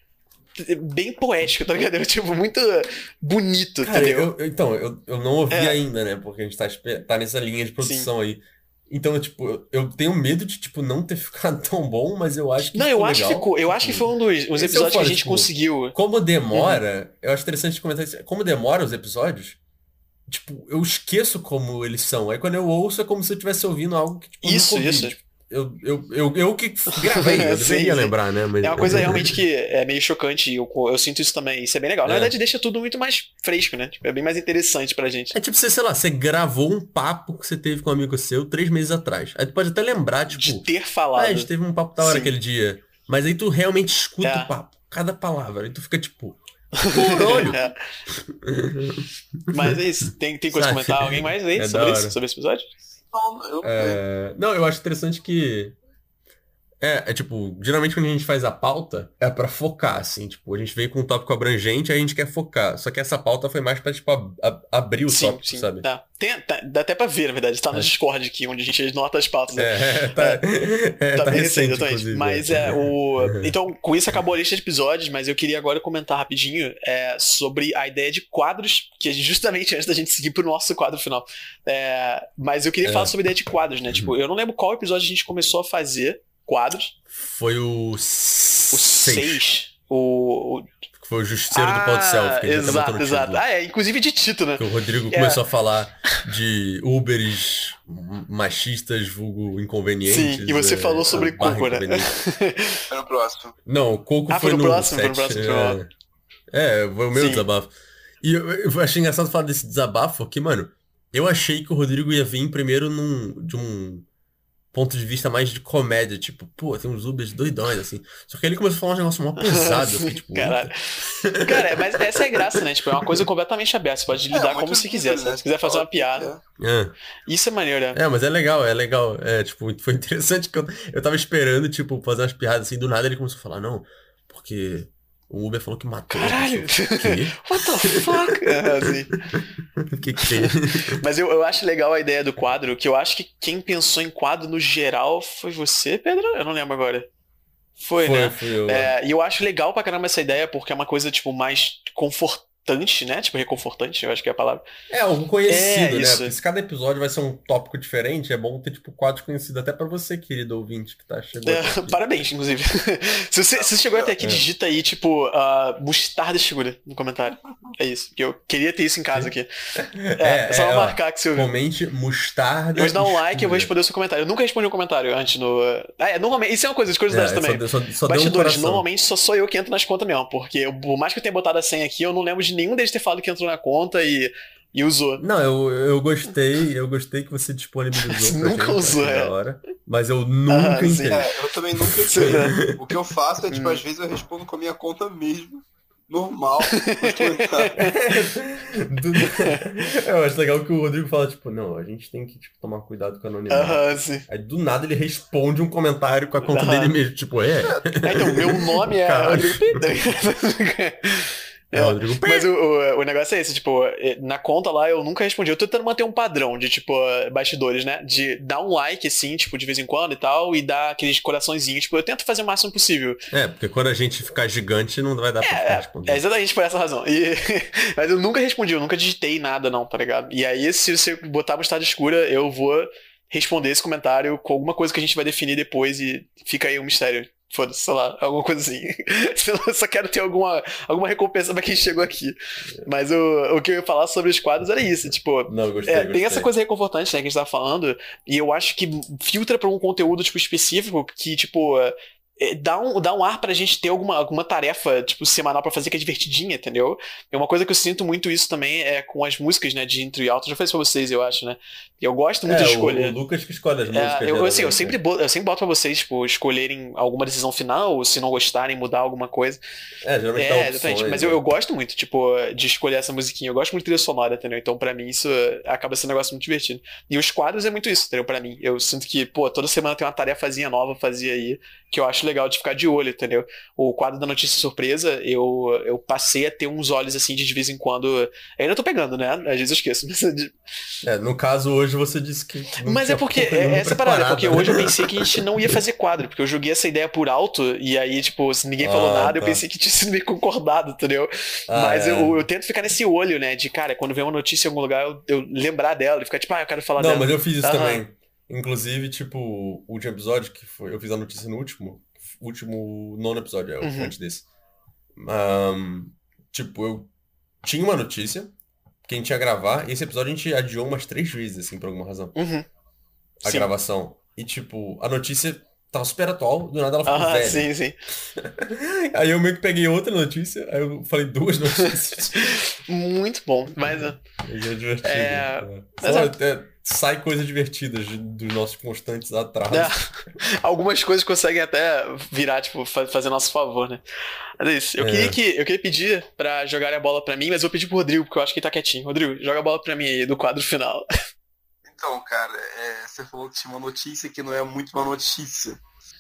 Speaker 2: Bem poético, tá ligado? Tipo, muito bonito,
Speaker 1: Cara,
Speaker 2: entendeu?
Speaker 1: eu, eu- então, eu, eu não ouvi
Speaker 2: É.
Speaker 1: ainda, né? Porque a gente tá, espe- tá nessa linha de produção aí. Então, eu, tipo, eu, eu tenho medo de, tipo, não ter ficado tão bom, mas eu acho que
Speaker 2: Não, eu
Speaker 1: ficou
Speaker 2: acho que
Speaker 1: legal.
Speaker 2: ficou. Eu acho que foi um dos uns
Speaker 1: Esse é o
Speaker 2: episódios que a
Speaker 1: foda,
Speaker 2: gente
Speaker 1: tipo,
Speaker 2: conseguiu.
Speaker 1: Como demora, eu acho interessante comentar isso. Como demora os episódios, tipo, eu esqueço como eles são. Aí quando eu ouço é como se eu estivesse ouvindo algo que, tipo, eu
Speaker 2: Isso,
Speaker 1: nunca ouvi.
Speaker 2: isso.
Speaker 1: Tipo, eu, eu, eu, eu que gravei, eu
Speaker 2: Sim,
Speaker 1: deveria
Speaker 2: sim.
Speaker 1: lembrar, né? Mas...
Speaker 2: É uma coisa realmente que é meio chocante. Eu, eu sinto isso também. Isso é bem legal. Na
Speaker 1: É.
Speaker 2: verdade, deixa tudo muito mais fresco, né? Tipo, é bem mais interessante pra gente.
Speaker 1: É tipo, você, sei lá, você gravou um papo que você teve com um amigo seu três meses atrás. Aí tu pode até lembrar, tipo,
Speaker 2: De ter
Speaker 1: ah, a
Speaker 2: falado.
Speaker 1: gente teve um papo da hora
Speaker 2: Sim.
Speaker 1: aquele dia. Mas aí tu realmente escuta
Speaker 2: É.
Speaker 1: o papo, cada palavra. Aí tu fica tipo, caralho.
Speaker 2: É. Mas é isso. Tem, tem coisa pra
Speaker 1: Sabe?
Speaker 2: comentar? Alguém mais aí
Speaker 1: É da
Speaker 2: sobre
Speaker 1: hora.
Speaker 2: isso? Sobre esse episódio?
Speaker 3: Não, eu,
Speaker 1: É, não, eu acho interessante que. É, é tipo, geralmente quando a gente faz a pauta, é pra focar, assim, tipo, a gente veio com um tópico abrangente, aí a gente quer focar. Só que essa pauta foi mais pra, tipo, ab- ab- abrir o
Speaker 2: Sim,
Speaker 1: tópico,
Speaker 2: sim.
Speaker 1: sabe?
Speaker 2: Dá. Tem- tá- dá até pra ver, na verdade. Tá no
Speaker 1: É.
Speaker 2: Discord aqui, onde a gente anota as pautas. Né?
Speaker 1: É, tá, é,
Speaker 2: Tá
Speaker 1: tá
Speaker 2: bem
Speaker 1: recente,
Speaker 2: recente, exatamente.
Speaker 1: inclusive.
Speaker 2: Mas é o. Então, com isso acabou a lista de episódios, mas eu queria agora comentar rapidinho é, sobre a ideia de quadros, que é justamente antes da gente seguir pro nosso quadro final. É, mas eu queria
Speaker 1: É.
Speaker 2: falar sobre a ideia de quadros, né? Tipo, eu não lembro qual episódio a gente começou a fazer quadros.
Speaker 1: Foi o
Speaker 2: O
Speaker 1: seis.
Speaker 2: seis. O. o...
Speaker 1: Que foi o Justiceiro do Pau de Selfie, que a gente até botou
Speaker 2: exato,
Speaker 1: no
Speaker 2: exato.
Speaker 1: título.
Speaker 2: Ah, é, inclusive de título, né?
Speaker 1: Que o Rodrigo
Speaker 2: É.
Speaker 1: começou a falar de Uberes machistas, vulgo inconvenientes.
Speaker 2: Sim, e você
Speaker 1: é,
Speaker 2: falou sobre
Speaker 1: barra
Speaker 2: Coco, né?
Speaker 1: inconvenientes.
Speaker 3: é no próximo.
Speaker 1: Não, o Coco
Speaker 2: Ah,
Speaker 1: foi
Speaker 2: foi no
Speaker 1: no
Speaker 2: próximo, foi no
Speaker 1: sete,
Speaker 2: próximo, foi mal.
Speaker 1: é. É, foi o meu
Speaker 2: Sim.
Speaker 1: desabafo. E eu, eu achei engraçado falar desse desabafo, porque, mano, eu achei que o Rodrigo ia vir primeiro num, de um ponto de vista mais de comédia, tipo, pô, tem uns Ubers doidões, assim. Só que aí ele começou a falar um negócio mó pesado, eu fiquei tipo,
Speaker 2: Caralho. Cara, mas essa é a graça, né? Tipo, é uma coisa completamente aberta. Você pode lidar
Speaker 3: É,
Speaker 2: como
Speaker 3: muito
Speaker 2: você quiser.
Speaker 3: livre, né?
Speaker 2: Se você quiser fazer uma piada.
Speaker 3: É.
Speaker 1: é.
Speaker 2: Isso é maneiro, né?
Speaker 1: É, mas é legal, é legal. É, tipo, foi interessante que eu, eu tava esperando, tipo, fazer umas piadas assim, do nada ele começou a falar, não, porque o Uber falou que matou.
Speaker 2: Caralho!
Speaker 1: Eu falei,
Speaker 2: What the fuck? É, assim.
Speaker 1: O que que tem?
Speaker 2: Mas eu, eu acho legal a ideia do quadro, que eu acho que quem pensou em quadro no geral foi você, Pedro? Eu não lembro agora. Foi,
Speaker 1: Foi,
Speaker 2: né?
Speaker 1: fui eu.
Speaker 2: É, e eu acho legal pra caramba essa ideia, porque é uma coisa, tipo, mais confortante, né? Tipo, reconfortante, eu acho que é a palavra.
Speaker 1: É, algo conhecido,
Speaker 2: É,
Speaker 1: né?
Speaker 2: isso.
Speaker 1: Porque se cada episódio vai ser um tópico diferente, é bom ter, tipo, quadros conhecidos até pra você, querido ouvinte, que tá chegando.
Speaker 2: É, parabéns, inclusive. se, você, se você chegou até aqui,
Speaker 1: É.
Speaker 2: digita aí, tipo, uh, mostarda segura no comentário. É isso, porque eu queria ter isso em casa aqui. É, é só
Speaker 1: ó,
Speaker 2: marcar que você ouviu.
Speaker 1: Comente mostarda.
Speaker 2: Depois dá um like, eu vou
Speaker 1: escura.
Speaker 2: responder o seu comentário. Eu nunca respondi um comentário antes no. Ah, é, normalmente. Isso é uma coisa, de curiosidade
Speaker 1: É,
Speaker 2: também.
Speaker 1: Só, só, só deu um
Speaker 2: Bastidores,
Speaker 1: coração.
Speaker 2: normalmente só sou eu que entro nas contas mesmo, porque eu- por mais que eu tenha botado a senha aqui, eu não lembro de nenhum deles ter falado que entrou na conta e, e usou.
Speaker 1: Não, eu, eu gostei, eu gostei que você disponibilizou. pra
Speaker 2: Nunca
Speaker 1: gente,
Speaker 2: usou,
Speaker 1: achei
Speaker 2: é.
Speaker 1: da hora, mas eu nunca
Speaker 2: Ah, sim.
Speaker 1: entrei.
Speaker 3: É, eu também nunca
Speaker 2: Sim.
Speaker 3: sei. O que eu faço é, tipo,
Speaker 2: Hum.
Speaker 3: às vezes eu respondo com a minha conta mesmo. normal. nos comentários.
Speaker 1: Do- Eu acho legal que o Rodrigo fala, tipo, não, a gente tem que tipo, tomar cuidado com o anonimato.
Speaker 2: Aham, sim.
Speaker 1: Aí do nada ele responde um comentário com a conta
Speaker 2: Aham.
Speaker 1: dele mesmo, tipo, é.
Speaker 2: Ah, então, meu nome é
Speaker 1: Caralho.
Speaker 2: Rodrigo Pinto.
Speaker 1: É, Rodrigo
Speaker 2: Mas o, o, o negócio é esse, tipo, na conta lá eu nunca respondi. Eu tô tentando manter um padrão de, tipo, bastidores, né? De dar um like, assim, tipo, de vez em quando e tal, e dar aqueles coraçõezinhos. Tipo, eu tento fazer o máximo possível.
Speaker 1: É, porque quando a gente ficar gigante não vai dar pra ficar
Speaker 2: É, é
Speaker 1: respondendo.
Speaker 2: exatamente por essa razão. E- Mas eu nunca respondi, eu nunca digitei nada, não, tá ligado? E aí, se você botar uma estada escura, eu vou responder esse comentário com alguma coisa que a gente vai definir depois e fica aí um mistério. Foda-se, sei lá, alguma coisa assim. Eu só quero ter alguma, alguma recompensa pra quem chegou aqui. Mas o, o que eu ia falar sobre os quadros era isso, tipo.
Speaker 1: Não, eu gostei,
Speaker 2: É,
Speaker 1: gostei.
Speaker 2: tem essa coisa reconfortante, né, que a gente tava falando, e eu acho que filtra pra um conteúdo, tipo, específico, que, tipo, é, dá um, dá um ar pra gente ter alguma, alguma tarefa, tipo, semanal pra fazer que é divertidinha, entendeu? É uma coisa que eu sinto muito isso também é com as músicas, né, de intro e alto. Eu já falei isso pra vocês, eu acho, né? Eu gosto muito
Speaker 1: É,
Speaker 2: de
Speaker 1: o,
Speaker 2: escolher.
Speaker 1: o Lucas que escolhe as
Speaker 2: É,
Speaker 1: músicas.
Speaker 2: eu, assim, eu
Speaker 1: geralmente,
Speaker 2: sempre,
Speaker 1: né?
Speaker 2: bo- eu sempre boto pra vocês, tipo, escolherem alguma decisão final, ou se não gostarem, mudar alguma coisa.
Speaker 1: É, geralmente dá
Speaker 2: É,
Speaker 1: opções,
Speaker 2: exatamente. Mas
Speaker 1: né?
Speaker 2: eu, eu gosto muito, tipo, de escolher essa musiquinha. Eu gosto muito de trilha sonora, entendeu? Então, pra mim, isso acaba sendo um negócio muito divertido. E os quadros é muito isso, entendeu? Pra mim. Eu sinto que, pô, toda semana tem uma tarefazinha nova pra fazer aí, que eu acho legal de ficar de olho, entendeu? O quadro da notícia surpresa, eu, eu passei a ter uns olhos, assim, de de vez em quando. Eu ainda tô pegando, né? Às vezes eu esqueço. Mas, de-
Speaker 1: É, no caso, hoje você disse que. não
Speaker 2: mas é
Speaker 1: tinha
Speaker 2: porque,
Speaker 1: porra
Speaker 2: é,
Speaker 1: nenhuma
Speaker 2: essa parada,
Speaker 1: preparada,
Speaker 2: porque
Speaker 1: né?
Speaker 2: hoje eu pensei que a gente não ia fazer quadro, porque eu joguei essa ideia por alto, e aí, tipo, se ninguém falou
Speaker 1: Ah,
Speaker 2: nada, eu
Speaker 1: tá.
Speaker 2: pensei que tinha sido meio concordado, entendeu?
Speaker 1: Ah,
Speaker 2: Mas
Speaker 1: é.
Speaker 2: eu, eu tento ficar nesse olho, né, de, cara, quando vem uma notícia em algum lugar, eu, eu lembrar dela, e ficar tipo, ah, eu quero falar
Speaker 1: Não,
Speaker 2: dela.
Speaker 1: mas eu fiz isso
Speaker 2: Aham.
Speaker 1: também. Inclusive, tipo, o último episódio, que foi. Eu fiz a notícia no último. Último nono episódio, é, o
Speaker 2: Uhum.
Speaker 1: antes desse. Ahn, tipo, eu tinha uma notícia que a gente ia gravar, e esse episódio a gente adiou umas três vezes, assim, por alguma razão.
Speaker 2: Uhum.
Speaker 1: A
Speaker 2: Sim.
Speaker 1: gravação. E, tipo, a notícia tava super atual, do nada ela ficou
Speaker 2: Aham,
Speaker 1: velha.
Speaker 2: sim, sim.
Speaker 1: Aí eu meio que peguei outra notícia, aí eu falei duas notícias.
Speaker 2: Muito bom, mas... uh,
Speaker 1: Aí é divertido.
Speaker 2: É,
Speaker 1: É.
Speaker 2: mas
Speaker 1: Só
Speaker 2: é-
Speaker 1: até sai coisas divertidas de- dos nossos constantes atrasos.
Speaker 2: É, algumas coisas conseguem até virar, tipo, fa- fazer nosso favor, né? Mas é isso. Eu,
Speaker 1: É.
Speaker 2: queria que, eu queria pedir pra jogarem a bola pra mim, mas eu vou pedir pro Rodrigo, porque eu acho que ele tá quietinho. Rodrigo, joga a bola pra mim aí, do quadro final.
Speaker 3: Então, cara, é, você falou que tinha uma notícia que não é muito uma notícia.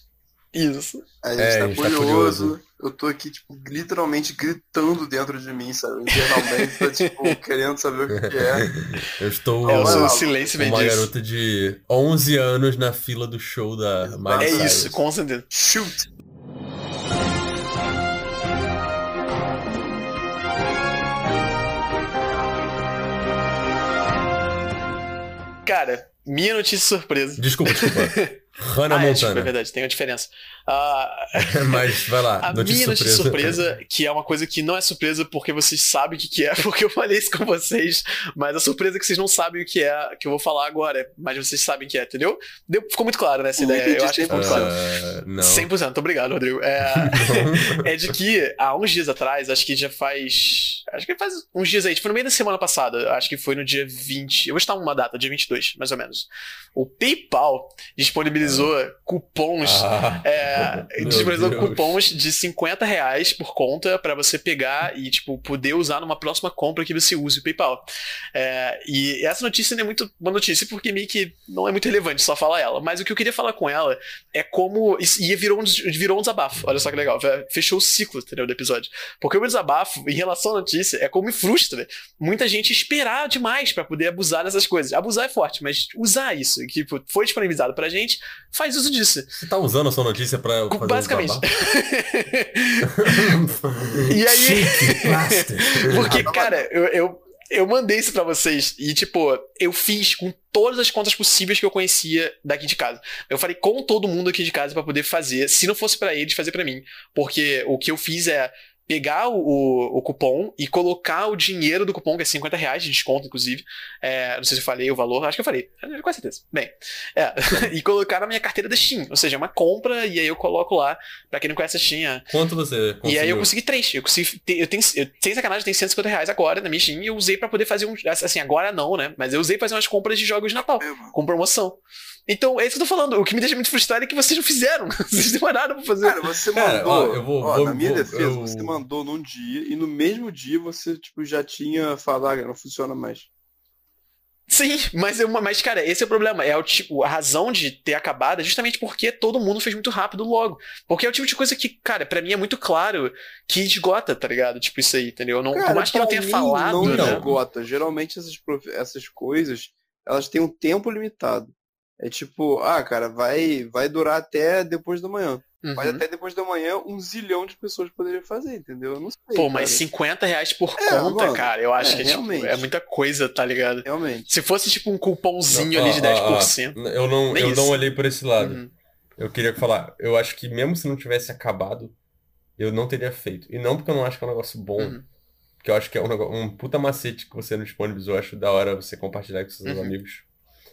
Speaker 2: Isso.
Speaker 3: A gente
Speaker 1: É,
Speaker 3: tá
Speaker 1: a gente tá
Speaker 3: curioso.
Speaker 1: curioso.
Speaker 3: Eu tô aqui, tipo, literalmente gritando dentro de mim, sabe? Internamente, tô, tipo, querendo saber o que que é.
Speaker 1: Eu estou
Speaker 2: É, o
Speaker 3: vai
Speaker 2: seu
Speaker 3: lá,
Speaker 2: silêncio vem
Speaker 1: uma
Speaker 2: disso.
Speaker 1: garota de onze anos na fila do show da Miley
Speaker 2: É
Speaker 1: Cyrus.
Speaker 2: isso, com certeza.
Speaker 3: Shoot!
Speaker 2: Cara, minha notícia surpresa.
Speaker 1: Desculpa, desculpa. Hannah
Speaker 2: Ah, é, desculpa, é
Speaker 1: Montana.
Speaker 2: verdade, tem uma diferença. Ah,
Speaker 1: Mas vai lá,
Speaker 2: a
Speaker 1: notícia
Speaker 2: minha notícia
Speaker 1: surpresa.
Speaker 2: surpresa, que é uma coisa que não é surpresa porque vocês sabem o que, que é, porque eu falei isso com vocês, mas a surpresa é que vocês não sabem o que é, que eu vou falar agora, mas vocês sabem o que é, entendeu? Deu, ficou muito claro, né, essa
Speaker 3: Não
Speaker 2: ideia?
Speaker 3: entendi
Speaker 2: Eu acho que ficou muito claro.
Speaker 1: Ah, não.
Speaker 2: cem por cento, obrigado, Rodrigo. É, é de que há uns dias atrás, acho que já faz. Acho que faz uns dias aí, tipo, no meio da semana passada, acho que foi no dia vinte. Eu vou estar uma data, dia vinte e dois, mais ou menos. O PayPal disponibilizou cupons.
Speaker 1: Ah,
Speaker 2: É,
Speaker 1: meu
Speaker 2: disponibilizou
Speaker 1: Deus.
Speaker 2: cupons de cinquenta reais por conta pra você pegar e, tipo, poder usar numa próxima compra que você use o PayPal. É, e essa notícia não é muito uma notícia porque meio que não é muito relevante só falar ela. Mas o que eu queria falar com ela é como. E virou um, des- virou um desabafo. Olha só que legal. Fechou o ciclo, entendeu, do episódio. Porque o meu desabafo em relação à notícia é como me frustra muita gente esperar demais pra poder abusar dessas coisas. Abusar é forte, mas usar isso, que tipo, foi disponibilizado pra gente, faz uso disso.
Speaker 1: Você tá usando a sua notícia pra fazer
Speaker 2: Basicamente.
Speaker 1: um desabafo?
Speaker 2: E aí-
Speaker 1: Chique, plástico.
Speaker 2: Porque, cara, eu, eu, eu mandei isso pra vocês e, tipo, eu fiz com todas as contas possíveis que eu conhecia daqui de casa. Eu falei com todo mundo aqui de casa pra poder fazer, se não fosse pra eles, fazer pra mim. Porque o que eu fiz é pegar o, o, o cupom e colocar o dinheiro do cupom, que é cinquenta reais de desconto, inclusive. É, não sei se eu falei o valor, acho que eu falei. Com certeza. Bem, é, e colocar na minha carteira da Steam. Ou seja, é uma compra e aí eu coloco lá, pra quem não conhece a Steam, é,
Speaker 1: Quanto você conseguiu?
Speaker 2: e aí eu consegui três. Eu consegui ter- eu tenho, eu, sem sacanagem, tem cento e cinquenta reais agora na minha Steam e eu usei pra poder fazer um. Assim, agora não, né? Mas eu usei pra fazer umas compras de jogos de Natal, com promoção. Então, é isso que eu tô falando. O que me deixa muito frustrado é que vocês não fizeram. Vocês demoraram pra fazer.
Speaker 3: Cara, você
Speaker 1: Cara,
Speaker 3: mandou.
Speaker 1: ó, eu vou-
Speaker 3: ó,
Speaker 1: vou-
Speaker 3: na minha
Speaker 1: vou-
Speaker 3: defesa,
Speaker 1: eu-
Speaker 3: você
Speaker 1: eu
Speaker 3: mandou num dia e no mesmo dia você, tipo, já tinha falado, ah, não funciona mais.
Speaker 2: Sim, mas, eu, mas, cara, esse é o problema. É o tipo, a razão de ter acabado é justamente porque todo mundo fez muito rápido logo. Porque é o tipo de coisa que, cara, pra mim é muito claro que esgota, tá ligado? Tipo, isso aí, entendeu? Não,
Speaker 3: Cara,
Speaker 2: por mais que não
Speaker 3: pra
Speaker 2: tenha
Speaker 3: mim,
Speaker 2: falado,
Speaker 3: não
Speaker 2: né?
Speaker 3: esgota. Geralmente essas, prof- essas coisas, elas têm um tempo limitado. É tipo, ah, cara, vai, vai durar até depois da manhã. Mas
Speaker 2: Uhum.
Speaker 3: até depois da manhã, um zilhão de pessoas poderiam fazer, entendeu? Eu não sei,
Speaker 2: Pô,
Speaker 3: cara.
Speaker 2: mas cinquenta reais por
Speaker 3: É,
Speaker 2: conta,
Speaker 3: mano,
Speaker 2: cara, eu acho
Speaker 3: é,
Speaker 2: que é, tipo,
Speaker 3: realmente.
Speaker 2: é muita coisa, tá ligado?
Speaker 3: Realmente.
Speaker 2: Se fosse tipo um cupomzinho
Speaker 1: Não,
Speaker 2: ali
Speaker 1: ó,
Speaker 2: de
Speaker 1: ó,
Speaker 2: dez por
Speaker 1: ó,
Speaker 2: cento.
Speaker 1: eu não,
Speaker 2: Nem
Speaker 1: eu não
Speaker 2: isso.
Speaker 1: olhei por esse lado.
Speaker 2: Uhum.
Speaker 1: Eu queria falar, eu acho que mesmo se não tivesse acabado, eu não teria feito. E não porque eu não acho que é um negócio bom,
Speaker 2: Uhum.
Speaker 1: porque eu acho que é um, negócio, um puta macete que você não disponibilizou, eu acho da hora você compartilhar com seus
Speaker 2: Uhum.
Speaker 1: amigos.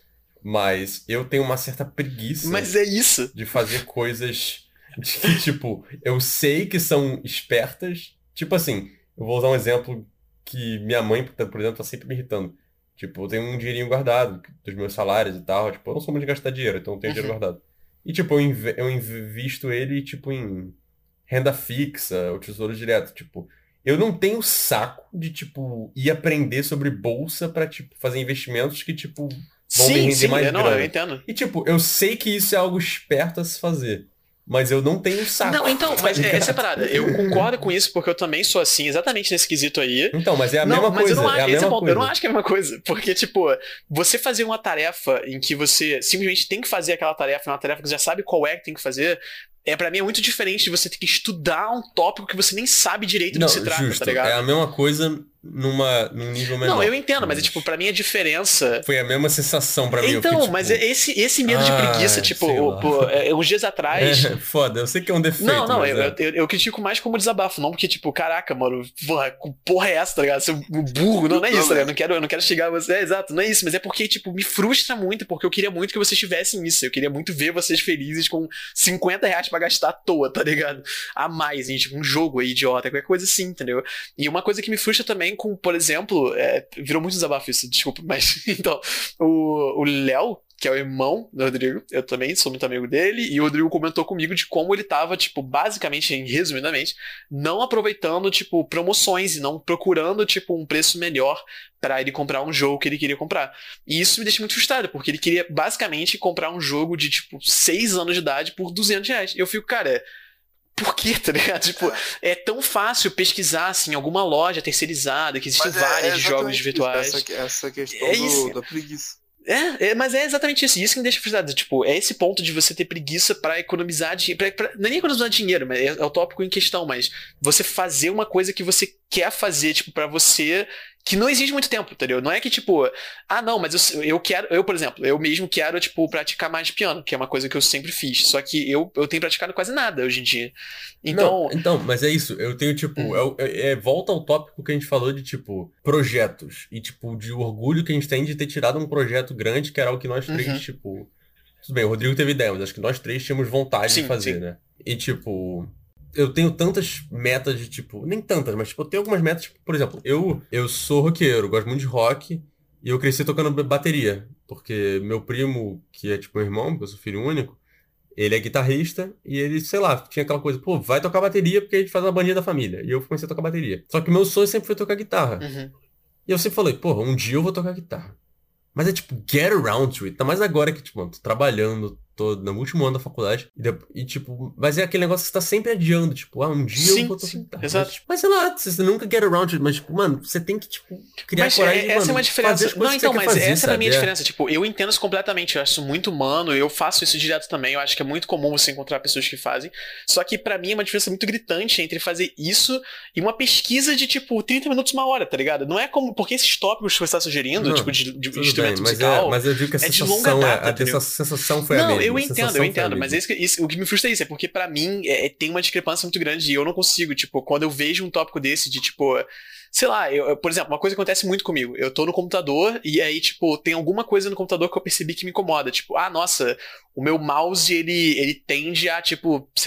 Speaker 1: Mas eu tenho uma certa preguiça
Speaker 2: Mas é isso.
Speaker 1: de fazer coisas de que, tipo, eu sei que são espertas. Tipo assim, eu vou usar um exemplo que minha mãe, por exemplo, tá sempre me irritando. Tipo, eu tenho um dinheirinho guardado dos meus salários e tal. Tipo, eu não sou muito de gastar dinheiro, então eu tenho dinheiro
Speaker 2: Uhum.
Speaker 1: guardado. E, tipo, eu, inve- eu invisto ele, tipo, em renda fixa, ou tesouro direto. Tipo, eu não tenho saco de, tipo, ir aprender sobre bolsa pra, tipo, fazer investimentos que, tipo, vão me
Speaker 2: Sim,
Speaker 1: render
Speaker 2: sim,
Speaker 1: mais
Speaker 2: eu, não, eu
Speaker 1: grana.
Speaker 2: entendo.
Speaker 1: E, tipo, eu sei que isso é algo esperto a se fazer. Mas eu não tenho saco.
Speaker 2: Não, então,
Speaker 1: tá
Speaker 2: mas é,
Speaker 1: ligado?
Speaker 2: essa é a parada. Eu concordo com isso porque eu também sou assim, exatamente nesse quesito aí.
Speaker 1: Então, mas é a
Speaker 2: Não,
Speaker 1: mesma
Speaker 2: mas
Speaker 1: coisa.
Speaker 2: eu não
Speaker 1: é
Speaker 2: acho,
Speaker 1: a
Speaker 2: esse é o
Speaker 1: mesma
Speaker 2: ponto,
Speaker 1: coisa.
Speaker 2: eu não acho que é a mesma coisa. Porque, tipo, você fazer uma tarefa em que você simplesmente tem que fazer aquela tarefa, uma tarefa que você já sabe qual é que tem que fazer, é, pra mim é muito diferente de você ter que estudar um tópico que você nem sabe direito do
Speaker 1: Não,
Speaker 2: que se trata,
Speaker 1: justo.
Speaker 2: tá ligado?
Speaker 1: É a mesma coisa numa, num nível menor.
Speaker 2: Não, eu entendo, mas é tipo, pra mim a diferença.
Speaker 1: Foi a mesma sensação pra mim. Eu
Speaker 2: Então,
Speaker 1: fiquei, tipo,
Speaker 2: mas é esse, esse medo de preguiça,
Speaker 1: ah,
Speaker 2: tipo,
Speaker 1: sei
Speaker 2: o-
Speaker 1: lá.
Speaker 2: pô, é, uns dias atrás.
Speaker 1: É, foda. Eu sei que é um
Speaker 2: Não,
Speaker 1: defeito,
Speaker 2: não,
Speaker 1: mas
Speaker 2: eu,
Speaker 1: é.
Speaker 2: eu, eu critico mais como desabafo, não porque, tipo, caraca, mano, porra, que porra é essa, tá ligado? Seu burro, não, não é isso, tá ligado? Eu não quero, eu não quero chegar a você, é exato, não é isso, mas é porque, tipo, me frustra muito, porque eu queria muito que vocês tivessem isso, eu queria muito ver vocês felizes com cinquenta reais pra gastar à toa, tá ligado? A mais, em, tipo, um jogo aí, idiota, qualquer coisa assim, entendeu? E uma coisa que me frustra também com, por exemplo, é, virou muito desabafo isso, desculpa, mas, então, o o Léo, que é o irmão do Rodrigo, eu também sou muito amigo dele, e o Rodrigo comentou comigo de como ele tava, tipo, basicamente, resumidamente, não aproveitando, tipo, promoções e não procurando, tipo, um preço melhor pra ele comprar um jogo que ele queria comprar. E isso me deixa muito frustrado, porque ele queria, basicamente, comprar um jogo de, tipo, seis anos de idade por duzentos reais. Eu fico, cara... Por quê, tá ligado? Tipo, é tão fácil pesquisar, assim, alguma loja terceirizada, que existem
Speaker 3: Mas é-
Speaker 2: várias
Speaker 3: é
Speaker 2: de jogos
Speaker 3: exatamente
Speaker 2: virtuais.
Speaker 3: isso, essa, essa questão
Speaker 2: É
Speaker 3: do-
Speaker 2: isso.
Speaker 3: da preguiça.
Speaker 2: É, é, mas é exatamente isso. Isso que me deixa frustrado. Tipo, é esse ponto de você ter preguiça pra economizar dinheiro. Não é nem economizar dinheiro, mas é, é o tópico em questão, mas você fazer uma coisa que você quer fazer, tipo, pra você. Que não exige muito tempo, entendeu? Não é que, tipo, ah, não, mas eu, eu quero, eu, por exemplo, eu mesmo quero, tipo, praticar mais piano, que é uma coisa que eu sempre fiz. Só que eu, eu tenho praticado quase nada hoje em dia. Então.
Speaker 1: Não, então, mas é isso. Eu tenho, tipo,
Speaker 2: Uhum.
Speaker 1: é o- é, é- volta ao tópico que a gente falou de, tipo, projetos. E, tipo, de orgulho que a gente tem de ter tirado um projeto grande, que era o que nós três,
Speaker 2: Uhum.
Speaker 1: tipo. Tudo bem, o Rodrigo teve ideia, mas acho que nós três tínhamos vontade
Speaker 2: Sim,
Speaker 1: de fazer,
Speaker 2: sim.
Speaker 1: né? E, tipo. Eu tenho tantas metas de, tipo. Nem tantas, mas, tipo, eu tenho algumas metas, tipo, por exemplo, eu, eu sou roqueiro, gosto muito de rock. E eu cresci tocando bateria. Porque meu primo, que é, tipo, meu irmão, porque eu sou filho único. Ele é guitarrista e ele, sei lá, tinha aquela coisa, pô, vai tocar bateria porque a gente faz uma bandinha da família. E eu comecei a tocar bateria. Só que o meu sonho sempre foi tocar guitarra.
Speaker 2: Uhum.
Speaker 1: E eu sempre falei, pô, um dia eu vou tocar guitarra. Mas é tipo, get around to it. Tá mais agora que, tipo, mano, tô trabalhando, tô no último ano da faculdade. E, de- e, tipo, mas é aquele negócio que você tá sempre adiando, tipo, ah, um dia
Speaker 2: Sim,
Speaker 1: eu vou tocar
Speaker 2: sim,
Speaker 1: guitarra.
Speaker 2: exato.
Speaker 1: Mas, tipo, mas sei lá, você nunca get around to it, mas, tipo, mano, você tem que, tipo, criar
Speaker 2: Mas
Speaker 1: coragem
Speaker 2: é-
Speaker 1: de,
Speaker 2: essa
Speaker 1: mano,
Speaker 2: é uma
Speaker 1: fazer
Speaker 2: diferença.
Speaker 1: as coisas
Speaker 2: Não,
Speaker 1: que
Speaker 2: então,
Speaker 1: você quer
Speaker 2: mas
Speaker 1: fazer,
Speaker 2: essa é a minha
Speaker 1: sabe? É.
Speaker 2: diferença. Tipo, eu entendo isso completamente. Eu acho isso muito humano. Eu faço isso direto também. Eu acho que é muito comum você encontrar pessoas que fazem. Só que pra mim é uma diferença muito gritante entre fazer isso e uma pesquisa de, tipo, trinta minutos, uma hora, tá ligado? Não é como. Porque esses tópicos que você tá sugerindo,
Speaker 1: Não,
Speaker 2: tipo, de, de
Speaker 1: tudo
Speaker 2: instrumento
Speaker 1: bem, mas,
Speaker 2: musical.
Speaker 1: é, mas eu digo que a
Speaker 2: é de longa
Speaker 1: sensação, é,
Speaker 2: data,
Speaker 1: a
Speaker 2: entendeu?
Speaker 1: dessa sensação foi a
Speaker 2: Não,
Speaker 1: mesma.
Speaker 2: eu
Speaker 1: a
Speaker 2: entendo,
Speaker 1: sensação
Speaker 2: eu
Speaker 1: foi a
Speaker 2: entendo, mas
Speaker 1: mesma.
Speaker 2: esse, esse- o que me frustra é isso, é porque pra mim é, tem uma discrepância muito grande e eu não consigo, tipo, quando eu vejo um tópico desse de, tipo, sei lá, eu, eu- por exemplo, uma coisa que acontece muito comigo, eu tô no computador e aí, tipo, tem alguma coisa no computador que eu percebi que me incomoda, tipo, ah, nossa, o meu mouse, ele, ele tende a, tipo, sei lá,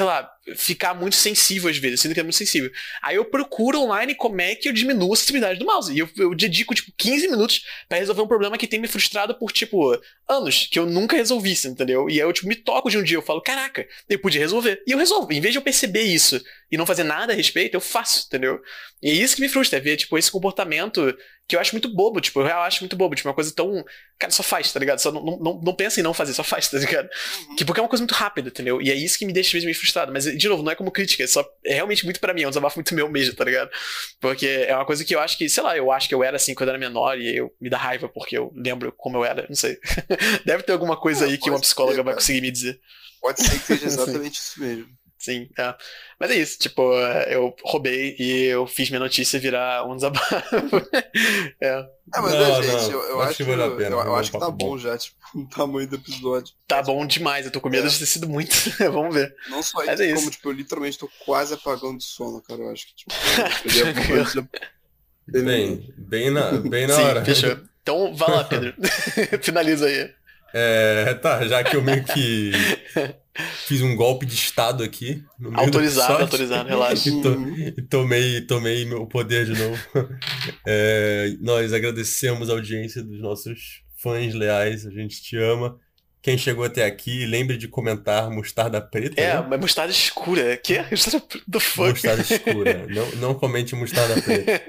Speaker 2: ficar muito sensível às vezes, eu sinto que é muito sensível. Aí eu procuro online como é que eu diminuo a sensibilidade do mouse. E eu, eu dedico, tipo, quinze minutos pra resolver um problema que tem me frustrado por, tipo, anos, que eu nunca resolvi, entendeu? E aí eu, tipo, me toco de um dia, eu falo, caraca, eu podia resolver. E eu resolvo. Em vez de eu perceber isso e não fazer nada a respeito, eu faço, entendeu? E é isso que me frustra, é ver, tipo, esse comportamento que eu acho muito bobo, tipo, eu real acho muito bobo, tipo, uma coisa tão... Cara, só faz, tá ligado? Só não, não, não pensa em não fazer, só faz, tá ligado? Uhum. Que porque é uma coisa muito rápida, entendeu? E é isso que me deixa às vezes meio frustrado. Mas, de novo, não é como crítica, é só... É realmente muito pra mim, é um desabafo muito meu mesmo, tá ligado? Porque é uma coisa que eu acho que, sei lá, eu acho que eu era assim quando eu era menor e eu me dá raiva porque eu lembro como eu era, não sei. Deve ter alguma coisa não, aí que uma psicóloga ser, vai conseguir me dizer.
Speaker 3: Pode ser que seja exatamente isso mesmo.
Speaker 2: Sim, é. Mas é isso, tipo, eu roubei e eu fiz minha notícia virar um desabafo. é.
Speaker 3: É, mas não, é, gente, não, eu, eu acho que vale a pena. Eu, eu acho que tá bom já, tipo, o tamanho do episódio.
Speaker 2: Tá bom demais, eu tô com medo é. de ter sido muito. Vamos ver.
Speaker 3: Não só isso, é como, isso. tipo, eu literalmente tô quase apagando de sono, cara. Eu acho que, tipo,
Speaker 1: eu bem, bem na, bem na
Speaker 2: Sim,
Speaker 1: hora.
Speaker 2: Fechou. Então, vai lá, Pedro. Finaliza aí.
Speaker 1: É, tá, já que eu meio que fiz um golpe de estado aqui. No meio
Speaker 2: autorizado,
Speaker 1: do
Speaker 2: autorizado, relaxa.
Speaker 1: E, to, e tomei, tomei meu poder de novo. É, nós agradecemos a audiência dos nossos fãs leais, a gente te ama. Quem chegou até aqui, lembre de comentar mostarda preta.
Speaker 2: É,
Speaker 1: né?
Speaker 2: mas mostarda escura. Que? Mostarda do fuck.
Speaker 1: Mostarda escura. Não, não comente mostarda preta.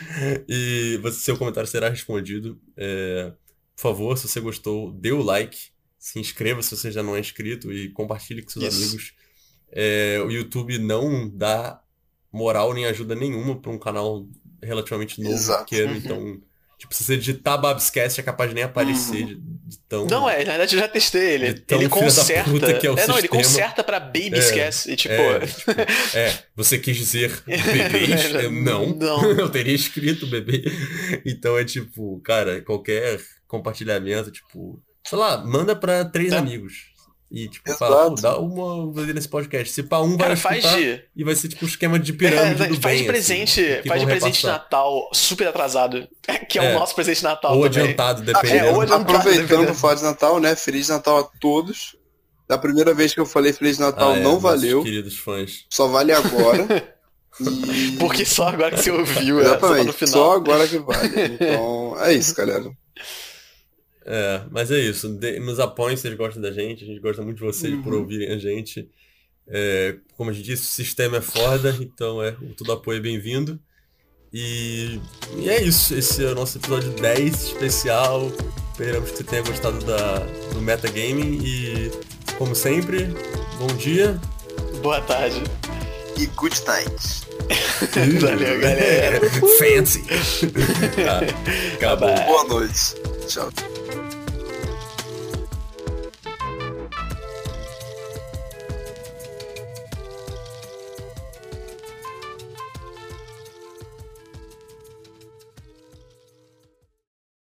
Speaker 1: E você, seu comentário será respondido. É... Por favor, se você gostou, dê o like, se inscreva se você já não é inscrito e compartilhe com seus
Speaker 2: Isso.
Speaker 1: amigos. É, o YouTube não dá moral nem ajuda nenhuma para um canal relativamente novo,
Speaker 3: Exato.
Speaker 1: pequeno,
Speaker 2: Uhum.
Speaker 1: então, tipo, se você digitar Babscast é capaz de nem aparecer
Speaker 3: Uhum.
Speaker 1: de, de tão...
Speaker 2: Não, é, na verdade eu já testei ele.
Speaker 1: de tão
Speaker 2: Ele
Speaker 1: filha da
Speaker 2: conserta.
Speaker 1: puta que é o
Speaker 2: é, não, ele
Speaker 1: sistema.
Speaker 2: conserta pra babies e tipo.
Speaker 1: É, tipo, é, você quis dizer bebês? Eu, não,
Speaker 2: Não.
Speaker 1: eu teria escrito bebê. Então é tipo, cara, qualquer compartilhamento, tipo, sei lá, manda pra três
Speaker 2: É.
Speaker 1: amigos. E tipo,
Speaker 3: Exato.
Speaker 1: fala, pô, dá uma fazer nesse podcast. Se pá, um vai
Speaker 2: Cara, faz
Speaker 1: escutar
Speaker 2: de.
Speaker 1: e vai ser tipo um esquema de pirâmide
Speaker 2: É,
Speaker 1: do
Speaker 2: faz
Speaker 1: bem,
Speaker 2: de presente,
Speaker 1: assim, que
Speaker 2: faz de
Speaker 1: vão
Speaker 2: presente de
Speaker 1: repassar.
Speaker 2: Natal super atrasado. Que é,
Speaker 1: É.
Speaker 2: o nosso presente de Natal
Speaker 1: Ou
Speaker 2: também.
Speaker 1: adiantado,
Speaker 3: É,
Speaker 1: dependendo.
Speaker 2: ou adiantado.
Speaker 3: aproveitando
Speaker 2: dependendo.
Speaker 3: pra falar de Natal, né? Feliz Natal a todos. Da primeira vez que eu falei Feliz Natal
Speaker 1: Ah, é,
Speaker 3: não
Speaker 1: nossos
Speaker 3: valeu.
Speaker 1: queridos fãs.
Speaker 3: Só vale agora. E...
Speaker 2: Porque só agora que você ouviu, é, só
Speaker 3: Exatamente,
Speaker 2: no final.
Speaker 3: só agora que vale. Então, é isso, galera.
Speaker 1: É, mas é isso. De- nos apoiem se vocês gostam da gente. A gente gosta muito de vocês por
Speaker 3: Uhum.
Speaker 1: ouvirem a gente. É, como a gente disse, o sistema é foda, então é, todo apoio é bem-vindo. E, e é isso. Esse é o nosso episódio dez especial. Esperamos que você tenha gostado da, do Metagaming. E, como sempre, bom dia.
Speaker 2: Boa tarde.
Speaker 3: E good night.
Speaker 2: Valeu, galera.
Speaker 1: Fancy. Tá, acabou.
Speaker 2: Bye.
Speaker 3: Boa noite. Tchau.